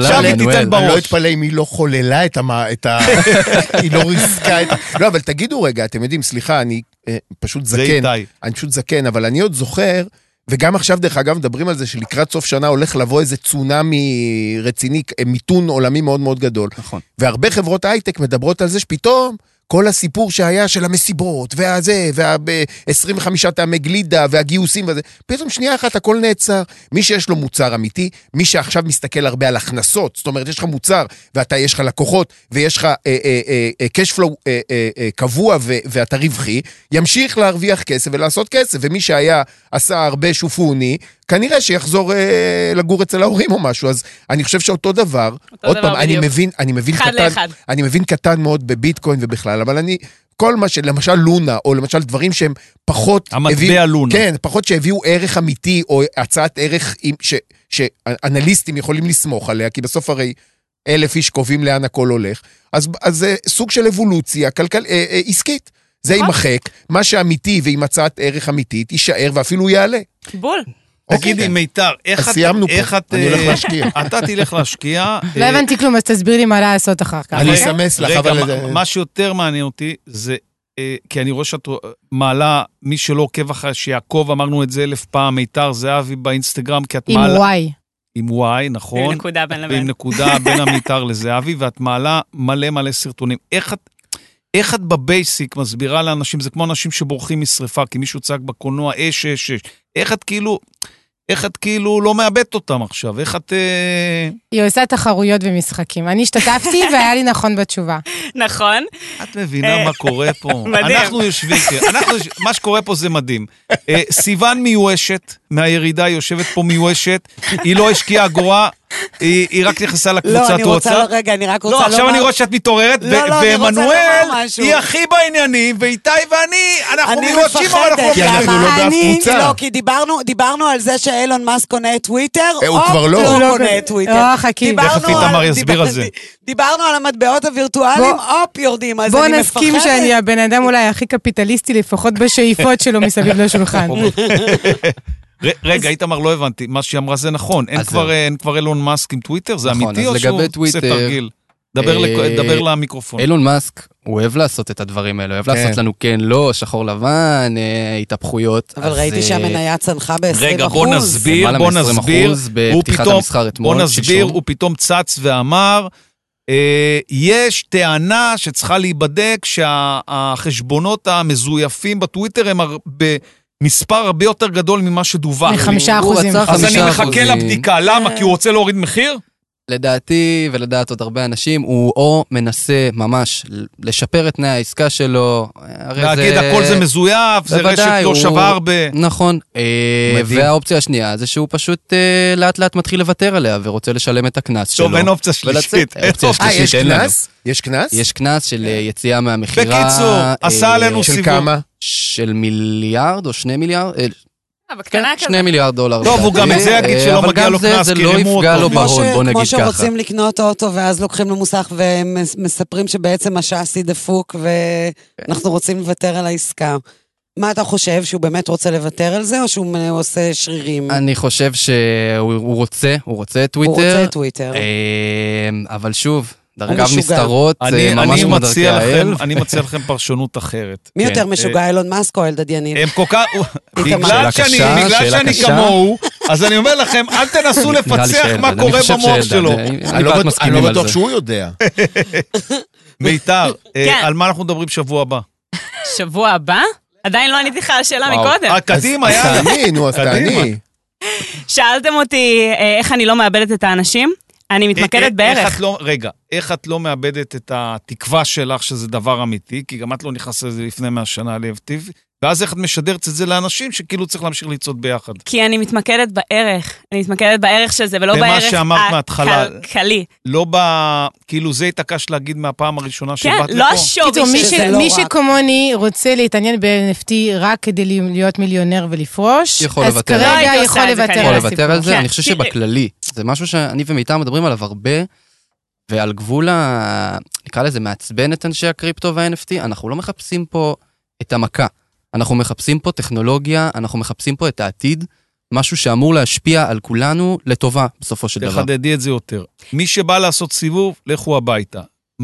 אני לא אתפלא אם היא לא חוללה את ה... היא לא ריסקה את ה... לא, אבל תגידו רגע, אתם יודעים, סליחה, אני פשוט זקן, אני פשוט זקן, אבל אני עוד זוכר, וגם עכשיו דרך אגב מדברים על זה שלקראת סוף שנה הולך לבוא איזה צונמי רציני, מיתון עולמי מאוד מאוד גדול. נכון. והרבה חברות הייטק מדברות על זה שפתאום כל הסיפור שהיה של המסיבות, והזה, וה-עשרים וחמישה טעמי גלידה, והגיוסים וזה, פתאום שנייה אחת הכל נעצר. מי שיש לו מוצר אמיתי, מי שעכשיו מסתכל הרבה על הכנסות, זאת אומרת, יש לך מוצר, ואתה יש לך לקוחות, ויש לך אה, אה, אה, cash flow אה, אה, אה, קבוע, ו- ואתה רווחי, ימשיך להרוויח כסף ולעשות כסף, ומי שהיה עשה הרבה שופוני, כנראה שיחזור אה, לגור אצל ההורים או משהו, אז אני חושב שאותו דבר, עוד פעם, אני מבין, אני מבין קטן, אני מבין קטן מאוד בביטקוין ובכלל, אבל אני, כל מה שלמשל לונה, או למשל דברים שהם פחות... המטבע לונה. כן, פחות שהביאו ערך אמיתי, או הצעת ערך ש, שאנליסטים יכולים לסמוך עליה, כי בסוף הרי אלף איש קובעים לאן הכל הולך, אז, אז זה סוג של אבולוציה, כלכל, אה, אה, עסקית. זה יימחק, מה שאמיתי ועם הצעת ערך אמיתית, יישאר ואפילו יעלה. בול. תגידי, מיתר, איך את... סיימנו פה, אני הולך להשקיע. אתה תלך להשקיע. לא הבנתי כלום, אז תסביר לי מה לעשות אחר כך. אני אסמס לך, אבל... רגע, מה שיותר מעניין אותי, זה, כי אני רואה שאת מעלה, מי שלא עוקב אחרי שיעקב, אמרנו את זה אלף פעם, מיתר זהבי באינסטגרם, כי את מעלה... עם וואי. עם וואי, נכון. עם נקודה בין לבין. עם נקודה בין המיתר לזהבי, ואת מעלה מלא מלא סרטונים. איך את... איך את בבייסיק מסבירה לאנשים, זה כמו אנשים שבורחים משריפה, כי מישהו צעק בקולנוע, אש, אש, אש. איך את כאילו, איך את כאילו לא מאבדת אותם עכשיו? איך את... היא עושה תחרויות ומשחקים. אני השתתפתי והיה לי נכון בתשובה. נכון. את מבינה מה קורה פה? מדהים. אנחנו יושבים, מה שקורה פה זה מדהים. סיוון מיואשת, מהירידה היא יושבת פה מיואשת, היא לא השקיעה אגורה, היא, היא רק נכנסה לקבוצת לא, אני רוצה, רוצה. רגע, אני רק רוצה לא, לומר... עכשיו אני רואה שאת מתעוררת, לא, לא, ומנואל היא הכי בעניינים, ואיתי ואני, אנחנו מיואשים, אבל אנחנו... כי אנחנו לא באף קבוצה. לא, כי דיברנו, דיברנו על זה שאילון מאסק קונה את טוויטר, הוא כבר לא. לא קונה את טוויטר. אה, חכי. תכף איתמר יסביר על זה. דיברנו על המטבעות הווירטואליים, אופ, יורדים, אז אני מפחדת. בוא נסכים שאני הבן אדם אולי הכי קפיטליסטי, לפחות בשאיפות שלו מסביב לשולחן. רגע, איתמר, לא הבנתי, מה שהיא אמרה זה נכון, אין כבר אילון מאסק עם טוויטר, זה אמיתי או שהוא עושה תרגיל? דבר למיקרופון. אילון מאסק, הוא אוהב לעשות את הדברים האלה, הוא אוהב לעשות לנו כן, לא, שחור לבן, התהפכויות. אבל ראיתי שהמניה צנחה ב-עשרים אחוז. רגע, בוא נסביר, בוא נסביר, בוא נסביר, הוא פתאום צץ ואמר, יש טענה שצריכה להיבדק שהחשבונות המזויפים בטוויטר הם במספר הרבה יותר גדול ממה שדווח. מחמישה אחוזים. אז אני מחכה לבדיקה, למה? כי הוא רוצה להוריד מחיר? לדעתי ולדעת עוד הרבה אנשים, הוא או מנסה ממש לשפר את תנאי העסקה שלו. להגיד הכל זה מזויף, זה רשת לא שווה הרבה. נכון. והאופציה השנייה זה שהוא פשוט לאט לאט מתחיל לוותר עליה, ורוצה לשלם את הכנס שלו. טוב, אין אופציה שלישית. יש כנס? יש כנס? יש כנס של יציאה מהמחירה. בקיצור, עשה עלינו סיבוב. של כמה? של מיליארד או שני מיליארד? בקטנה כזה. שני מיליארד דולר. טוב, הוא גם את זה יגיד שלא מגיע לו קנס, זה לא יפגע לו בהון, בוא נגיד ככה. כמו שרוצים לקנות אוטו, ואז לוקחים למוסך ומספרים שבעצם השאסי דפוק, ואנחנו רוצים לוותר על העסקה. מה אתה חושב, שהוא באמת רוצה לוותר על זה, או שהוא עושה שרירים? אני חושב שהוא רוצה, הוא רוצה את טוויטר. הוא רוצה את טוויטר. אבל שוב, דרכיו נסתרות, זה ממש כמו דרכי האל. אני מציע לכם פרשנות אחרת. מי יותר משוגע, אילון מאסק או אלדד יניב? הם כל כך... בגלל שאני כמוהו, אז אני אומר לכם, אל תנסו לפצח מה קורה במוח שלו. אני לא בטוח שהוא יודע. מיתר, על מה אנחנו מדברים שבוע הבא? שבוע הבא? עדיין לא עניתי לך על השאלה מקודם. קדימה, יאללה. תעני, נו, אז תעני. שאלתם אותי איך אני לא מאבדת את האנשים? אני מתמקדת בערך. לא, רגע, איך את לא מאבדת את התקווה שלך שזה דבר אמיתי, כי גם את לא נכנסת לזה לפני מאה שנה לאבטיב, ואז איך את משדרת את זה לאנשים שכאילו צריך להמשיך לצעוד ביחד. כי אני מתמקדת בערך, אני מתמקדת בערך של זה, ולא בערך הכלכלי. לא ב... כאילו זה התעקש להגיד מהפעם הראשונה שבאת לפה. כן, לא השווי. מי שכמוני רוצה להתעניין ב-אן אף טי רק כדי להיות מיליונר ולפרוש, אז כרגע יכול לוותר על זה. אני חושב שבכללי, זה משהו שאני ומיטה מדברים עליו הרבה, ועל גבול, נקרא לזה, מעצבן את אנשי הקריפטו וה-אן אף טי, אנחנו לא מחפשים פה את המכה. אנחנו מחפשים פה טכנולוגיה, אנחנו מחפשים פה את העתיד, משהו שאמור להשפיע על כולנו לטובה בסופו של דבר. תחדדי את זה יותר. מי שבא לעשות סיבוב, לכו הביתה.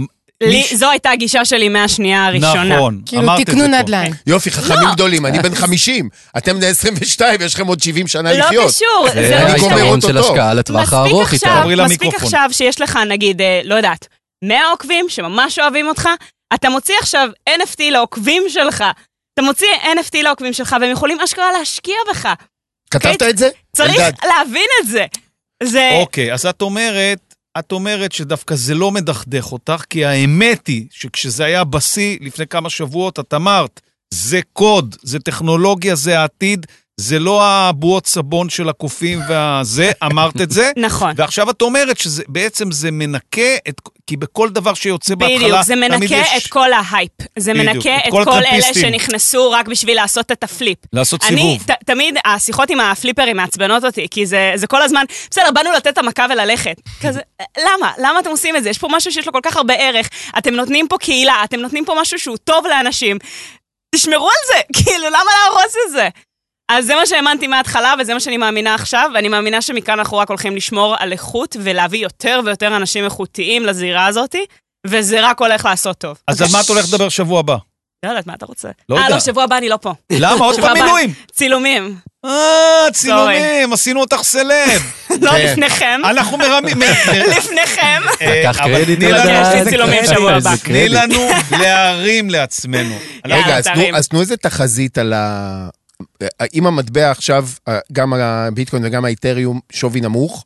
לי, זו הייתה הגישה שלי מהשנייה הראשונה. נכון, כאילו תקנו נדל"ן. יופי, חכמים גדולים, אני בן חמישים, אתם בני עשרים ושתיים, יש לכם עוד שבעים שנה לחיות. לא קשור, זה העיקרון של השקעה לטווח הארוך איתה. מספיק עכשיו שיש לך, נגיד, לא יודעת, מאה עוקבים שממש אוהבים אותך, אתה מוציא עכשיו אן אף טי לעוקבים שלך, אתה מוציא אן אף טי לעוקבים שלך, והם יכולים אשכרה להשקיע בך. כתבת את זה? צריך להבין את זה. אוקיי, אז את אומרת, את אומרת שדווקא זה לא מדכדך אותך, כי האמת היא שכשזה היה בסי לפני כמה שבועות, את אמרת, זה קוד, זה טכנולוגיה, זה העתיד, זה לא הבועות סבון של הקופים והזה, אמרת את זה. נכון. ועכשיו את אומרת שבעצם זה מנקה, את, כי בכל דבר שיוצא בהתחלה, בדיוק, זה מנקה את כל ההייפ. זה בדיוק, מנקה את את כל, כל כל אלה הטרמפיסטים. שנכנסו רק בשביל לעשות את הפליפ. לעשות אני, סיבוב. ת, תמיד השיחות עם הפליפרים מעצבנות אותי, כי זה, זה כל הזמן, בסדר, באנו לתת את המכה וללכת. כזה, למה? למה אתם עושים את זה? יש פה משהו שיש לו כל כך הרבה ערך. אתם נותנים פה קהילה, אתם נותנים פה משהו שהוא טוב לאנשים. תשמרו על זה, כאילו, למה להרוס את זה? אז זה מה שהאמנתי מההתחלה, וזה מה שאני מאמינה עכשיו, ואני מאמינה שמכאן אנחנו רק הולכים לשמור על איכות, ולהביא יותר ויותר אנשים איכותיים לזירה הזאת, וזה רק הולך לעשות טוב. אז על מה את הולך לדבר שבוע הבא? לא יודעת, מה אתה רוצה? לא יודע. אה, לא, שבוע הבא אני לא פה. למה? עוד פעם מילואים? צילומים. אה, צילומים, עשינו אותך סלב. לא, לפניכם. אנחנו מרמים. לפניכם. לקח קרדיט. יש לי צילומים שבוע הבא. תני לנו להרים לעצמנו. רגע, אז תנו איזה תחזית על ה... אם המטבע עכשיו, גם הביטקוין וגם האיתריום שווי נמוך,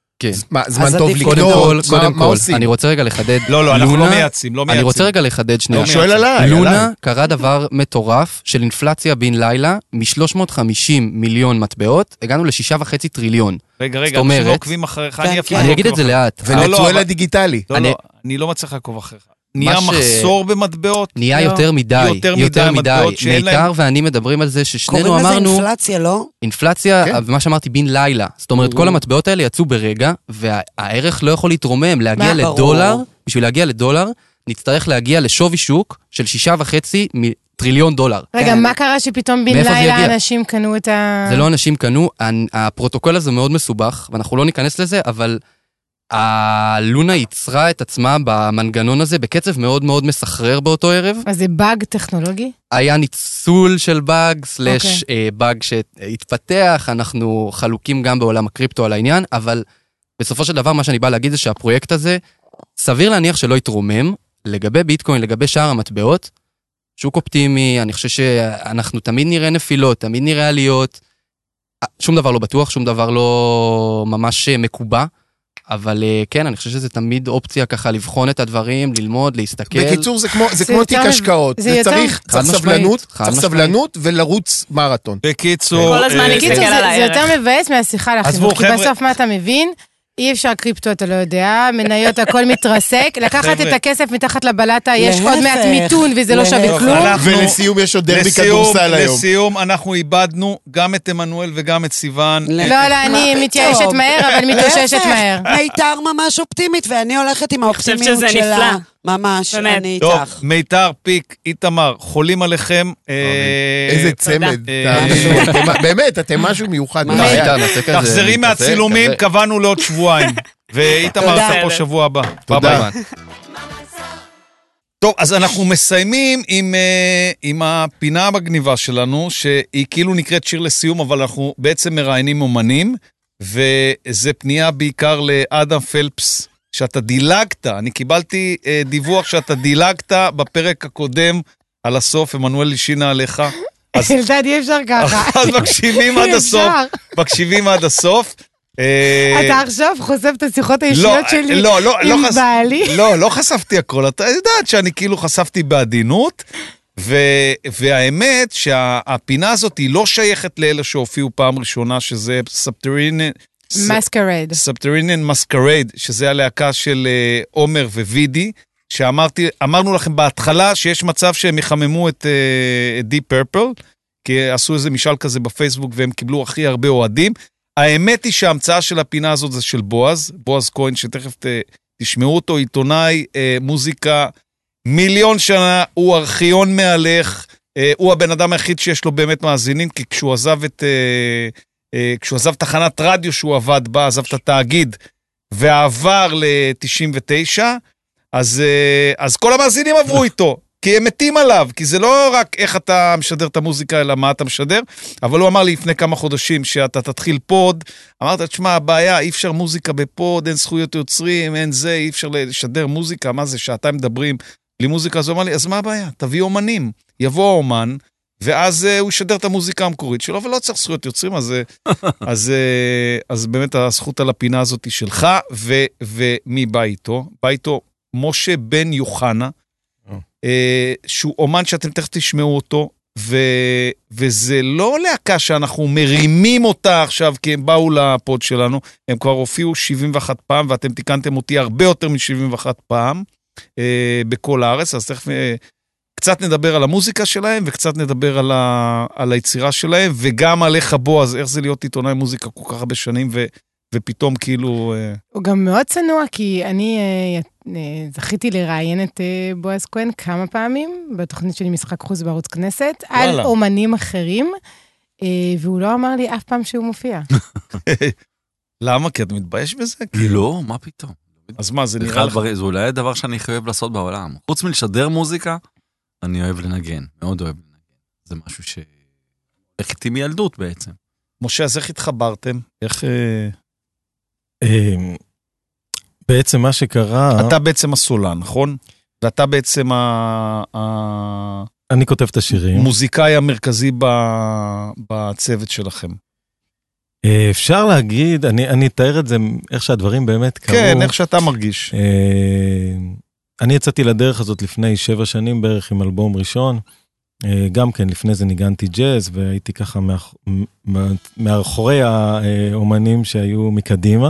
זמן טוב לקנות, מה עושים? אני רוצה רגע לחדד. לא, לא, אנחנו לא מייצים, לא מייצים. אני רוצה רגע לחדד שנייה. שואל עליי. לונה קרה דבר מטורף של אינפלציה בין לילה, מ-שלוש מאות וחמישים מיליון מטבעות, הגענו ל-שישה וחצי טריליון. רגע, רגע, אנחנו לא עוקבים אחריך, אני אגיד את זה לאט. ונצואלה דיגיטלי. לא, לא, אני לא מצליח לעקוב אחריך. נהיה מחסור במטבעות? נהיה יותר מדי, יותר מדי. מיתר ואני מדברים על זה ששנינו אמרנו... קוראים לזה אינפלציה, לא? אינפלציה, ומה שאמרתי, בין לילה. זאת אומרת, כל המטבעות האלה יצאו ברגע, והערך לא יכול להתרומם, להגיע לדולר, בשביל להגיע לדולר, נצטרך להגיע לשווי שוק של שישה וחצי טריליון דולר. רגע, מה קרה שפתאום בין לילה אנשים קנו את ה... זה לא אנשים קנו, הפרוטוקול הזה מאוד מסובך, ואנחנו לא ניכנס לזה, אבל... הלונה יצרה את עצמה במנגנון הזה בקצב מאוד מאוד מסחרר באותו ערב. אז זה באג טכנולוגי? היה ניצול של באג, סלש באג שהתפתח, אנחנו חלוקים גם בעולם הקריפטו על העניין, אבל בסופו של דבר מה שאני בא להגיד זה שהפרויקט הזה, סביר להניח שלא יתרומם, לגבי ביטקוין, לגבי שאר המטבעות, שוק אופטימי, אני חושב שאנחנו תמיד נראה נפילות, תמיד נראה עליות, שום דבר לא בטוח, שום דבר לא ממש מקובע, אבל כן, אני חושב שזה תמיד אופציה ככה לבחון את הדברים, ללמוד, להסתכל. בקיצור, זה כמו, זה כמו תיק השקעות. זה צריך סבלנות, צריך סבלנות ולרוץ מרתון. בקיצור, זה יותר מבאס מהשיחה לחינוך, כי בסוף מה אתה מבין? אי אפשר קריפטו, אתה לא יודע, מניות הכל מתרסק, לקחת את הכסף מתחת לבלטה, יש עוד מעט מיתון וזה לא שווה כלום. ולסיום יש עוד דרבי כדורסל היום. לסיום, אנחנו איבדנו גם את אמנואל וגם את סיוון. לא, לא, אני מתייאשת מהר, אבל מתאוששת מהר. מיתר ממש אופטימית, ואני הולכת עם האופטימיות שלה. ממש, אני איתך. טוב, מיתר, פיק, איתמר, חולים עליכם. איזה צמד. באמת, אתם משהו מיוחד. תחזרי מהצילומים, קבענו לעוד שבועיים. ואיתמר אתה פה שבוע הבא. תודה. טוב, אז אנחנו מסיימים עם, uh, עם הפינה המגניבה שלנו, שהיא כאילו נקראת שיר לסיום, אבל אנחנו בעצם מראיינים אומנים, וזה פנייה בעיקר לאדם פלפס, שאתה דילגת, אני קיבלתי uh, דיווח שאתה דילגת בפרק הקודם על הסוף, אמנואל לישינה עליך. אלדד, אי אפשר ככה. אז מקשיבים עד הסוף, מקשיבים עד הסוף. אתה עכשיו חושף את השיחות האישיות שלי עם בעלי? לא, לא חשפתי הכל, אתה יודעת שאני כאילו חשפתי בעדינות, והאמת שהפינה הזאת היא לא שייכת לאלה שהופיעו פעם ראשונה, שזה Subterranean... Masquerade. Subterranean Masquerade, שזה הלהקה של עומר ווידי, שאמרתי, אמרנו לכם בהתחלה שיש מצב שהם יחממו את Deep Purple, כי עשו איזה משאל כזה בפייסבוק והם קיבלו הכי הרבה אוהדים. האמת היא שההמצאה של הפינה הזאת זה של בועז, בועז כהן, שתכף ת, תשמעו אותו, עיתונאי, אה, מוזיקה, מיליון שנה, הוא ארכיון מהלך, אה, הוא הבן אדם היחיד שיש לו באמת מאזינים, כי כשהוא עזב את, אה, אה, כשהוא עזב תחנת רדיו שהוא עבד בה, עזב את התאגיד, ועבר ל-תשעים ותשע, אז, אה, אז כל המאזינים עברו איתו. כי הם מתים עליו, כי זה לא רק איך אתה משדר את המוזיקה, אלא מה אתה משדר, אבל הוא אמר לי לפני כמה חודשים שאתה תתחיל פוד, אמרת, תשמע, הבעיה, אי אפשר מוזיקה בפוד, אין זכויות יוצרים, אין זה, אי אפשר לשדר מוזיקה, מה זה, שעתיים מדברים בלי מוזיקה, אז הוא אמר לי, אז מה הבעיה? תביא אומנים, יבוא האומן, ואז uh, הוא ישדר את המוזיקה המקורית שלו, ולא צריך זכויות יוצרים, אז, אז, uh, אז באמת הזכות על הפינה הזאת היא שלך, ו, ומי בא איתו? בא איתו משה בן יוחנה, שהוא אומן שאתם תכף תשמעו אותו, ו... וזה לא להקה שאנחנו מרימים אותה עכשיו, כי הם באו לפוד שלנו, הם כבר הופיעו שבעים ואחת פעם, ואתם תיקנתם אותי הרבה יותר מ-שבעים ואחת פעם, אה, בכל הארץ, אז תכף אה, קצת נדבר על המוזיקה שלהם, וקצת נדבר על, ה... על היצירה שלהם, וגם עליך בועז, איך זה להיות עיתונאי מוזיקה כל כך הרבה שנים, ו... ופתאום כאילו... הוא גם מאוד צנוע, כי אני זכיתי לראיין את בועז כהן כמה פעמים, בתוכנית שלי משחק חוץ בערוץ כנסת, על אומנים אחרים, והוא לא אמר לי אף פעם שהוא מופיע. למה? כי אתה מתבייש בזה? לא, מה פתאום? אז מה, זה נראה לך? זה אולי הדבר שאני חייב לעשות בעולם. חוץ מלשדר מוזיקה, אני אוהב לנגן, מאוד אוהב לנגן. זה משהו ש... איך איתי מילדות בעצם. משה, אז איך התחברתם? איך... בעצם מה שקרה... אתה בעצם הסולן, נכון? ואתה בעצם ה... אני כותב את השירים. מוזיקאי המרכזי בצוות שלכם. אפשר להגיד, אני, אני אתאר את זה, איך שהדברים באמת קרו. כן, איך שאתה מרגיש. אני יצאתי לדרך הזאת לפני שבע שנים בערך עם אלבום ראשון. גם כן, לפני זה ניגנתי ג'אז, והייתי ככה מאחורי האומנים שהיו מקדימה.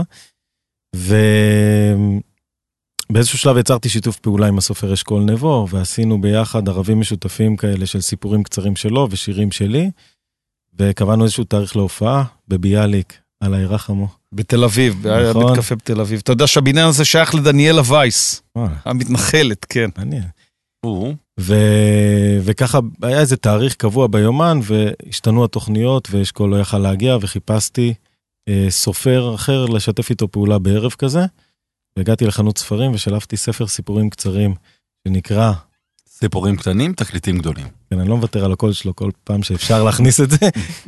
ובאיזשהו שלב יצרתי שיתוף פעולה עם הסופר אשכול נבו, ועשינו ביחד ערבים משותפים כאלה של סיפורים קצרים שלו ושירים שלי, וקבענו איזשהו תאריך להופעה בביאליק, על הירח עמו. בתל אביב, היה בית קפה בתל אביב. אתה יודע שהבניין הזה שייך לדניאלה וייס, המתנחלת, כן. מעניין. וככה היה איזה תאריך קבוע ביומן, והשתנו התוכניות, ואשכול לא יכל להגיע, וחיפשתי סופר אחר לשתף איתו פעולה בערב כזה, והגעתי לחנות ספרים ושלפתי ספר סיפורים קצרים, שנקרא... סיפורים קטנים, תקליטים גדולים. כן, אני לא מוותר על הקול שלו כל פעם שאפשר להכניס את זה,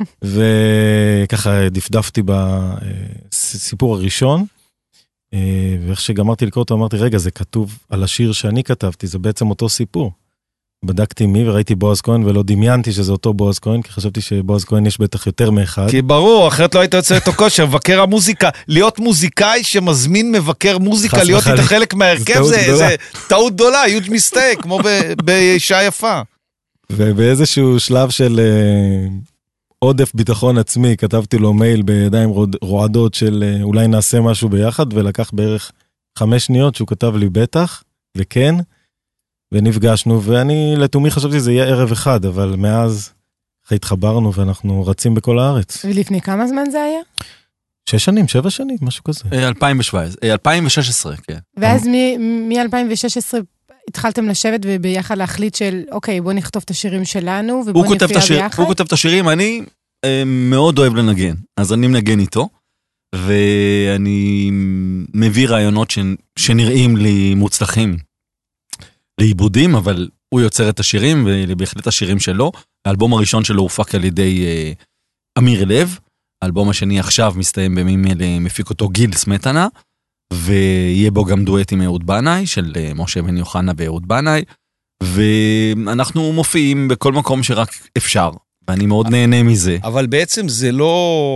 וככה דפדפתי בסיפור הראשון, ואיך שגמרתי לקרוא אותו, אמרתי, רגע, זה כתוב על השיר שאני כתבתי, זה בעצם אותו סיפור. בדקתי מי וראיתי בועז כהן, ולא דמיינתי שזה אותו בועז כהן, כי חשבתי שבועז כהן יש בטח יותר מאחד. כי ברור, אחרת לא היית יוצא איתו כושר, מבקר המוזיקה, להיות מוזיקאי שמזמין מבקר מוזיקה, להיות איתו חלק מהרכב, זה טעות גדולה, huge mistake, כמו באישה יפה. ובאיזשהו שלב של עודף ביטחון עצמי, כתבתי לו מייל בידיים רועדות של אולי נעשה משהו ביחד, ולקח בערך חמש שניות שהוא כתב לי בטח, וכן, ונפגשנו, ואני לתומי חשבתי שזה יהיה ערב אחד, אבל מאז התחברנו ואנחנו רצים בכל הארץ. ולפני כמה זמן זה היה? שש שנים, שבע שנים, משהו כזה. אלפיים ושבע עשרה, אלפיים ושש עשרה, כן. ואז מ-אלפיים ושש עשרה התחלתם לשבת וביחד להחליט של, אוקיי, בוא נכתוב את השירים שלנו, ובוא נפיע ביחד. הוא כותב את השירים, אני מאוד אוהב לנגן, אז אני מנגן איתו, ואני מביא רעיונות שנראים לי מוצלחים. לעיבודים, אבל הוא יוצר את השירים, ובהחלט השירים שלו. האלבום הראשון שלו הופק על ידי אה, אמיר לב, האלבום השני עכשיו מסתיים בימים אלה, מפיק אותו גיל סמטנה, ויהיה בו גם דואט עם אהוד בנאי, של אה, משה בן יוחנה ואהוד בנאי, ואנחנו מופיעים בכל מקום שרק אפשר, ואני מאוד נהנה מזה. אבל בעצם זה לא...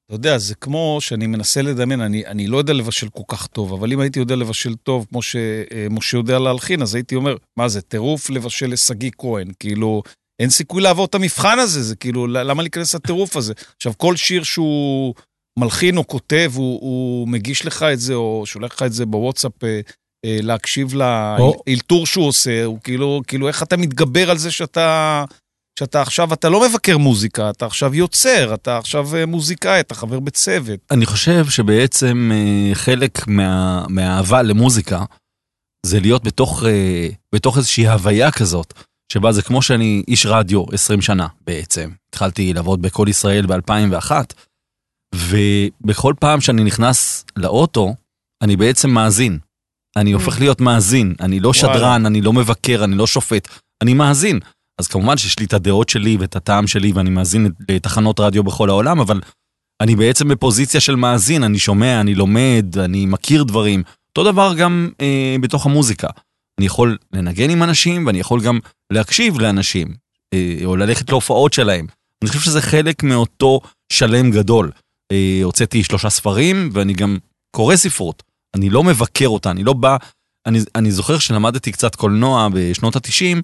אתה יודע, זה כמו שאני מנסה לדמיין, אני, אני לא יודע לבשל כל כך טוב, אבל אם הייתי יודע לבשל טוב, כמו שמשה יודע להלחין, אז הייתי אומר, מה זה, טירוף לבשל לסגי כהן, כאילו, אין סיכוי לעבור את המבחן הזה, זה כאילו, למה להיכנס לטירוף הזה? עכשיו, כל שיר שהוא מלחין או כותב, הוא, הוא מגיש לך את זה, או שולח לך את זה בוואטסאפ, להקשיב לאלתור שהוא עושה, הוא כאילו, כאילו, איך אתה מתגבר על זה שאתה... שאתה עכשיו, אתה לא מבקר מוזיקה, אתה עכשיו יוצר, אתה עכשיו מוזיקאי, אתה חבר בצוות. אני חושב שבעצם חלק מה, מהאהבה למוזיקה, זה להיות בתוך, בתוך איזושהי הוויה כזאת, שבה זה כמו שאני איש רדיו עשרים שנה בעצם. התחלתי לעבוד בכל ישראל ב-אלפיים ואחת, ובכל פעם שאני נכנס לאוטו, אני בעצם מאזין. אני הופך להיות מאזין, אני לא שדרן, אני לא מבקר, אני לא שופט, אני מאזין. אז כמובן שיש לי את הדעות שלי ואת הטעם שלי, ואני מאזין לתחנות רדיו בכל העולם, אבל אני בעצם בפוזיציה של מאזין, אני שומע, אני לומד, אני מכיר דברים. אותו דבר גם אה, בתוך המוזיקה. אני יכול לנגן עם אנשים, ואני יכול גם להקשיב לאנשים, אה, או ללכת להופעות שלהם. אני חושב שזה חלק מאותו שלם גדול. אה, הוצאתי שלושה ספרים, ואני גם קורא ספרות. אני לא מבקר אותה, אני לא בא... אני, אני זוכר שלמדתי קצת קולנוע בשנות ה-תשעים,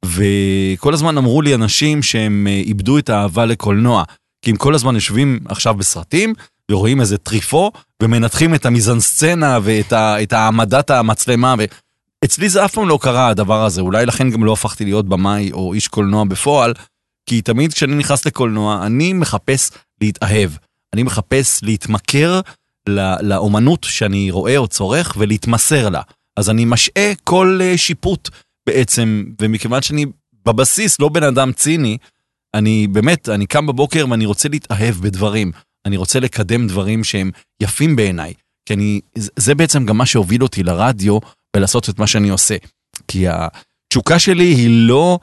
וכל הזמן אמרו לי אנשים שהם איבדו את האהבה לקולנוע, כי הם כל הזמן יושבים עכשיו בסרטים, ורואים איזה טריפו, ומנתחים את המיזנסצנה, ואת ה, את העמדת המצלמה, ואצלי זה אף פעם לא קרה הדבר הזה, אולי לכן גם לא הפכתי להיות במאי, או איש קולנוע בפועל, כי תמיד כשאני נכנס לקולנוע, אני מחפש להתאהב, אני מחפש להתמכר לאומנות שאני רואה או צורך, ולהתמסר לה, אז אני משעה כל שיפוט, בעצם, ומכיוון שאני בבסיס לא בן אדם ציני, אני באמת, אני קם בבוקר ואני רוצה להתאהב בדברים, אני רוצה לקדם דברים שהם יפים בעיניי, כי אני, זה בעצם גם מה שהוביל אותי לרדיו, ולעשות את מה שאני עושה, כי התשוקה שלי היא לא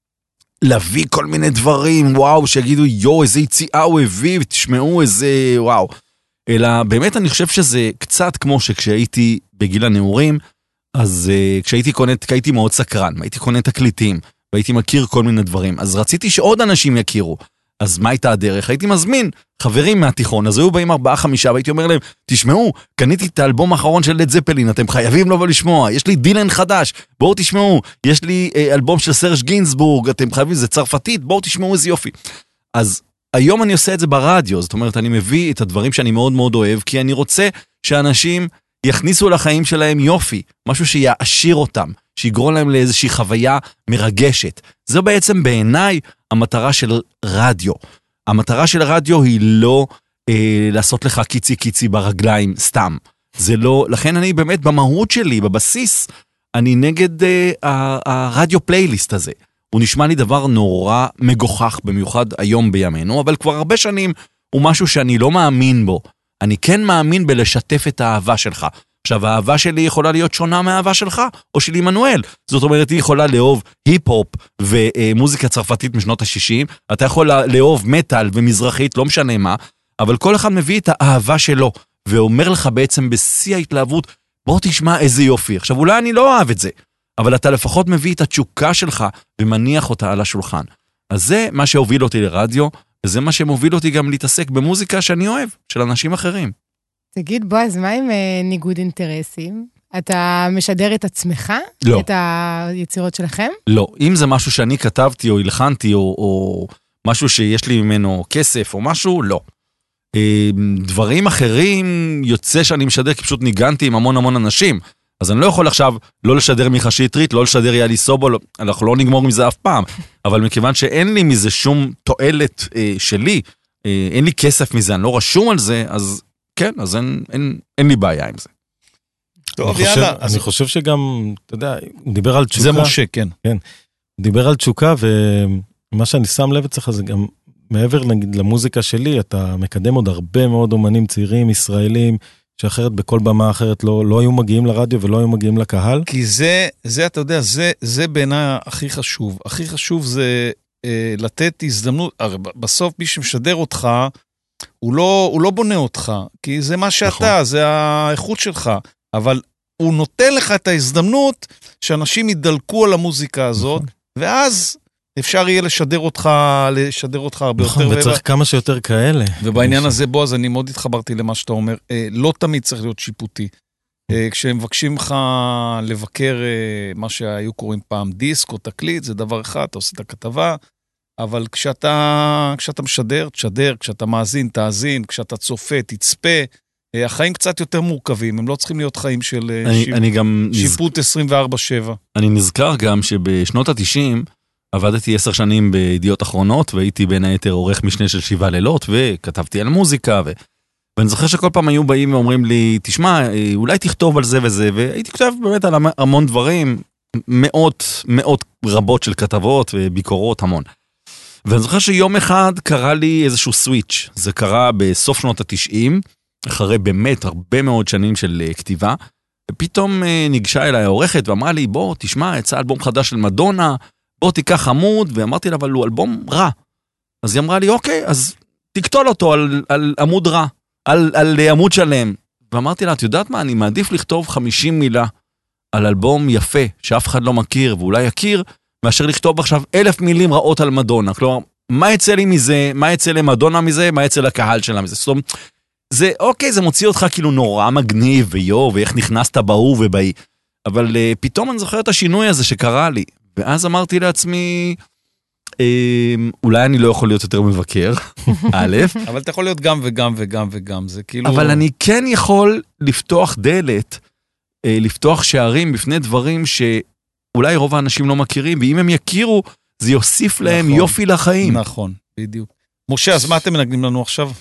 להביא כל מיני דברים, וואו, שיגידו, יו, איזה יציאה הוא הביא, ותשמעו איזה, וואו, אלא באמת אני חושב שזה קצת כמו שכשהייתי בגיל הנעורים, אז uh, כשהייתי קונה, הייתי מאוד סקרן, הייתי קונה תקליטים, והייתי מכיר כל מיני דברים, אז רציתי שעוד אנשים יכירו, אז מה הייתה הדרך? הייתי מזמין חברים מהתיכון, אז היו באים ארבעה חמישה, והייתי אומר להם, תשמעו, קניתי את האלבום האחרון של לד זפלין, אתם חייבים לבוא לשמוע, יש לי דילן חדש, בואו תשמעו, יש לי uh, אלבום של סרג' גינסבורג, אתם חייבים, זה צרפתית, בואו תשמעו איזה יופי. אז היום אני עושה את זה ברדיו, זאת אומרת, אני מביא את הדברים שאני מאוד מאוד אוהב, כי אני רוצה שאנשים יכניסו לחיים שלהם יופי, משהו שיעשיר אותם, שיגרום להם לאיזושהי חוויה מרגשת. זו בעצם בעיניי המטרה של רדיו. המטרה של רדיו היא לא אה, לעשות לך קיצי קיצי ברגליים סתם. זה לא, לכן אני באמת במהות שלי, בבסיס, אני נגד אה, הרדיו פלייליסט הזה. הוא נשמע לי דבר נורא מגוחך, במיוחד היום בימינו, אבל כבר הרבה שנים הוא משהו שאני לא מאמין בו. אני כן מאמין בלשתף את האהבה שלך. עכשיו, האהבה שלי יכולה להיות שונה מהאהבה שלך, או של עמנואל. זאת אומרת, היא יכולה לאהוב היפ-הופ ומוזיקה צרפתית משנות ה-שישים, אתה יכול לאהוב מטל ומזרחית, לא משנה מה, אבל כל אחד מביא את האהבה שלו, ואומר לך בעצם בשיא ההתלהבות, בוא תשמע איזה יופי. עכשיו, אולי אני לא אוהב את זה, אבל אתה לפחות מביא את התשוקה שלך, ומניח אותה על השולחן. אז זה מה שהוביל אותי לרדיו, וזה מה שמוביל אותי גם להתעסק במוזיקה שאני אוהב, של אנשים אחרים. תגיד, בועז, מה עם ניגוד אינטרסים? אתה משדר את עצמך? לא. את היצירות שלכם? לא. אם זה משהו שאני כתבתי או הלחנתי, או, או משהו שיש לי ממנו כסף או משהו, לא. דברים אחרים יוצא שאני משדר, כי פשוט ניגנתי עם המון המון אנשים. אז אני לא יכול עכשיו לא לשדר מיכה שטרית, לא לשדר יאלי סובול, אנחנו לא נגמור עם זה אף פעם. אבל מכיוון שאין לי מזה שום תועלת אה, שלי, אה, אין לי כסף מזה, אני לא רשום על זה, אז כן, אז אין, אין, אין לי בעיה עם זה. טוב, אני יאללה. חושב, אני חושב שגם, אתה יודע, הוא דיבר על תשוקה. זה משה, כן. כן. הוא דיבר על תשוקה, ומה שאני שם לב אצלך זה גם, מעבר נגיד למוזיקה שלי, אתה מקדם עוד הרבה מאוד אומנים צעירים, ישראלים, שאחרת בכל במה אחרת לא, לא היו מגיעים לרדיו ולא היו מגיעים לקהל. כי זה, זה אתה יודע, זה, זה בעיניי הכי חשוב. הכי חשוב זה אה, לתת הזדמנות, הרי בסוף מי שמשדר אותך, הוא לא, הוא לא בונה אותך, כי זה מה שאתה, נכון. זה האיכות שלך, אבל הוא נותן לך את ההזדמנות שאנשים ידלקו על המוזיקה הזאת, נכון. ואז אפשר יהיה לשדר אותך, לשדר אותך הרבה נכון, יותר. וצריך כמה שיותר כאלה. ובעניין הזה, בועז, אני מאוד התחברתי למה שאתה אומר. לא תמיד צריך להיות שיפוטי. כשהם מבקשים לך לבקר מה שהיו קוראים פעם דיסק או תקליט, זה דבר אחד, אתה עושה את הכתבה, אבל כשאתה, כשאתה משדר, תשדר, כשאתה מאזין, תאזין, כשאתה צופה, תצפה, החיים קצת יותר מורכבים, הם לא צריכים להיות חיים של אני, שיפ... אני גם שיפוט עשרים וארבע שבע. אני נזכר גם שבשנות ה-תשעים עבדתי עשר שנים בידיעות אחרונות, והייתי בין היתר עורך משנה של שבעה לילות, וכתבתי על מוזיקה, ו... ואני זוכר שכל פעם היו באים ואומרים לי, תשמע, אולי תכתוב על זה וזה, והייתי כותב באמת על המון דברים, מאות, מאות רבות של כתבות וביקורות, המון. ואני זוכר שיום אחד קרה לי איזשהו סוויץ', זה קרה בסוף שנות ה-תשעים, אחרי באמת הרבה מאוד שנים של כתיבה, ופתאום ניגשה אליי העורכת ואמרה לי, בוא, תשמע, יצא אלבום חדש של מדונה, בוא תיקח עמוד, ואמרתי לה, אבל הוא אלבום רע. אז היא אמרה לי, אוקיי, אז תקטול אותו על, על עמוד רע, על, על עמוד שלם. ואמרתי לה, את יודעת מה, אני מעדיף לכתוב חמישים מילה על אלבום יפה, שאף אחד לא מכיר, ואולי יכיר, מאשר לכתוב עכשיו אלף מילים רעות על מדונה. כלומר, מה יצא לי מזה, מה יצא למדונה מזה, מה יצא לקהל שלה מזה. זאת אומרת, זה, אוקיי, זה מוציא אותך כאילו נורא מגניב, ויו, ואיך נכנסת בהוא ובאי. אבל uh, פתאום אני זוכר את השינוי הזה שקרה לי. ואז אמרתי לעצמי, אה, אולי אני לא יכול להיות יותר מבקר, א', אבל אתה יכול להיות גם וגם וגם וגם, זה כאילו... אבל אני כן יכול לפתוח דלת, אה, לפתוח שערים בפני דברים שאולי רוב האנשים לא מכירים, ואם הם יכירו, זה יוסיף להם נכון, יופי לחיים. נכון, בדיוק. משה, אז מה אתם מנגנים לנו עכשיו?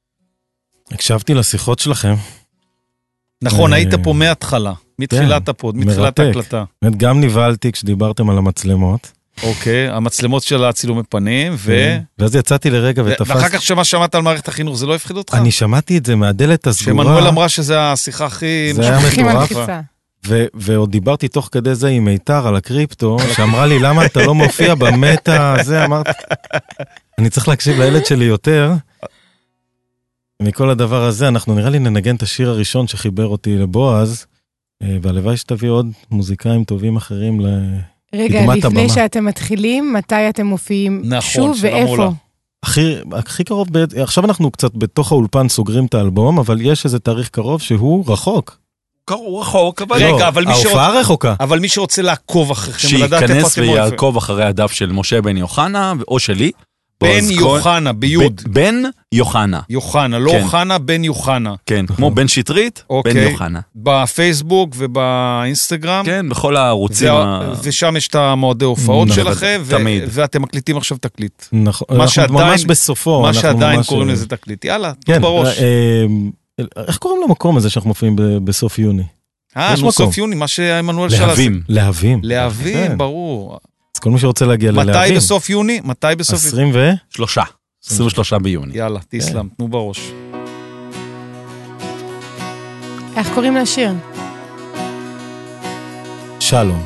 הקשבתי לשיחות שלכם. נכון, היית פה מההתחלה, מתחילת הפוד, מתחילת ההקלטה. גם נבהלתי כשדיברתם על המצלמות. אוקיי, המצלמות של הצילומי פנים, ו... ואז יצאתי לרגע ותפס... ואחר כך שמה שמעת על מערכת החינוך, זה לא הפחיד אותך? אני שמעתי את זה מהדלת הסגורה. שמנואל אמרה שזה השיחה הכי... זה היה מטורף. ועוד דיברתי תוך כדי זה עם מיתר על הקריפטו, שאמרה לי, למה אתה לא מופיע במטה הזה? אמרתי, אני צריך להקשיב לילד שלי יותר. מכל הדבר הזה, אנחנו נראה לי ננגן את השיר הראשון שחיבר אותי לבועז, והלוואי שתביא עוד מוזיקאים טובים אחרים לקדמת הבמה. רגע, לפני שאתם מתחילים, מתי אתם מופיעים שוב ואיפה? הכי, הכי קרוב, עכשיו אנחנו קצת בתוך האולפן סוגרים את האלבום, אבל יש איזה תאריך קרוב שהוא רחוק. הוא רחוק, אבל לא, רגע, אבל מי שרוצה... ההופעה רחוקה. אבל מי שרוצה לעקוב אחריכם, שייכנס ויעקוב אחרי הדף של משה בן יוחנה, או שלי, בן יוחנה, ביוד. בן יוחנה. יוחנה, לא אוחנה, בן יוחנה. כן, כמו בן שטרית, בן יוחנה. בפייסבוק ובאינסטגרם. כן, בכל הערוצים. ושם יש את המועדי הופעות שלכם, ואתם מקליטים עכשיו תקליט. נכון, אנחנו ממש בסופו. מה שעדיין קוראים לזה תקליט. יאללה, תוך בראש. איך קוראים למקום הזה שאנחנו מופיעים בסוף יוני? אה, בסוף יוני, מה שאמנואל שאלה. להבים. להבים. להבים, ברור. אז כל מי שרוצה להגיע ללהבים. מתי בסוף יוני? מתי בסוף יוני? עשרים ושלושה. עשרים ושלושה ביוני. יאללה, תסלם, תנו בראש. איך קוראים לשיר? שלום.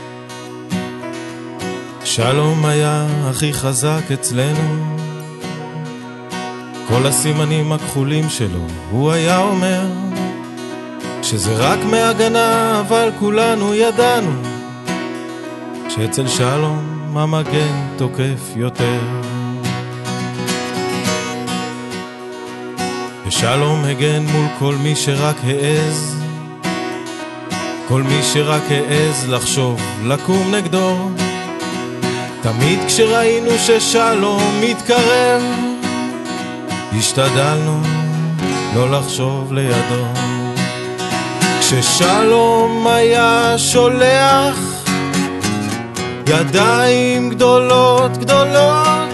שלום היה הכי חזק אצלנו, כל הסימנים הכחולים שלו הוא היה אומר שזה רק מהגנה, אבל כולנו ידענו שאצל שלום המגן תוקף יותר. ושלום הגן מול כל מי שרק העז, כל מי שרק העז לחשוב לקום נגדו. תמיד כשראינו ששלום מתקרב, השתדלנו לא לחשוב לידו. כששלום היה שולח ידיים גדולות גדולות,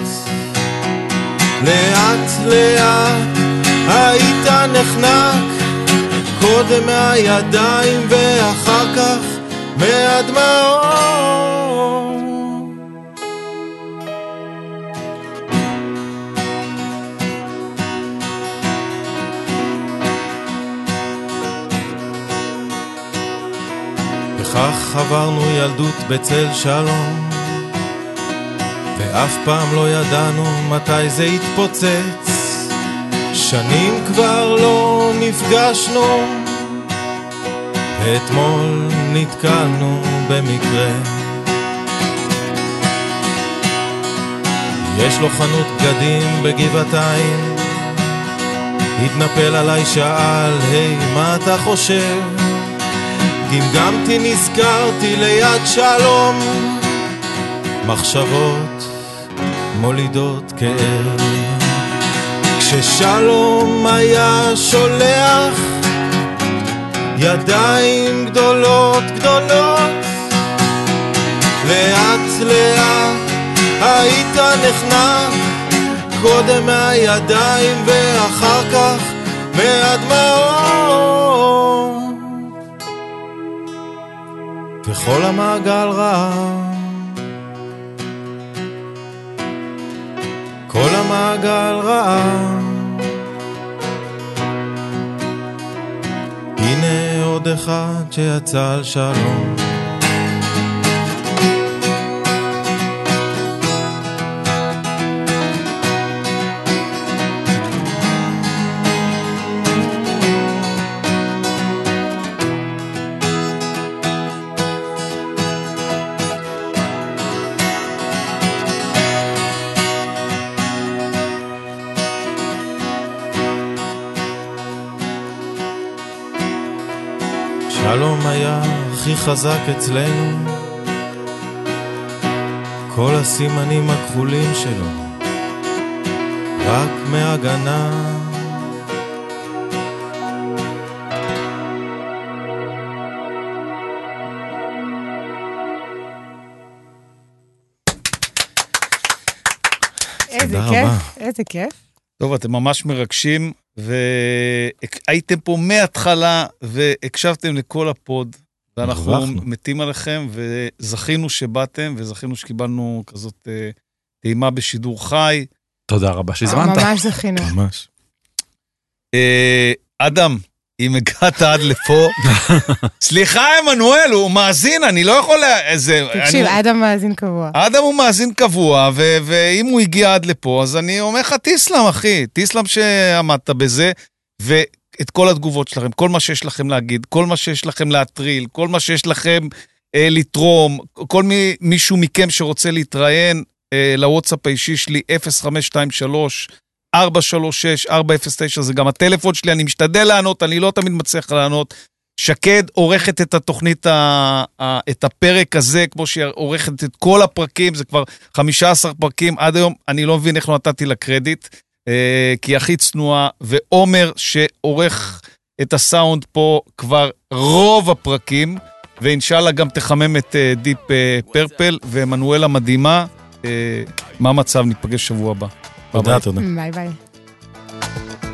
לאט לאט היית נחנק, קודם מהידיים ואחר כך מהדמעות. וכך עברנו ילדות בצל שלום, ואף פעם לא ידענו מתי זה יתפוצץ. שנים כבר לא נפגשנו, ואתמול נתקלנו במקרה. יש לו חנות בגדים בגבעתיים, התנפל עליי שאל, היי, מה אתה חושב? גמגמתי, נזכרתי ליד שלום, מחשבות מולידות כאב. כששלום היה שולח ידיים גדולות גדולות, לאט לאט היית נחנק, קודם מהידיים ואחר כך מהדמעות, וכל המעגל ראה, כל המעגל ראה, הנה עוד אחד שיצא על שלום. שלום היה הכי חזק אצלנו, כל הסימנים הכחולים שלו רק מהגנה. איזה כיף, איזה כיף. טוב, אתם ממש מרגשים, והייתם פה מההתחלה, והקשבתם לכל הפוד, ואנחנו מתים עליכם, וזכינו שבאתם, וזכינו שקיבלנו כזאת טעימה בשידור חי. תודה רבה שהזמנת. ממש זכינו. ממש. אדם, אם הגעת עד לפה, סליחה, אמנואל, הוא מאזין, אני לא יכול... תקשיב, אדם מאזין קבוע. אדם הוא מאזין קבוע, ואם הוא הגיע עד לפה, אז אני אומר לך, תיסלם, אחי, תיסלם שעמדת בזה, ואת כל התגובות שלכם, כל מה שיש לכם להגיד, כל מה שיש לכם להטריל, כל מה שיש לכם לתרום, כל מישהו מכם שרוצה להתראיין, לוואטסאפ האישי שלי, אפס חמש שתיים שלוש ארבע שלוש שש ארבע אפס תשע, זה גם הטלפון שלי, אני משתדל לענות, אני לא תמיד מצליח לענות. שקד עורכת את התוכנית, את הפרק הזה, כמו שהיא עורכת את כל הפרקים, זה כבר חמישה עשר פרקים, עד היום אני לא מבין איך לא נתתי לה קרדיט, כי הכי צנועה, ועומר שעורך את הסאונד פה כבר רוב הפרקים, ואינשאללה גם תחמם את דיפ פרפל, ומנואלה מדהימה, מה המצב? ניפגש שבוע הבא. תודה, תודה. ביי ביי.